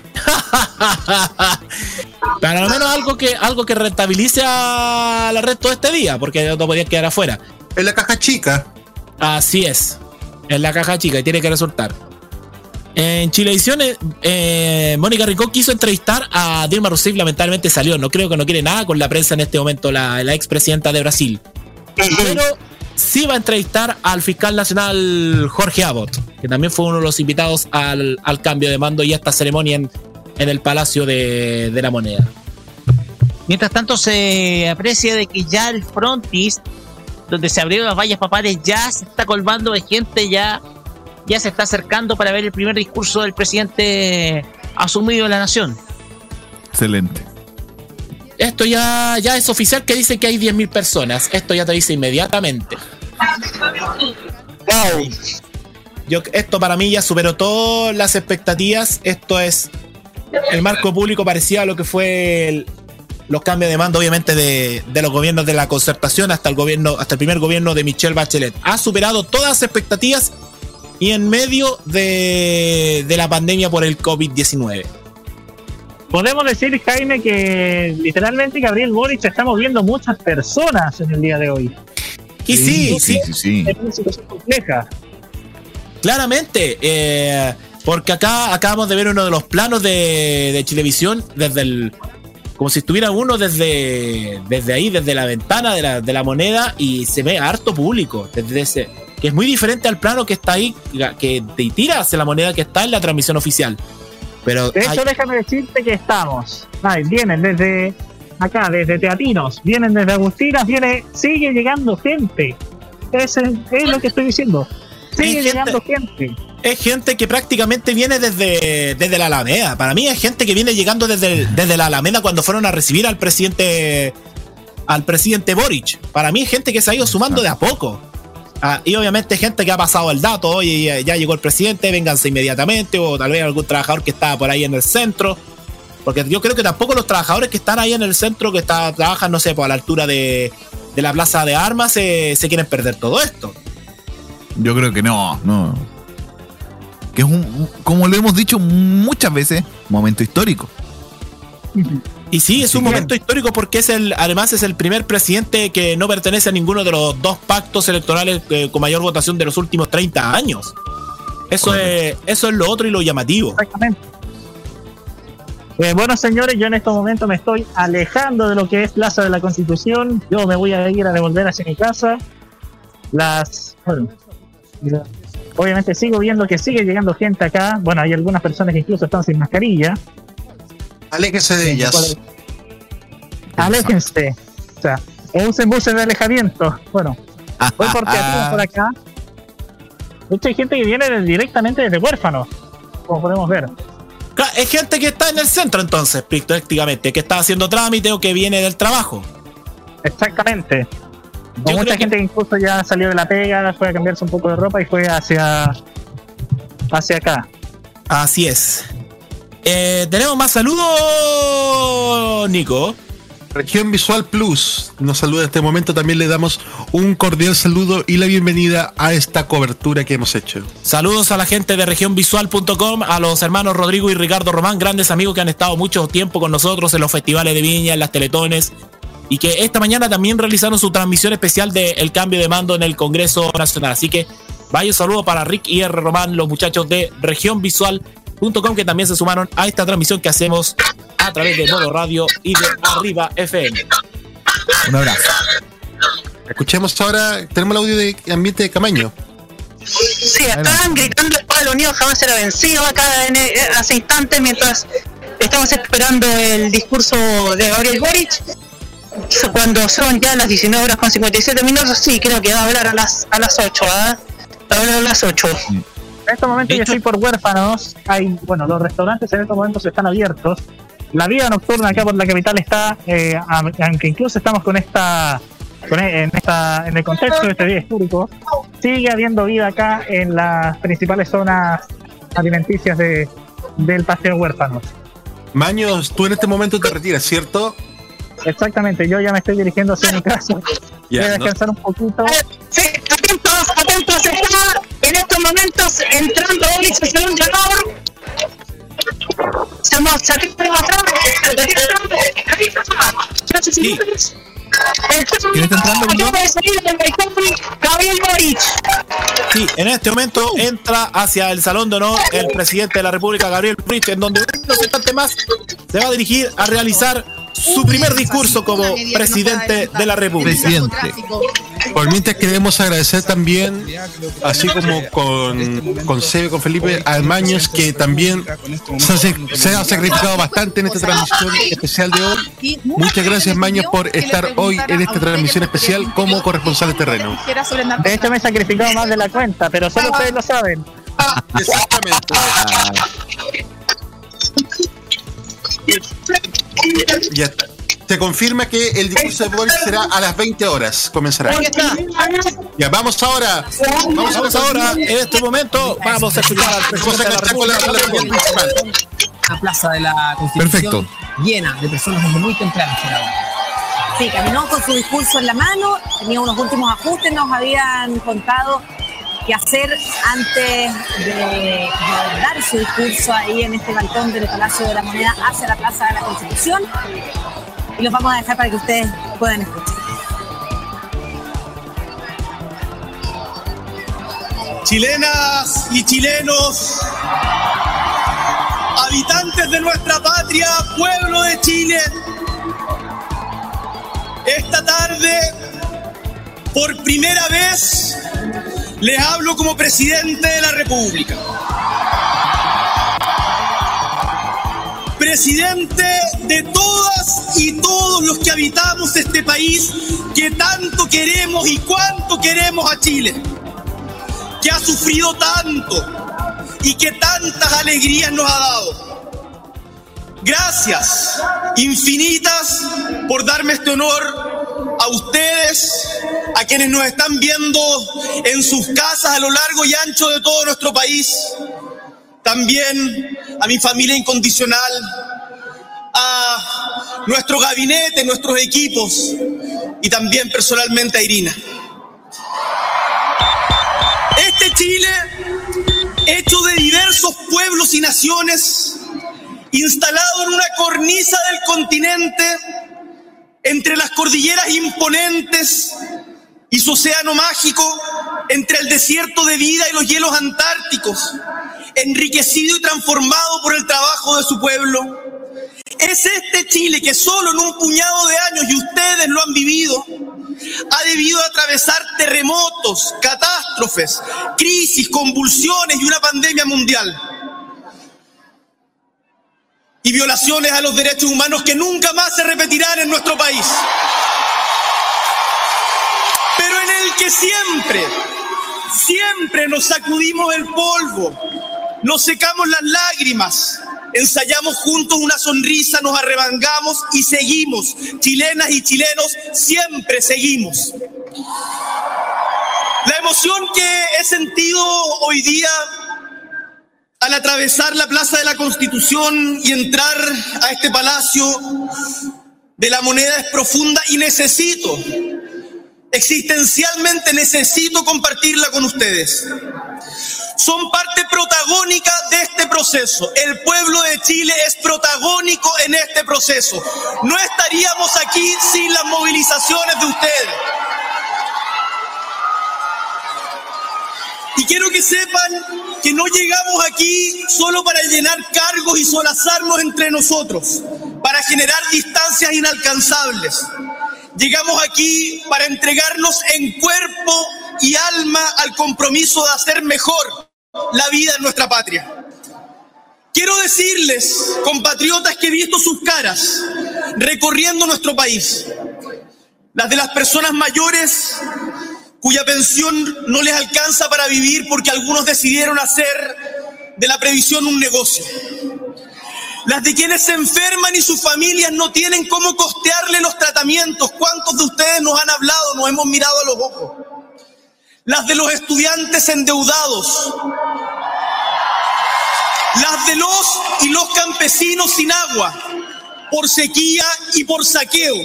Speaker 5: Pero al menos algo que rentabilice a la red todo este día, porque no podía quedar afuera.
Speaker 4: En la caja chica.
Speaker 5: Así es. En la caja chica y tiene que resultar. En Chilevisión, Mónica Rincón quiso entrevistar a Dilma Rousseff, lamentablemente salió. No creo que no quiere nada con la prensa en este momento, la expresidenta de Brasil. Pero sí va a entrevistar al fiscal nacional Jorge Abbott, que también fue uno de los invitados al cambio de mando y a esta ceremonia en el Palacio de la Moneda.
Speaker 2: Mientras tanto, se aprecia de que ya el frontis, donde se abrieron las vallas papales, ya se está colmando de gente, ya se está acercando para ver el primer discurso del presidente asumido de la nación.
Speaker 3: Excelente.
Speaker 5: Esto ya es oficial, que dice que hay 10.000 personas. Esto ya te dice inmediatamente.
Speaker 6: Wow.
Speaker 5: Esto para mí ya superó todas las expectativas. Esto es el marco público parecido a lo que fue los cambios de mando, obviamente, de los gobiernos de la concertación hasta el primer gobierno de Michelle Bachelet. Ha superado todas las expectativas y en medio de la pandemia por el COVID-19.
Speaker 7: Podemos decir, Jaime, que literalmente Gabriel Boric está moviendo muchas personas en el día de hoy.
Speaker 5: Y sí.
Speaker 7: Es una situación compleja.
Speaker 5: Claramente, porque acá acabamos de ver uno de los planos de Chilevisión como si estuviera uno desde ahí, desde la ventana de la Moneda, y se ve harto público desde ese, que es muy diferente al plano que está ahí, que te tira hacia la Moneda, que está en la transmisión oficial. Pero
Speaker 7: de hecho, déjame decirte que vienen desde acá, desde Teatinos, vienen desde Agustinas, sigue llegando gente. Es lo que estoy diciendo. Sigue llegando gente.
Speaker 5: Es gente que prácticamente viene desde la Alameda. Para mí es gente que viene llegando desde la Alameda cuando fueron a recibir al presidente Boric. Para mí es gente que se ha ido sumando de a poco. Y obviamente gente que ha pasado el dato: oye, ya llegó el presidente, vénganse inmediatamente, o tal vez algún trabajador que estaba por ahí en el centro, porque yo creo que tampoco los trabajadores que están ahí en el centro, que trabajan, no sé, por a la altura de la plaza de armas, se quieren perder todo esto.
Speaker 3: Yo creo que no. Que es como lo hemos dicho muchas veces, momento histórico.
Speaker 5: Y sí, es un momento histórico porque además es el primer presidente que no pertenece a ninguno de los dos pactos electorales con mayor votación de los últimos 30 años. Eso es lo otro y lo llamativo.
Speaker 7: Exactamente. Bueno, señores, yo en estos momentos me estoy alejando de lo que es Plaza de la Constitución. Yo me voy a ir a devolver hacia mi casa. Obviamente sigo viendo que sigue llegando gente acá. Bueno, hay algunas personas que incluso están sin mascarilla.
Speaker 4: Aléjense de ellas.
Speaker 7: Aléjense. O sea, usen buses de alejamiento. Bueno, voy por Teatinos por acá. De hecho, hay gente que viene directamente desde Huérfano, como podemos ver.
Speaker 5: Es gente que está en el centro, entonces, prácticamente, que está haciendo trámite o que viene del trabajo.
Speaker 7: Exactamente. Mucha gente que incluso ya salió de la pega, fue a cambiarse un poco de ropa y fue hacia hacia acá.
Speaker 14: Así es. Tenemos más saludos, Nico.
Speaker 4: Región Visual Plus nos saluda en este momento. También le damos un cordial saludo y la bienvenida a esta cobertura que hemos hecho.
Speaker 14: Saludos a la gente de regionvisual.com, a los hermanos Rodrigo y Ricardo Román, grandes amigos que han estado mucho tiempo con nosotros en los festivales de Viña, en las teletones, y que esta mañana también realizaron su transmisión especial del cambio de mando en el Congreso Nacional. Así que vaya un saludo para Rick y R. Román, los muchachos de regionvisual.com, que también se sumaron a esta transmisión que hacemos a través de Modo Radio y de Arriba FM.
Speaker 3: Un abrazo.
Speaker 4: Escuchemos ahora, tenemos el audio de ambiente de Camaño.
Speaker 6: Sí, estaban gritando el pueblo unido jamás será vencido acá hace instantes mientras estamos esperando el discurso de Gabriel Boric. Cuando son ya las 19 horas con 57 minutos, sí, creo que va a hablar a las 8, ¿verdad? Va a hablar a las 8.
Speaker 7: En estos momentos yo estoy por Huérfanos. Los restaurantes en estos momentos están abiertos. La vida nocturna acá por la capital está, aunque incluso estamos en el contexto de este día histórico, sigue habiendo vida acá en las principales zonas alimenticias del Paseo Huérfanos.
Speaker 4: Maños, tú en este momento te retiras, ¿cierto?
Speaker 7: Exactamente, yo ya me estoy dirigiendo hacia mi casa. Voy a descansar un poquito.
Speaker 6: Sí, atentos, está en estos momentos entrando Boric al Salón de Honor. Estamos aquí atrás.
Speaker 14: Sí.
Speaker 3: ¿Quién está entrando?
Speaker 6: Gabriel Boric.
Speaker 14: Sí, en este momento entra hacia el Salón de Honor el presidente de la República, Gabriel Boric, en donde unos instantes más se va a dirigir a realizar su primer discurso como presidente de la República.
Speaker 4: Por mientras queremos agradecer también, así como con Sebe, con Felipe, a Maños, que también se ha sacrificado bastante en esta transmisión especial de hoy. Muchas gracias, Maños, por estar hoy en esta transmisión especial como corresponsal de terreno.
Speaker 7: De hecho me he sacrificado más de la cuenta, pero solo ustedes lo saben.
Speaker 4: Exactamente. Ya está. Se confirma que el discurso de Boric será a las 20 horas. Comenzará. Ya, vamos ahora.
Speaker 14: En este momento vamos a escuchar al presidente de la República.
Speaker 18: La plaza de la Constitución.
Speaker 3: Perfecto.
Speaker 18: Llena de personas desde muy temprano.
Speaker 17: Sí, caminó con su discurso en la mano, tenía unos últimos ajustes, nos habían contado qué hacer antes de dar su discurso ahí en este balcón del Palacio de la Moneda hacia la Plaza de la Constitución. Y los vamos a dejar para que ustedes puedan escuchar.
Speaker 11: Chilenas y chilenos, habitantes de nuestra patria, pueblo de Chile, esta tarde, por primera vez, les hablo como presidente de la República. Presidente de todas y todos los que habitamos este país que tanto queremos y cuánto queremos a Chile, que ha sufrido tanto y que tantas alegrías nos ha dado. Gracias infinitas por darme este honor a ustedes, a quienes nos están viendo en sus casas a lo largo y ancho de todo nuestro país. También a mi familia incondicional, a nuestro gabinete, nuestros equipos y también personalmente a Irina. Este Chile, hecho de diversos pueblos y naciones, instalado en una cornisa del continente, entre las cordilleras imponentes y su océano mágico, entre el desierto de vida y los hielos antárticos, enriquecido y transformado por el trabajo de su pueblo. Es este Chile que solo en un puñado de años, y ustedes lo han vivido, ha debido atravesar terremotos, catástrofes, crisis, convulsiones y una pandemia mundial. Y violaciones a los derechos humanos que nunca más se repetirán en nuestro país. Pero en el que siempre nos sacudimos el polvo, nos secamos las lágrimas, ensayamos juntos una sonrisa, nos arremangamos y seguimos. Chilenas y chilenos, siempre seguimos. La emoción que he sentido hoy día
Speaker 19: al atravesar la Plaza de la Constitución y entrar a este Palacio de la Moneda es profunda y existencialmente necesito compartirla con ustedes. Son parte protagónica de este proceso. El pueblo de Chile es protagónico en este proceso. No estaríamos aquí sin las movilizaciones de ustedes. Y quiero que sepan que no llegamos aquí solo para llenar cargos y solazarnos entre nosotros, para generar distancias inalcanzables. Llegamos aquí para entregarnos en cuerpo y alma al compromiso de hacer mejor la vida en nuestra patria. Quiero decirles, compatriotas, que he visto sus caras recorriendo nuestro país. Las de las personas mayores cuya pensión no les alcanza para vivir porque algunos decidieron hacer de la previsión un negocio. Las de quienes se enferman y sus familias no tienen cómo costearle los tratamientos. ¿Cuántos de ustedes nos han hablado, nos hemos mirado a los ojos? Las de los estudiantes endeudados. Las de los y los campesinos sin agua, por sequía y por saqueo.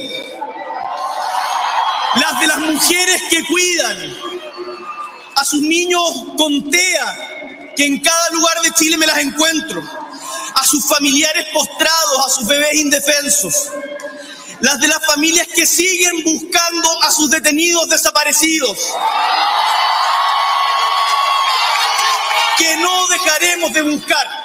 Speaker 19: Las de las mujeres que cuidan a sus niños con TEA, que en cada lugar de Chile me las encuentro. A sus familiares postrados, a sus bebés indefensos. Las de las familias que siguen buscando a sus detenidos desaparecidos. Que no dejaremos de buscar.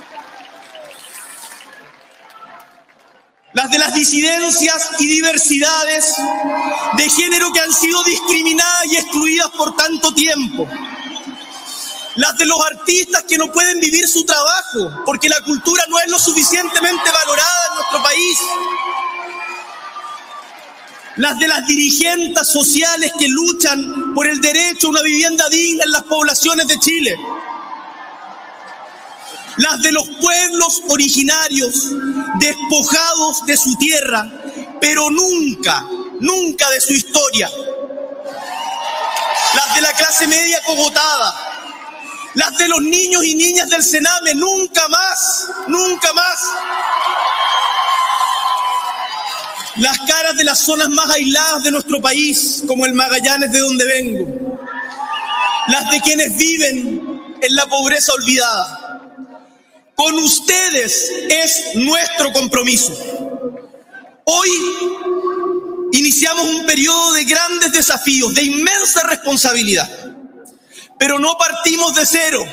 Speaker 19: Las de las disidencias y diversidades de género que han sido discriminadas y excluidas por tanto tiempo. Las de los artistas que no pueden vivir su trabajo porque la cultura no es lo suficientemente valorada en nuestro país. Las de las dirigentes sociales que luchan por el derecho a una vivienda digna en las poblaciones de Chile. Las de los pueblos originarios despojados de su tierra, pero nunca de su historia. Las de la clase media cogotada. Las de los niños y niñas del Sename, nunca más. Las caras de las zonas más aisladas de nuestro país, como el Magallanes de donde vengo. Las de quienes viven en la pobreza olvidada. Con ustedes es nuestro compromiso. Hoy iniciamos un periodo de grandes desafíos, de inmensa responsabilidad. Pero no partimos de cero.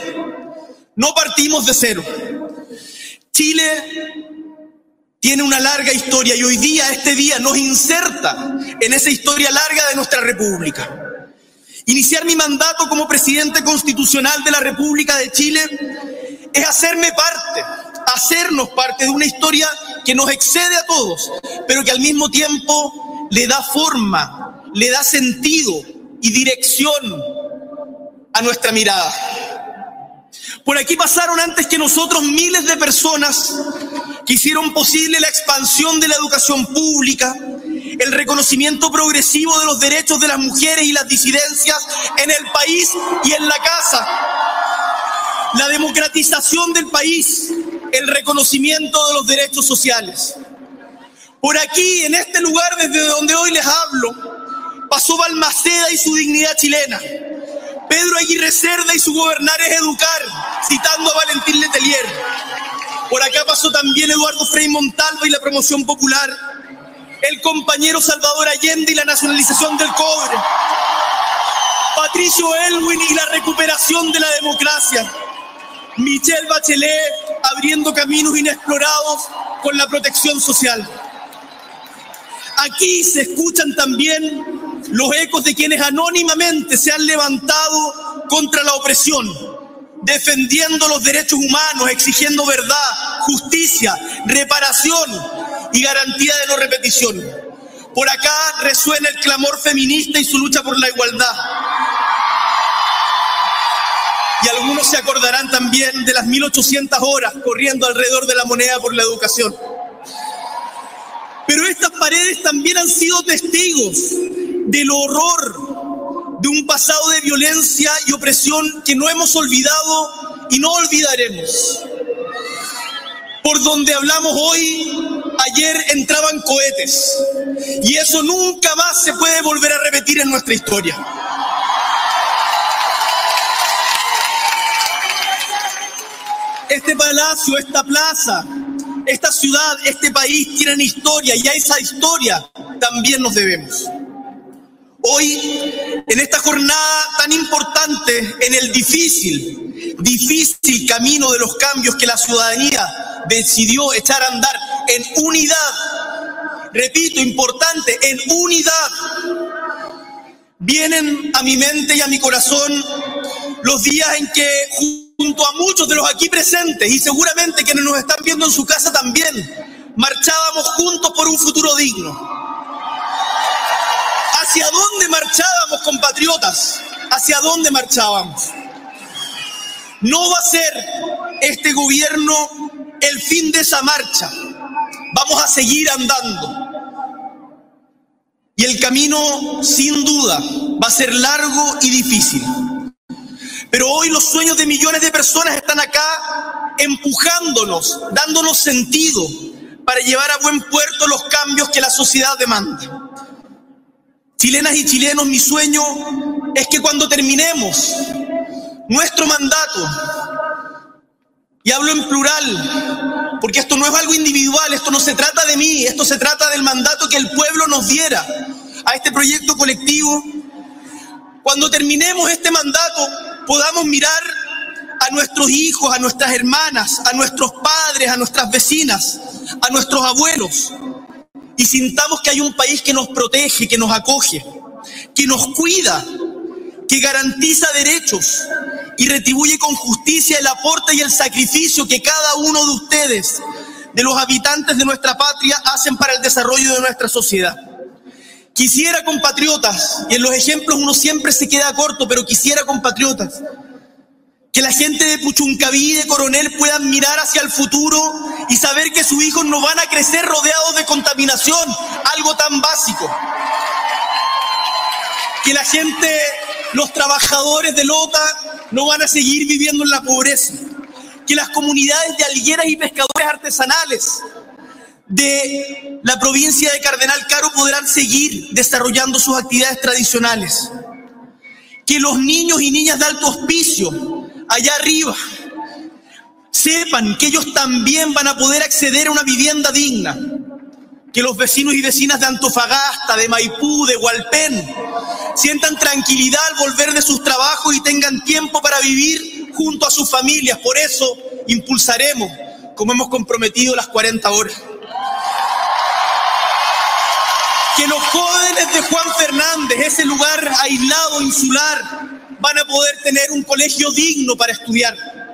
Speaker 19: Chile tiene una larga historia y hoy día, este día, nos inserta en esa historia larga de nuestra República. Iniciar mi mandato como presidente constitucional de la República de Chile es hacernos parte de una historia que nos excede a todos, pero que al mismo tiempo le da forma, le da sentido y dirección a nuestra mirada. Por aquí pasaron antes que nosotros miles de personas que hicieron posible la expansión de la educación pública, el reconocimiento progresivo de los derechos de las mujeres y las disidencias en el país y en la casa, la democratización del país, el reconocimiento de los derechos sociales. Por aquí, en este lugar desde donde hoy les hablo, pasó Balmaceda y su dignidad chilena, Pedro Aguirre Cerda y su gobernar es educar, citando a Valentín Letelier. Por acá pasó también Eduardo Frei Montalva y la promoción popular, el compañero Salvador Allende y la nacionalización del cobre, Patricio Elwin y la recuperación de la democracia, Michelle Bachelet abriendo caminos inexplorados con la protección social. Aquí se escuchan también los ecos de quienes anónimamente se han levantado contra la opresión, defendiendo los derechos humanos, exigiendo verdad, justicia, reparación y garantía de no repetición. Por acá resuena el clamor feminista y su lucha por la igualdad. Y algunos se acordarán también de las 1800 horas corriendo alrededor de la moneda por la educación. Pero estas paredes también han sido testigos del horror de un pasado de violencia y opresión que no hemos olvidado y no olvidaremos. Por donde hablamos hoy, ayer entraban cohetes, y eso nunca más se puede volver a repetir en nuestra historia. Este palacio, esta plaza, esta ciudad, este país tienen historia, y a esa historia también nos debemos. Hoy, en esta jornada tan importante, en el difícil camino de los cambios que la ciudadanía decidió echar a andar en unidad, repito, importante, en unidad, vienen a mi mente y a mi corazón los días en que, junto a muchos de los aquí presentes, y seguramente quienes nos están viendo en su casa también, marchábamos juntos por un futuro digno. ¿Hacia dónde marchábamos, compatriotas? ¿Hacia dónde marchábamos? No va a ser este gobierno el fin de esa marcha. Vamos a seguir andando. Y el camino, sin duda, va a ser largo y difícil. Pero hoy los sueños de millones de personas están acá empujándonos, dándonos sentido para llevar a buen puerto los cambios que la sociedad demanda. Chilenas y chilenos, mi sueño es que cuando terminemos nuestro mandato, y hablo en plural, porque esto no es algo individual, esto no se trata de mí, esto se trata del mandato que el pueblo nos diera a este proyecto colectivo. Cuando terminemos este mandato, podamos mirar a nuestros hijos, a nuestras hermanas, a nuestros padres, a nuestras vecinas, a nuestros abuelos, y sintamos que hay un país que nos protege, que nos acoge, que nos cuida, que garantiza derechos y retribuye con justicia el aporte y el sacrificio que cada uno de ustedes, de los habitantes de nuestra patria, hacen para el desarrollo de nuestra sociedad. Quisiera, compatriotas, y en los ejemplos uno siempre se queda corto, pero quisiera, compatriotas, que la gente de Puchuncaví y de Coronel puedan mirar hacia el futuro y saber que sus hijos no van a crecer rodeados de contaminación, algo tan básico. Que la gente, los trabajadores de Lota, no van a seguir viviendo en la pobreza. Que las comunidades de algueras y pescadores artesanales de la provincia de Cardenal Caro podrán seguir desarrollando sus actividades tradicionales. Que los niños y niñas de Alto Hospicio, allá arriba, sepan que ellos también van a poder acceder a una vivienda digna. Que los vecinos y vecinas de Antofagasta, de Maipú, de Hualpén, sientan tranquilidad al volver de sus trabajos y tengan tiempo para vivir junto a sus familias. Por eso impulsaremos, como hemos comprometido, las 40 horas. Que los jóvenes de Juan Fernández, ese lugar aislado, insular, van a poder tener un colegio digno para estudiar.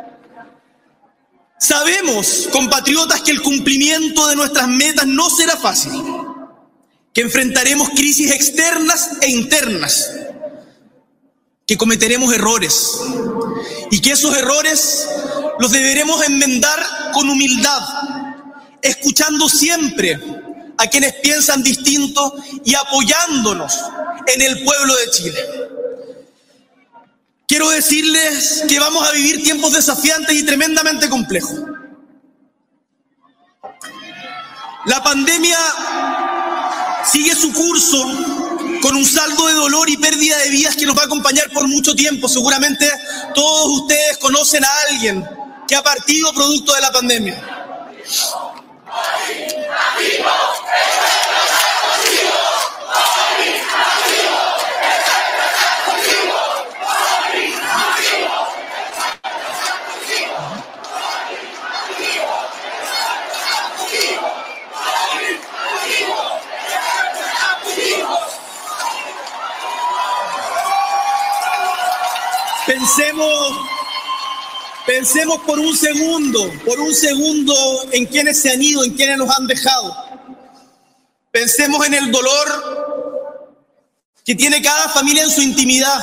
Speaker 19: Sabemos, compatriotas, que el cumplimiento de nuestras metas no será fácil, que enfrentaremos crisis externas e internas, que cometeremos errores y que esos errores los deberemos enmendar con humildad, escuchando siempre a quienes piensan distinto y apoyándonos en el pueblo de Chile. Quiero decirles que vamos a vivir tiempos desafiantes y tremendamente complejos. La pandemia sigue su curso con un saldo de dolor y pérdida de vidas que nos va a acompañar por mucho tiempo. Seguramente todos ustedes conocen a alguien que ha partido producto de la pandemia. Pensemos por un segundo en quienes se han ido, en quienes nos han dejado. Pensemos en el dolor que tiene cada familia en su intimidad,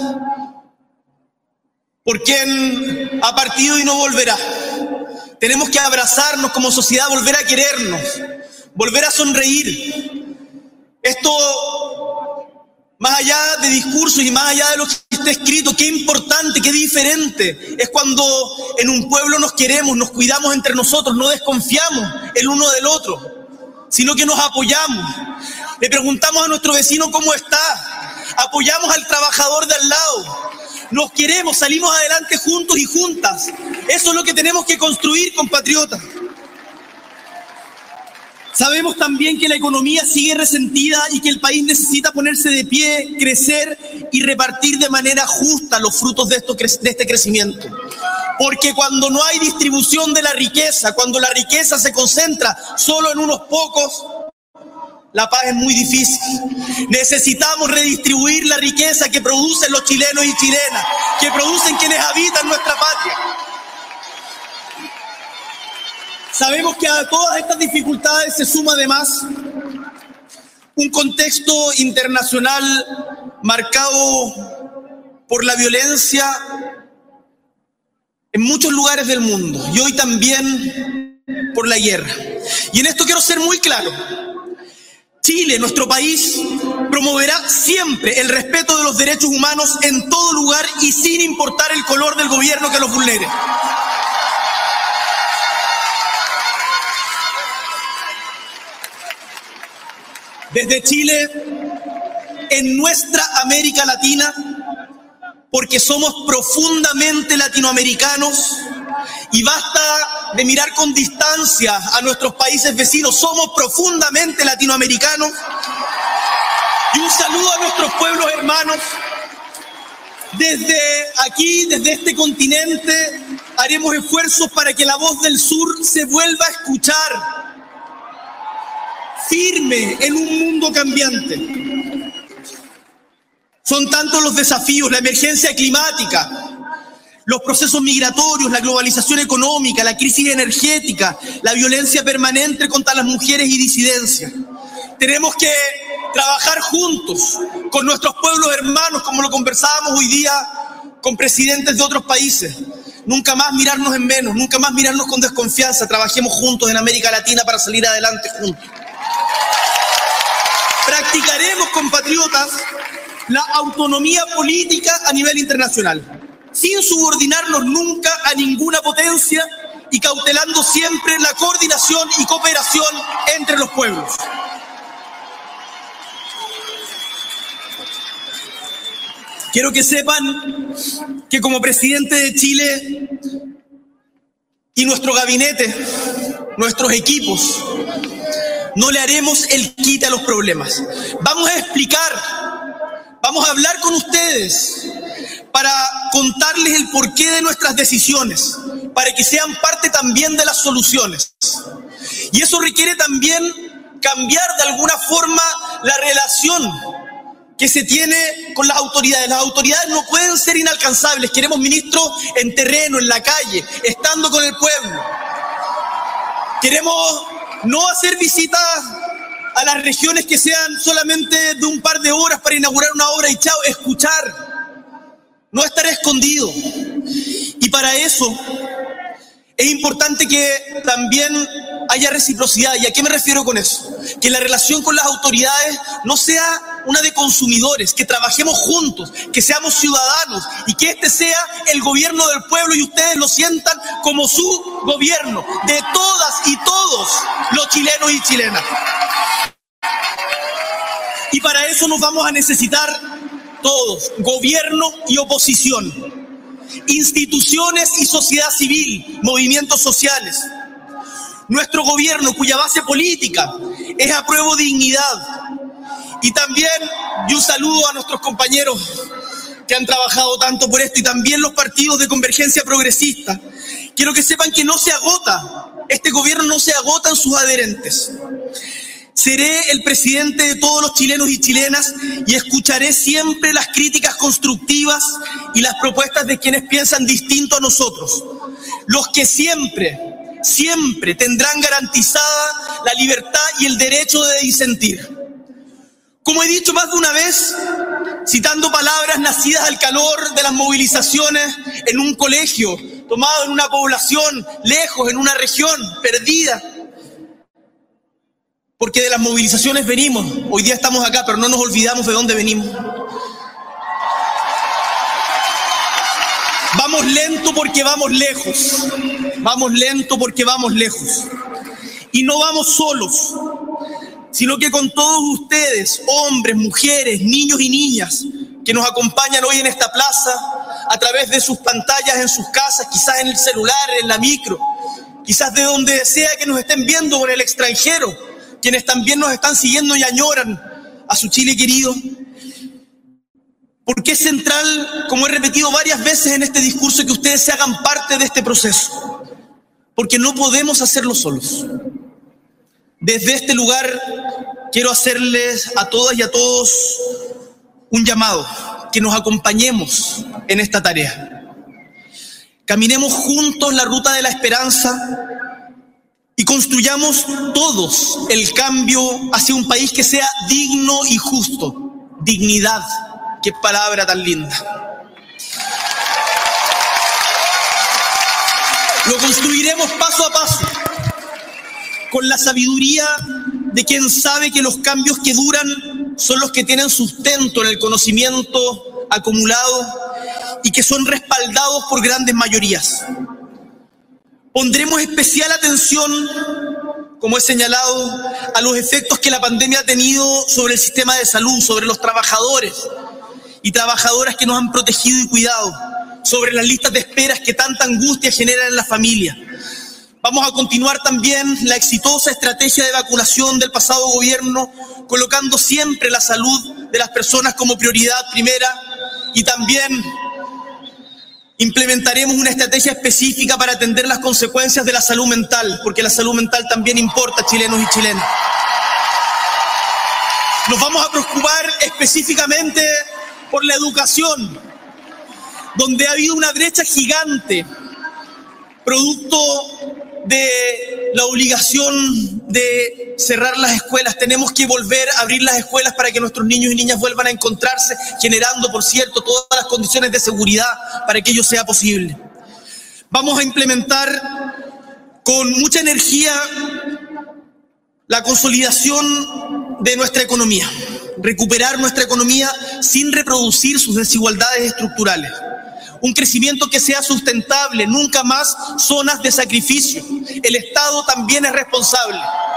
Speaker 19: por quien ha partido y no volverá. Tenemos que abrazarnos como sociedad, volver a querernos, volver a sonreír. Esto más allá de discursos y más allá de lo que está escrito, qué importante, qué diferente es cuando en un pueblo nos queremos, nos cuidamos entre nosotros, no desconfiamos el uno del otro, sino que nos apoyamos. Le preguntamos a nuestro vecino cómo está, apoyamos al trabajador de al lado, nos queremos, salimos adelante juntos y juntas. Eso es lo que tenemos que construir, compatriotas. Sabemos también que la economía sigue resentida y que el país necesita ponerse de pie, crecer y repartir de manera justa los frutos de este crecimiento. Porque cuando no hay distribución de la riqueza, cuando la riqueza se concentra solo en unos pocos, la paz es muy difícil. Necesitamos redistribuir la riqueza que producen los chilenos y chilenas, que producen quienes habitan nuestra patria. Sabemos que a todas estas dificultades se suma además un contexto internacional marcado por la violencia en muchos lugares del mundo y hoy también por la guerra. Y en esto quiero ser muy claro. Chile, nuestro país, promoverá siempre el respeto de los derechos humanos en todo lugar y sin importar el color del gobierno que los vulnere. Desde Chile, en nuestra América Latina, porque somos profundamente latinoamericanos y basta de mirar con distancia a nuestros países vecinos, somos profundamente latinoamericanos. Y un saludo a nuestros pueblos hermanos. Desde aquí, desde este continente, haremos esfuerzos para que la voz del sur se vuelva a escuchar, firme en un mundo cambiante. Son tantos los desafíos, la emergencia climática, los procesos migratorios, la globalización económica, la crisis energética, la violencia permanente contra las mujeres y disidencias. Tenemos que trabajar juntos con nuestros pueblos hermanos, como lo conversábamos hoy día con presidentes de otros países. Nunca más mirarnos en menos, nunca más mirarnos con desconfianza. Trabajemos juntos en América Latina para salir adelante juntos. Practicaremos, compatriotas, la autonomía política a nivel internacional, sin subordinarnos nunca a ninguna potencia y cautelando siempre la coordinación y cooperación entre los pueblos. Quiero que sepan que como presidente de Chile y nuestro gabinete, nuestros equipos, no le haremos el quite a los problemas. Vamos a explicar, vamos a hablar con ustedes para contarles el porqué de nuestras decisiones, para que sean parte también de las soluciones. Y eso requiere también cambiar de alguna forma la relación que se tiene con las autoridades. Las autoridades no pueden ser inalcanzables. Queremos ministros en terreno, en la calle, estando con el pueblo. Queremos no hacer visitas a las regiones que sean solamente de un par de horas para inaugurar una obra y chao, escuchar, no estar escondido. Y para eso es importante que también haya reciprocidad. ¿Y a qué me refiero con eso? Que la relación con las autoridades no sea una de consumidores, que trabajemos juntos, que seamos ciudadanos y que este sea el gobierno del pueblo y ustedes lo sientan como su gobierno, de todas y todos los chilenos y chilenas. Y para eso nos vamos a necesitar todos, gobierno y oposición, instituciones y sociedad civil, movimientos sociales. Nuestro gobierno, cuya base política es Apruebo Dignidad. Y también, y un saludo a nuestros compañeros que han trabajado tanto por esto, y también los partidos de Convergencia Progresista. Quiero que sepan que no se agota, este gobierno no se agota en sus adherentes. Seré el presidente de todos los chilenos y chilenas y escucharé siempre las críticas constructivas y las propuestas de quienes piensan distinto a nosotros. Los que siempre tendrán garantizada la libertad y el derecho de disentir. Como he dicho más de una vez, citando palabras nacidas al calor de las movilizaciones en un colegio, tomado en una población lejos, en una región perdida, porque de las movilizaciones venimos. Hoy día estamos acá, pero no nos olvidamos de dónde venimos. Vamos lento porque vamos lejos. Vamos lento porque vamos lejos. Y no vamos solos, sino que con todos ustedes, hombres, mujeres, niños y niñas, que nos acompañan hoy en esta plaza, a través de sus pantallas en sus casas, quizás en el celular, en la micro, quizás de donde sea que nos estén viendo o en el extranjero, quienes también nos están siguiendo y añoran a su Chile querido. Porque es central, como he repetido varias veces en este discurso, que ustedes se hagan parte de este proceso, porque no podemos hacerlo solos. Desde este lugar quiero hacerles a todas y a todos un llamado, que nos acompañemos en esta tarea. Caminemos juntos la ruta de la esperanza y construyamos todos el cambio hacia un país que sea digno y justo. Dignidad, qué palabra tan linda. Lo construiremos paso a paso, con la sabiduría de quien sabe que los cambios que duran son los que tienen sustento en el conocimiento acumulado y que son respaldados por grandes mayorías. Pondremos especial atención, como he señalado, a los efectos que la pandemia ha tenido sobre el sistema de salud, sobre los trabajadores y trabajadoras que nos han protegido y cuidado, sobre las listas de esperas que tanta angustia generan en la familia. Vamos a continuar también la exitosa estrategia de vacunación del pasado gobierno, colocando siempre la salud de las personas como prioridad primera, y también implementaremos una estrategia específica para atender las consecuencias de la salud mental, porque la salud mental también importa, chilenos y chilenas. Nos vamos a preocupar específicamente por la educación, donde ha habido una brecha gigante, producto de la obligación de cerrar las escuelas. Tenemos que volver a abrir las escuelas para que nuestros niños y niñas vuelvan a encontrarse, generando, por cierto, todas las condiciones de seguridad para que ello sea posible. Vamos a implementar con mucha energía la consolidación de nuestra economía, recuperar nuestra economía sin reproducir sus desigualdades estructurales. Un crecimiento que sea sustentable, nunca más zonas de sacrificio. El Estado también es responsable.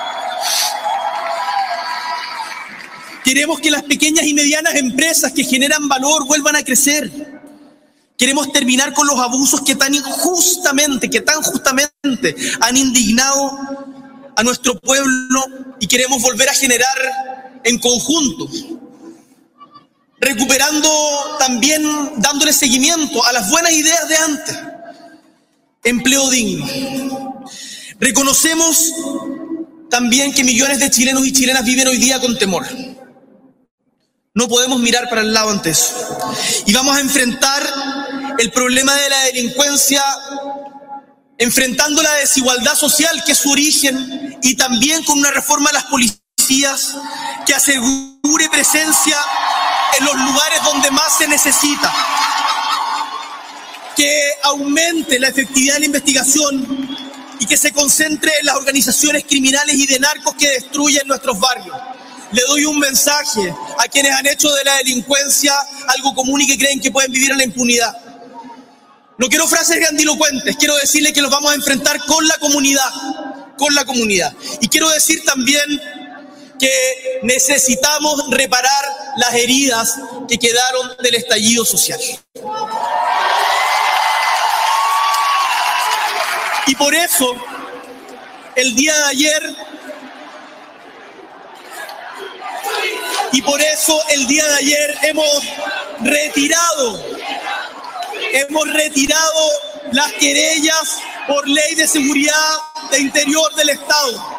Speaker 19: Queremos que las pequeñas y medianas empresas que generan valor vuelvan a crecer. Queremos terminar con los abusos que tan justamente han indignado a nuestro pueblo, y queremos volver a generar en conjunto, recuperando también, dándole seguimiento a las buenas ideas de antes. Empleo digno. Reconocemos también que millones de chilenos y chilenas viven hoy día con temor. No podemos mirar para el lado ante eso. Y vamos a enfrentar el problema de la delincuencia, enfrentando la desigualdad social que es su origen, y también con una reforma de las policías que asegure presencia en los lugares donde más se necesita, que aumente la efectividad de la investigación y que se concentre en las organizaciones criminales y de narcos que destruyen nuestros barrios. Le doy un mensaje a quienes han hecho de la delincuencia algo común y que creen que pueden vivir en la impunidad. No quiero frases grandilocuentes, quiero decirle que los vamos a enfrentar con la comunidad, Y quiero decir también que necesitamos reparar las heridas que quedaron del estallido social. Y por eso, el día de ayer hemos retirado las querellas por ley de seguridad de interior del Estado.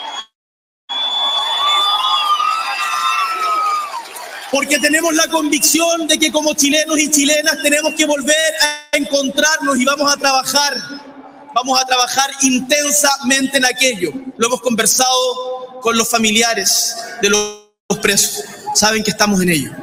Speaker 19: Porque tenemos la convicción de que como chilenos y chilenas tenemos que volver a encontrarnos, y vamos a trabajar intensamente en aquello. Lo hemos conversado con los familiares de los presos, saben que estamos en ello.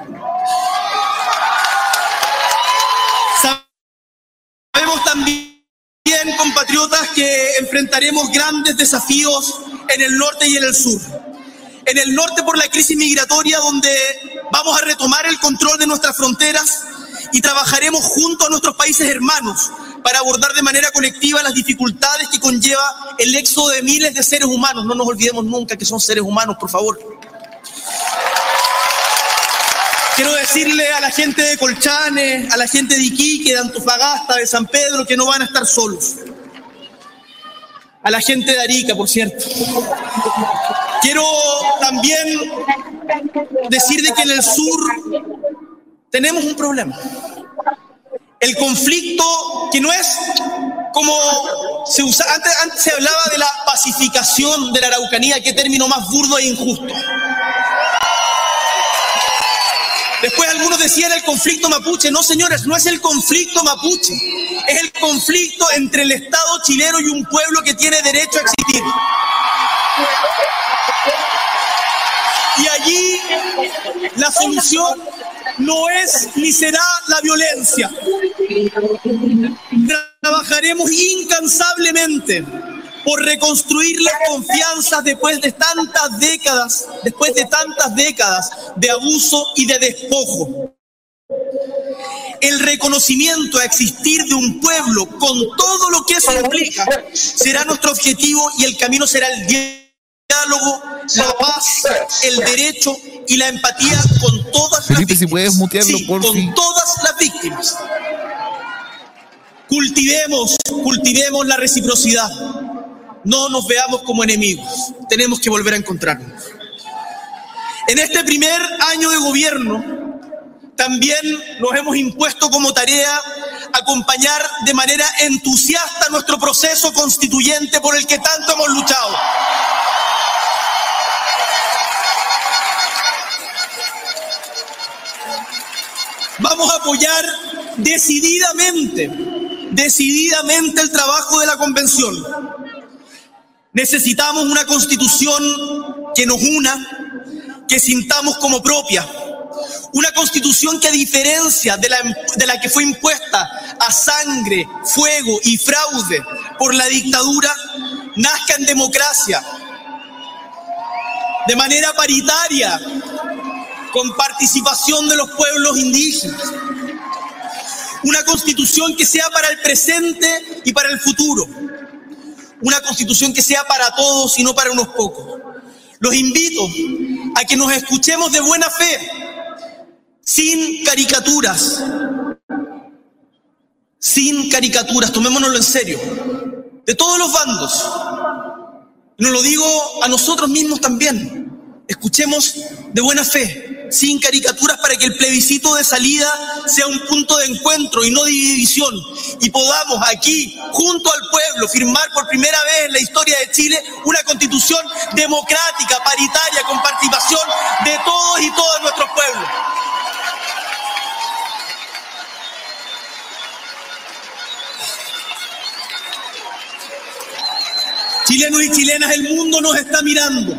Speaker 19: Sabemos también, compatriotas, que enfrentaremos grandes desafíos en el norte y en el sur. En el norte por la crisis migratoria, donde vamos a retomar el control de nuestras fronteras y trabajaremos junto a nuestros países hermanos para abordar de manera colectiva las dificultades que conlleva el éxodo de miles de seres humanos. No nos olvidemos nunca que son seres humanos, por favor. Quiero decirle a la gente de Colchane, a la gente de Iquique, de Antofagasta, de San Pedro, que no van a estar solos. A la gente de Arica, por cierto. Quiero también decir de que en el sur tenemos un problema. El conflicto que no es como se usa, antes se hablaba de la pacificación de la Araucanía, qué término más burdo e injusto. Después algunos decían el conflicto mapuche. No, señores, no es el conflicto mapuche. Es el conflicto entre el Estado chileno y un pueblo que tiene derecho a existir. Y allí la solución no es ni será la violencia. Trabajaremos incansablemente por reconstruir las confianzas después de tantas décadas de abuso y de despojo. El reconocimiento a existir de un pueblo con todo lo que eso implica será nuestro objetivo, y el camino será el diálogo, la paz, el derecho y la empatía con todas
Speaker 3: Felipe,
Speaker 19: las víctimas.
Speaker 3: si puedes mutearlo,
Speaker 19: sí,
Speaker 3: por
Speaker 19: con
Speaker 3: fin.
Speaker 19: todas las víctimas. Cultivemos la reciprocidad. No nos veamos como enemigos. Tenemos que volver a encontrarnos. En este primer año de gobierno, también nos hemos impuesto como tarea acompañar de manera entusiasta nuestro proceso constituyente por el que tanto hemos luchado. Vamos a apoyar decididamente el trabajo de la convención. Necesitamos una constitución que nos una, que sintamos como propia. Una constitución que, a diferencia de la que fue impuesta a sangre, fuego y fraude por la dictadura, nazca en democracia, de manera paritaria, con participación de los pueblos indígenas. Una constitución que sea para el presente y para el futuro. Una constitución que sea para todos y no para unos pocos. Los invito a que nos escuchemos de buena fe, sin caricaturas, tomémonoslo en serio, de todos los bandos. Nos lo digo a nosotros mismos también. Escuchemos de buena fe, sin caricaturas, para que el plebiscito de salida sea un punto de encuentro y no de división, y podamos aquí, junto al pueblo, firmar por primera vez en la historia de Chile una constitución democrática, paritaria, con participación de todos y todas nuestros pueblos. Chilenos y chilenas, el mundo nos está mirando.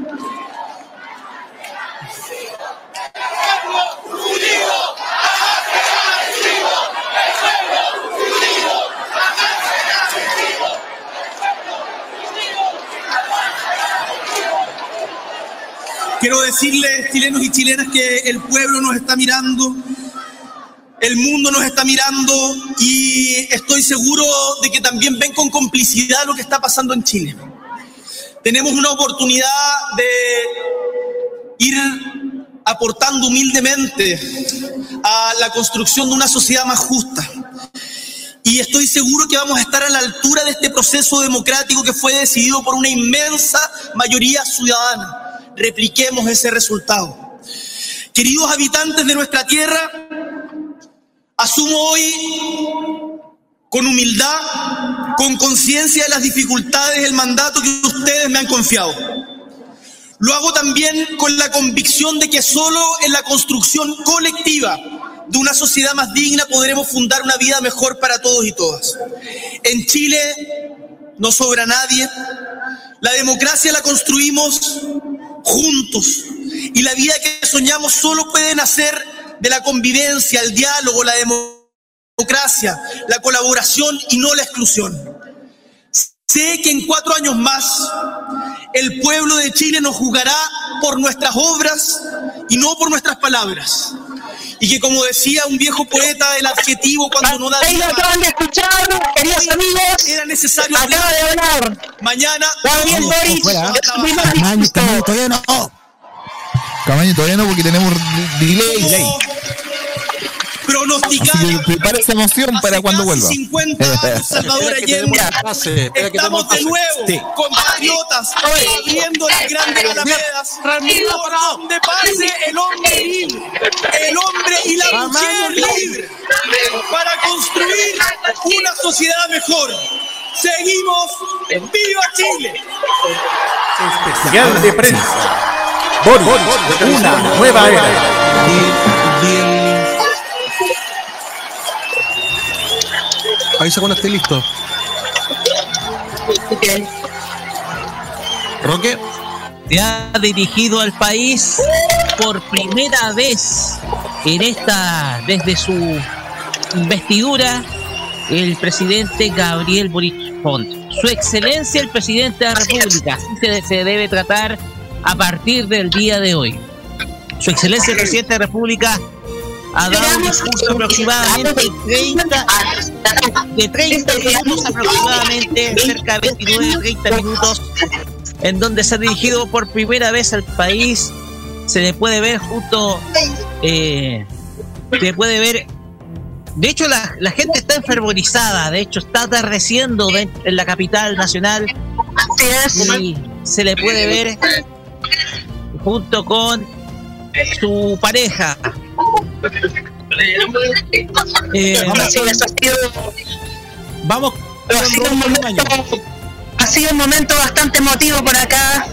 Speaker 19: Quiero decirles, chilenos y chilenas, que el pueblo nos está mirando, el mundo nos está mirando, y estoy seguro de que también ven con complicidad lo que está pasando en Chile. Tenemos una oportunidad de ir aportando humildemente a la construcción de una sociedad más justa. Y estoy seguro que vamos a estar a la altura de este proceso democrático que fue decidido por una inmensa mayoría ciudadana. Repliquemos ese resultado. Queridos habitantes de nuestra tierra, asumo hoy con humildad, con conciencia de las dificultades, el mandato que ustedes me han confiado. Lo hago también con la convicción de que solo en la construcción colectiva de una sociedad más digna podremos fundar una vida mejor para todos y todas. En Chile no sobra nadie. La democracia la construimos juntos, y la vida que soñamos solo puede nacer de la convivencia, el diálogo, la democracia, la colaboración y no la exclusión. Sé que en 4 años más el pueblo de Chile nos juzgará por nuestras obras y no por nuestras palabras. Y que, como decía un viejo poeta, el adjetivo cuando no da
Speaker 6: ahí lo acaban de escuchar, queridos amigos.
Speaker 19: Era necesario
Speaker 6: acaba de hablar
Speaker 19: mañana.
Speaker 6: Gabriel Boric.
Speaker 3: Camaño, todavía no. Camaño, todavía no, porque tenemos delay.
Speaker 19: Pronosticar.
Speaker 3: Así que prepara esa emoción para cuando vuelva.
Speaker 19: 50 años, Salvador Allende. Estamos de nuevo, compatriotas, abriendo las grandes alamedas, por donde pase el hombre libre, el hombre y la mujer libre, para construir una sociedad mejor. Seguimos, ¡viva Chile!
Speaker 1: Especial de prensa. Boric, una nueva era.
Speaker 4: Avisa cuando esté listo. Roque.
Speaker 2: Se ha dirigido al país por primera vez desde su investidura, el presidente Gabriel Boric Font. Su excelencia el presidente de la República. Así se debe tratar a partir del día de hoy. Su excelencia el presidente de la República ha dado un discurso aproximadamente de 30 minutos aproximadamente, cerca de 29-30 minutos, en donde se ha dirigido por primera vez al país. Se le puede ver se le puede ver, de hecho la gente está enfervorizada, de hecho está atardeciendo en la capital nacional, y se le puede ver junto con su pareja.
Speaker 6: Vamos. Ha sido un momento bastante emotivo por acá.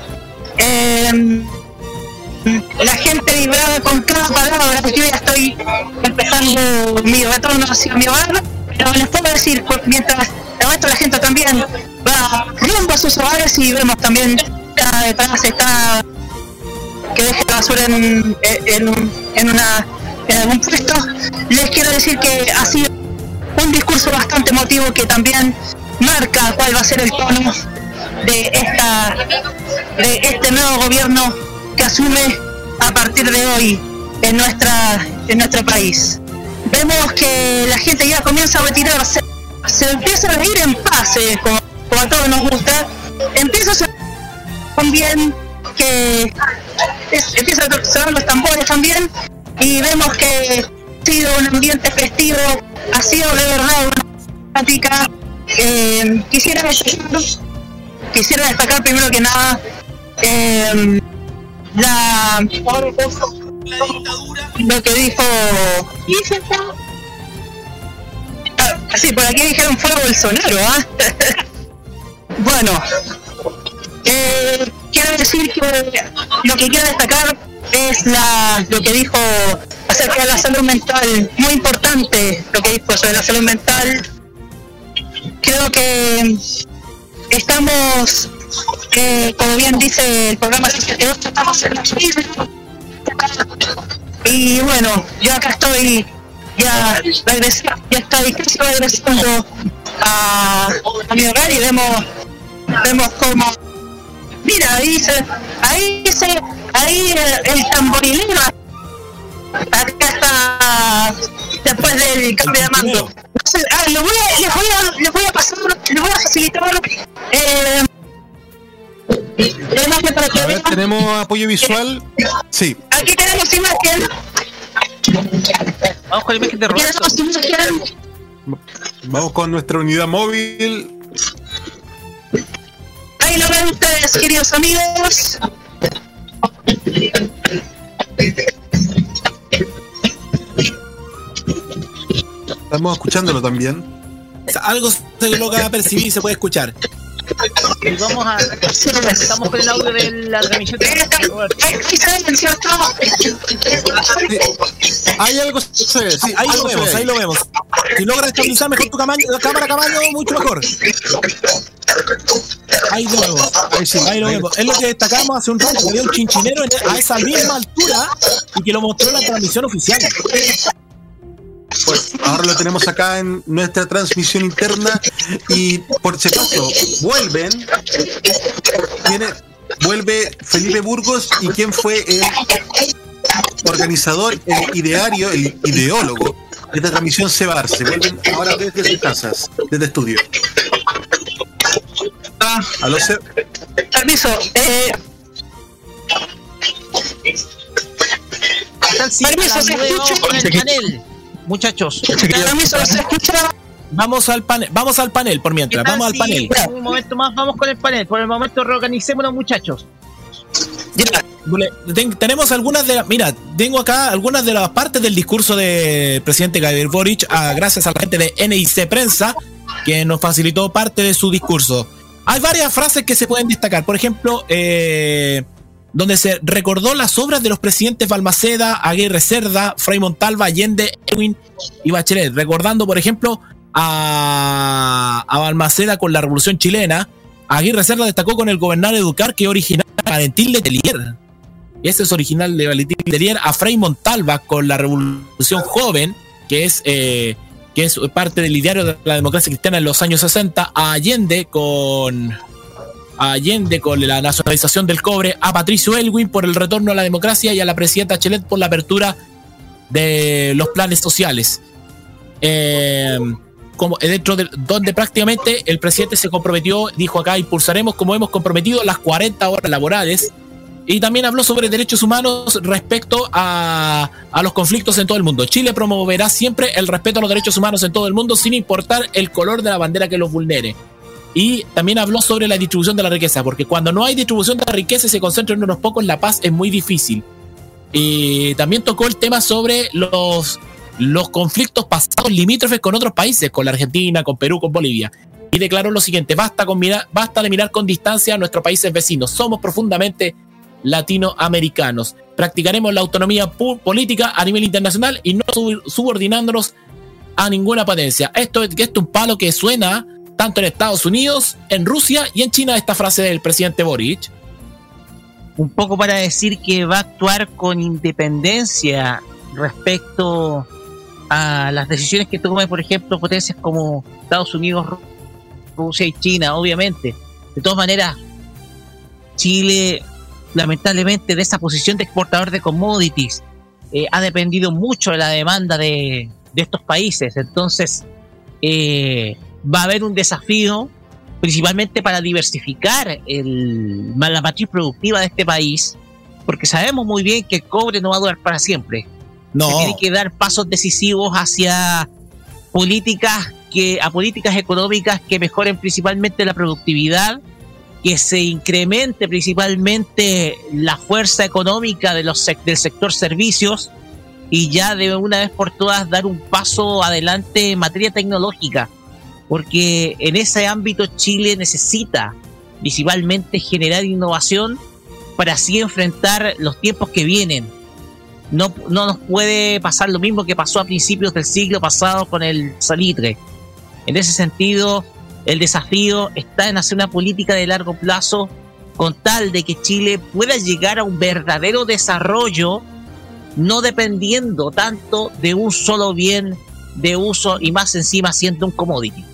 Speaker 6: La gente vibraba con cada palabra, porque yo ya estoy empezando mi retorno hacia mi hogar, pero les puedo decir, mientras el resto de la gente también va rumbo a sus hogares, y vemos también cada detrás está que deje la basura en algún puesto. Les quiero decir que ha sido un discurso bastante emotivo que también marca cuál va a ser el tono de este nuevo gobierno que asume a partir de hoy en nuestro país. Vemos que la gente ya comienza a retirarse, se empieza a ir en paz, como a todos nos gusta, empieza a sonar también que empieza a sonar los tambores también, y vemos que ha sido un ambiente festivo, ha sido de verdad una práctica. Quisiera destacar primero que nada lo que dijo. Sí, por aquí dijeron fuera Bolsonaro, ¿ah? Bueno, quiero decir que lo que quiero destacar es lo que dijo acerca de la salud mental. Muy importante lo que dijo sobre la salud mental. Creo que estamos, como bien dice el programa 72, estamos en la vida. Y bueno, yo acá estoy ya estoy casi regresando a mi hogar, y vemos como, mira, ahí el tamborilero acá está después del cambio de mando. Les voy a pasar, les voy a facilitar
Speaker 4: a ver, tenemos apoyo visual. Sí.
Speaker 6: Aquí tenemos imagen.
Speaker 2: Vamos con la imagen de Roberto.
Speaker 4: Vamos con nuestra unidad móvil.
Speaker 6: Ahí lo ven ustedes, queridos amigos.
Speaker 4: Estamos escuchándolo también.
Speaker 5: Algo se logra percibir y se puede escuchar.
Speaker 2: Y vamos a. Estamos con el audio de la transmisión.
Speaker 4: Hay algo se ve, sí,
Speaker 5: ahí lo vemos. Si logras estabilizar mejor tu cámara, Camaño, mucho mejor. Ahí lo vemos. Es lo que destacamos hace un rato, que había un chinchinero a esa misma altura y que lo mostró en la transmisión oficial.
Speaker 4: Pues ahora lo tenemos acá en nuestra transmisión interna, y por si acaso vuelven, Vuelve Felipe Burgos. ¿Y quién fue el organizador, el ideólogo de esta transmisión? Seba Arce. Vuelven ahora desde sus casas, desde estudio. ¿Aló, Seba?
Speaker 6: Permiso.
Speaker 2: Permiso, se escucha con el panel, muchachos.
Speaker 6: Permiso, se escucha.
Speaker 5: Vamos al panel por mientras. Vamos al panel.
Speaker 2: Un momento más, vamos con el panel. Por el momento reorganicémonos, muchachos.
Speaker 5: Tenemos algunas de las... Mira, tengo acá algunas de las partes del discurso del presidente Gabriel Boric, gracias a la gente de NIC Prensa, que nos facilitó parte de su discurso. Hay varias frases que se pueden destacar. Por ejemplo, donde se recordó las obras de los presidentes Balmaceda, Aguirre Cerda, Frei Montalva, Allende, Ewing y Bachelet. Recordando, por ejemplo, a Balmaceda con la Revolución Chilena. Aguirre Cerda destacó con el gobernador Educar, que original Valentín Letelier. Ese es original de Valentín Letelier. A Frei Montalva con la Revolución Joven, que es parte del ideario de la democracia cristiana en los años 60. A Allende con la nacionalización del cobre. A Patricio Elwin por el retorno a la democracia. Y a la presidenta Bachelet por la apertura de los planes sociales. Como dentro de donde prácticamente el presidente se comprometió, dijo acá: impulsaremos como hemos comprometido las 40 horas laborales. Y también habló sobre derechos humanos respecto a los conflictos en todo el mundo. Chile promoverá siempre el respeto a los derechos humanos en todo el mundo, sin importar el color de la bandera que los vulnere. Y también habló sobre la distribución de la riqueza, porque cuando no hay distribución de la riqueza y se concentra en unos pocos, la paz es muy difícil. Y también tocó el tema sobre los conflictos pasados limítrofes con otros países, con la Argentina, con Perú, con Bolivia. Y declaró lo siguiente: basta de mirar con distancia a nuestros países vecinos, somos profundamente latinoamericanos, practicaremos la autonomía política a nivel internacional y no subordinándonos a ninguna potencia. Esto es un palo que suena tanto en Estados Unidos, en Rusia y en China, esta frase del presidente Boric.
Speaker 2: Un poco para decir que va a actuar con independencia respecto a las decisiones que tomen, por ejemplo, potencias como Estados Unidos, Rusia y China, obviamente. De todas maneras, Chile, lamentablemente, de esa posición de exportador de commodities, ha dependido mucho de la demanda de estos países. Entonces, va a haber un desafío, principalmente para diversificar la matriz productiva de este país, porque sabemos muy bien que el cobre no va a durar para siempre.
Speaker 5: No.
Speaker 2: Se tiene que dar pasos decisivos hacia políticas económicas que mejoren principalmente la productividad, que se incremente principalmente la fuerza económica del sector servicios, y ya de una vez por todas dar un paso adelante en materia tecnológica, porque en ese ámbito Chile necesita principalmente generar innovación para así enfrentar los tiempos que vienen. No nos puede pasar lo mismo que pasó a principios del siglo pasado con el salitre. En ese sentido, el desafío está en hacer una política de largo plazo con tal de que Chile pueda llegar a un verdadero desarrollo, no dependiendo tanto de un solo bien de uso y más encima siendo un commodity.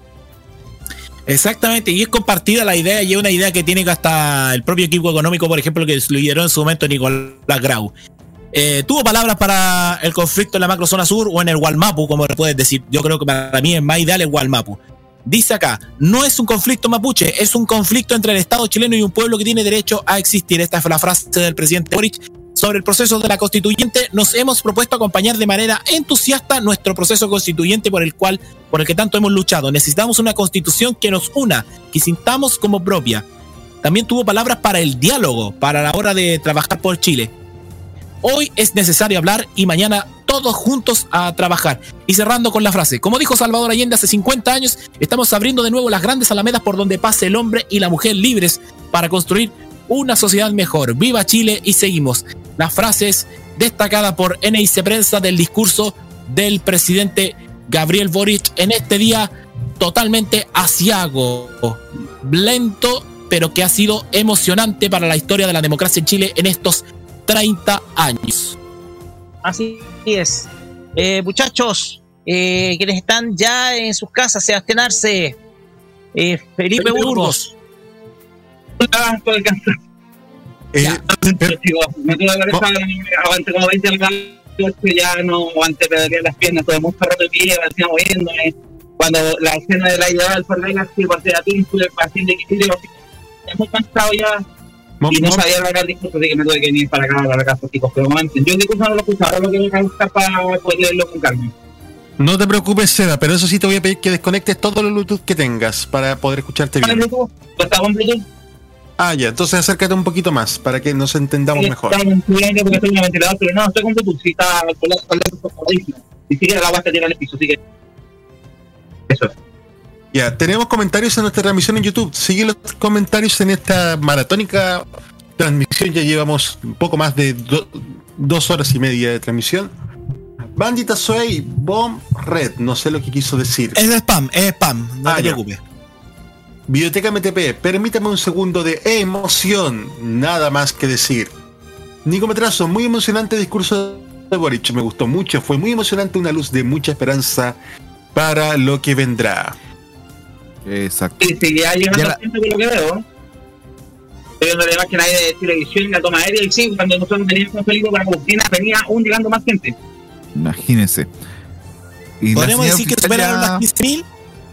Speaker 5: Exactamente, y es compartida la idea, y es una idea que tiene hasta el propio equipo económico, por ejemplo, que lideró en su momento Nicolás Grau. Tuvo palabras para el conflicto en la macrozona sur o en el Gualmapu, como le puedes decir. Yo creo que para mí es más ideal el Gualmapu. Dice acá: no es un conflicto mapuche, es un conflicto entre el Estado chileno y un pueblo que tiene derecho a existir. Esta fue la frase del presidente Boric sobre el proceso de la constituyente. Nos hemos propuesto acompañar de manera entusiasta nuestro proceso constituyente por el que tanto hemos luchado. Necesitamos una constitución que nos una, que sintamos como propia. También tuvo palabras para el diálogo, para la hora de trabajar por Chile. Hoy es necesario hablar y mañana todos juntos a trabajar. Y cerrando con la frase: como dijo Salvador Allende hace 50 años, estamos abriendo de nuevo las grandes alamedas por donde pase el hombre y la mujer libres para construir una sociedad mejor. ¡Viva Chile! Y seguimos. Las frases destacadas por NIC Prensa del discurso del presidente Gabriel Boric en este día totalmente aciago, lento, pero que ha sido emocionante para la historia de la democracia en Chile en estos 30 años.
Speaker 2: Así es. Muchachos, quienes están ya en sus casas, Sebastián Arce, Felipe Burgos.
Speaker 8: Me tuve la cabeza, aguanté como 20 minutos, ya no aguanté, perdí las piernas, tuve mucho rato de pie, hacía moviéndome. Cuando la escena de la llegada del Ford Legacy, parte de la pintura, el paciente de equilibrio, es muy cansado ya. Y no sabía hablar discurso, así que me tuve que venir para acá, a la casa, chicos. Pero yo el discurso no lo escuchaba, ahora lo que voy a buscar para poder leerlo con calma.
Speaker 4: No te preocupes, Seda, pero eso sí te voy a pedir que desconectes todos los Bluetooth que tengas para poder escucharte bien.
Speaker 8: ¿Está con Bluetooth?
Speaker 4: Ah, ya, entonces acércate un poquito más para que nos entendamos mejor.
Speaker 8: Está con cliente porque estoy en el ventilador, pero no, estoy con Bluetooth, sí, está con la ni siquiera la agua está tirada en el piso, así que eso es.
Speaker 4: Ya, tenemos comentarios en nuestra transmisión en YouTube. Sigue los comentarios en esta maratónica transmisión. Ya llevamos un poco más de 2 horas y media de transmisión. Bandita Soy, Bomb Red, no sé lo que quiso decir.
Speaker 5: Es spam, no te preocupes.
Speaker 4: Biblioteca MTP, permítame un segundo de emoción, nada más que decir. Nico Metrazo, muy emocionante discurso de Boric, me gustó mucho, fue muy emocionante, una luz de mucha esperanza para lo que vendrá.
Speaker 3: Exacto.
Speaker 8: Sí, ya llegando gente con lo que veo. Estoy viendo la imagen ahí de televisión, la toma aérea, y sí, cuando nosotros veníamos con Felipe para Agustina, venía aún llegando más gente.
Speaker 3: Imagínense.
Speaker 5: ¿Podríamos decir que superaron las 15.000?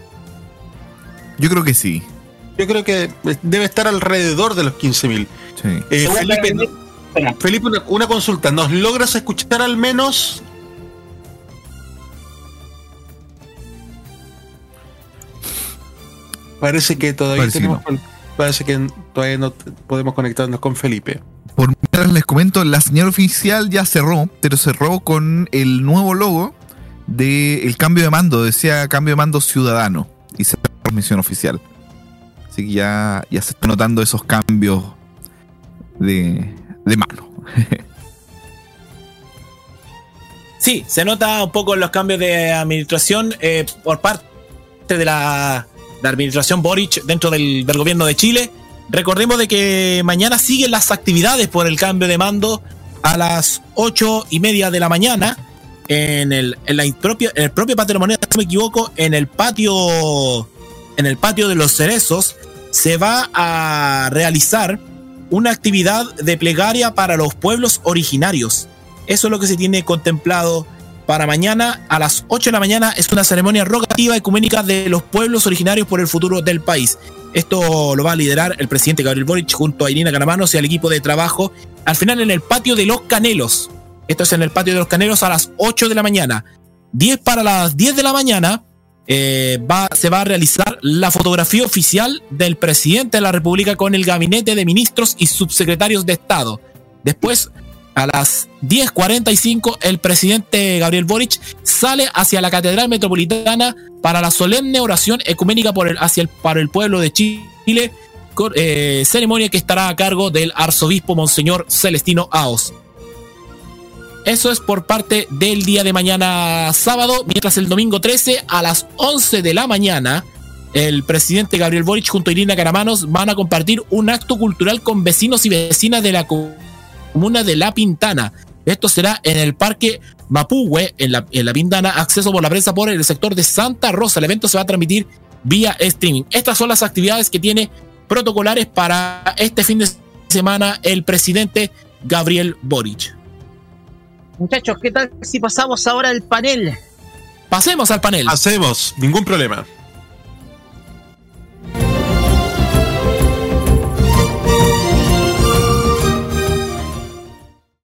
Speaker 3: Yo creo que sí.
Speaker 4: Yo creo que debe estar alrededor de los 15.000.
Speaker 3: Sí.
Speaker 4: Felipe, una consulta. ¿Nos logras escuchar al menos? Parece que todavía parece que todavía no podemos conectarnos con Felipe.
Speaker 3: Por mientras les comento, la señal oficial ya cerró, pero cerró con el nuevo logo del cambio de mando. Decía cambio de mando ciudadano y cerró la transmisión oficial. Así que ya se están notando esos cambios de mano.
Speaker 5: Sí, se nota un poco los cambios de administración por parte de la administración Boric dentro del gobierno de Chile. Recordemos de que mañana siguen las actividades por el cambio de mando a las 8:30 de la mañana en el propio patio de la Moneda, si no me equivoco, en el patio de los Cerezos se va a realizar una actividad de plegaria para los pueblos originarios. Eso es lo que se tiene contemplado para mañana a las 8 de la mañana. Es una ceremonia rogativa ecuménica de los pueblos originarios por el futuro del país. Esto lo va a liderar el presidente Gabriel Boric junto a Irina Caramanos y al equipo de trabajo. Al final en el patio de los Canelos. Esto es en el patio de los Canelos a las 8 de la mañana. Para las 10 de la mañana se va a realizar la fotografía oficial del presidente de la República con el gabinete de ministros y subsecretarios de Estado. Después, a las 10:45, el presidente Gabriel Boric sale hacia la Catedral Metropolitana para la solemne oración ecuménica para el pueblo de Chile, ceremonia que estará a cargo del arzobispo Monseñor Celestino Aos. Eso es por parte del día de mañana sábado, mientras el domingo 13 a las 11 de la mañana el presidente Gabriel Boric junto a Irina Caramanos van a compartir un acto cultural con vecinos y vecinas de la comuna de La Pintana. Esto será en el Parque Mapúe, en la Pintana, acceso por la prensa por el sector de Santa Rosa. El evento se va a transmitir vía streaming. Estas son las actividades que tiene protocolares para este fin de semana el presidente Gabriel Boric.
Speaker 2: Muchachos, ¿qué tal si pasamos ahora al panel?
Speaker 5: Pasemos al panel.
Speaker 4: Hacemos, ningún problema.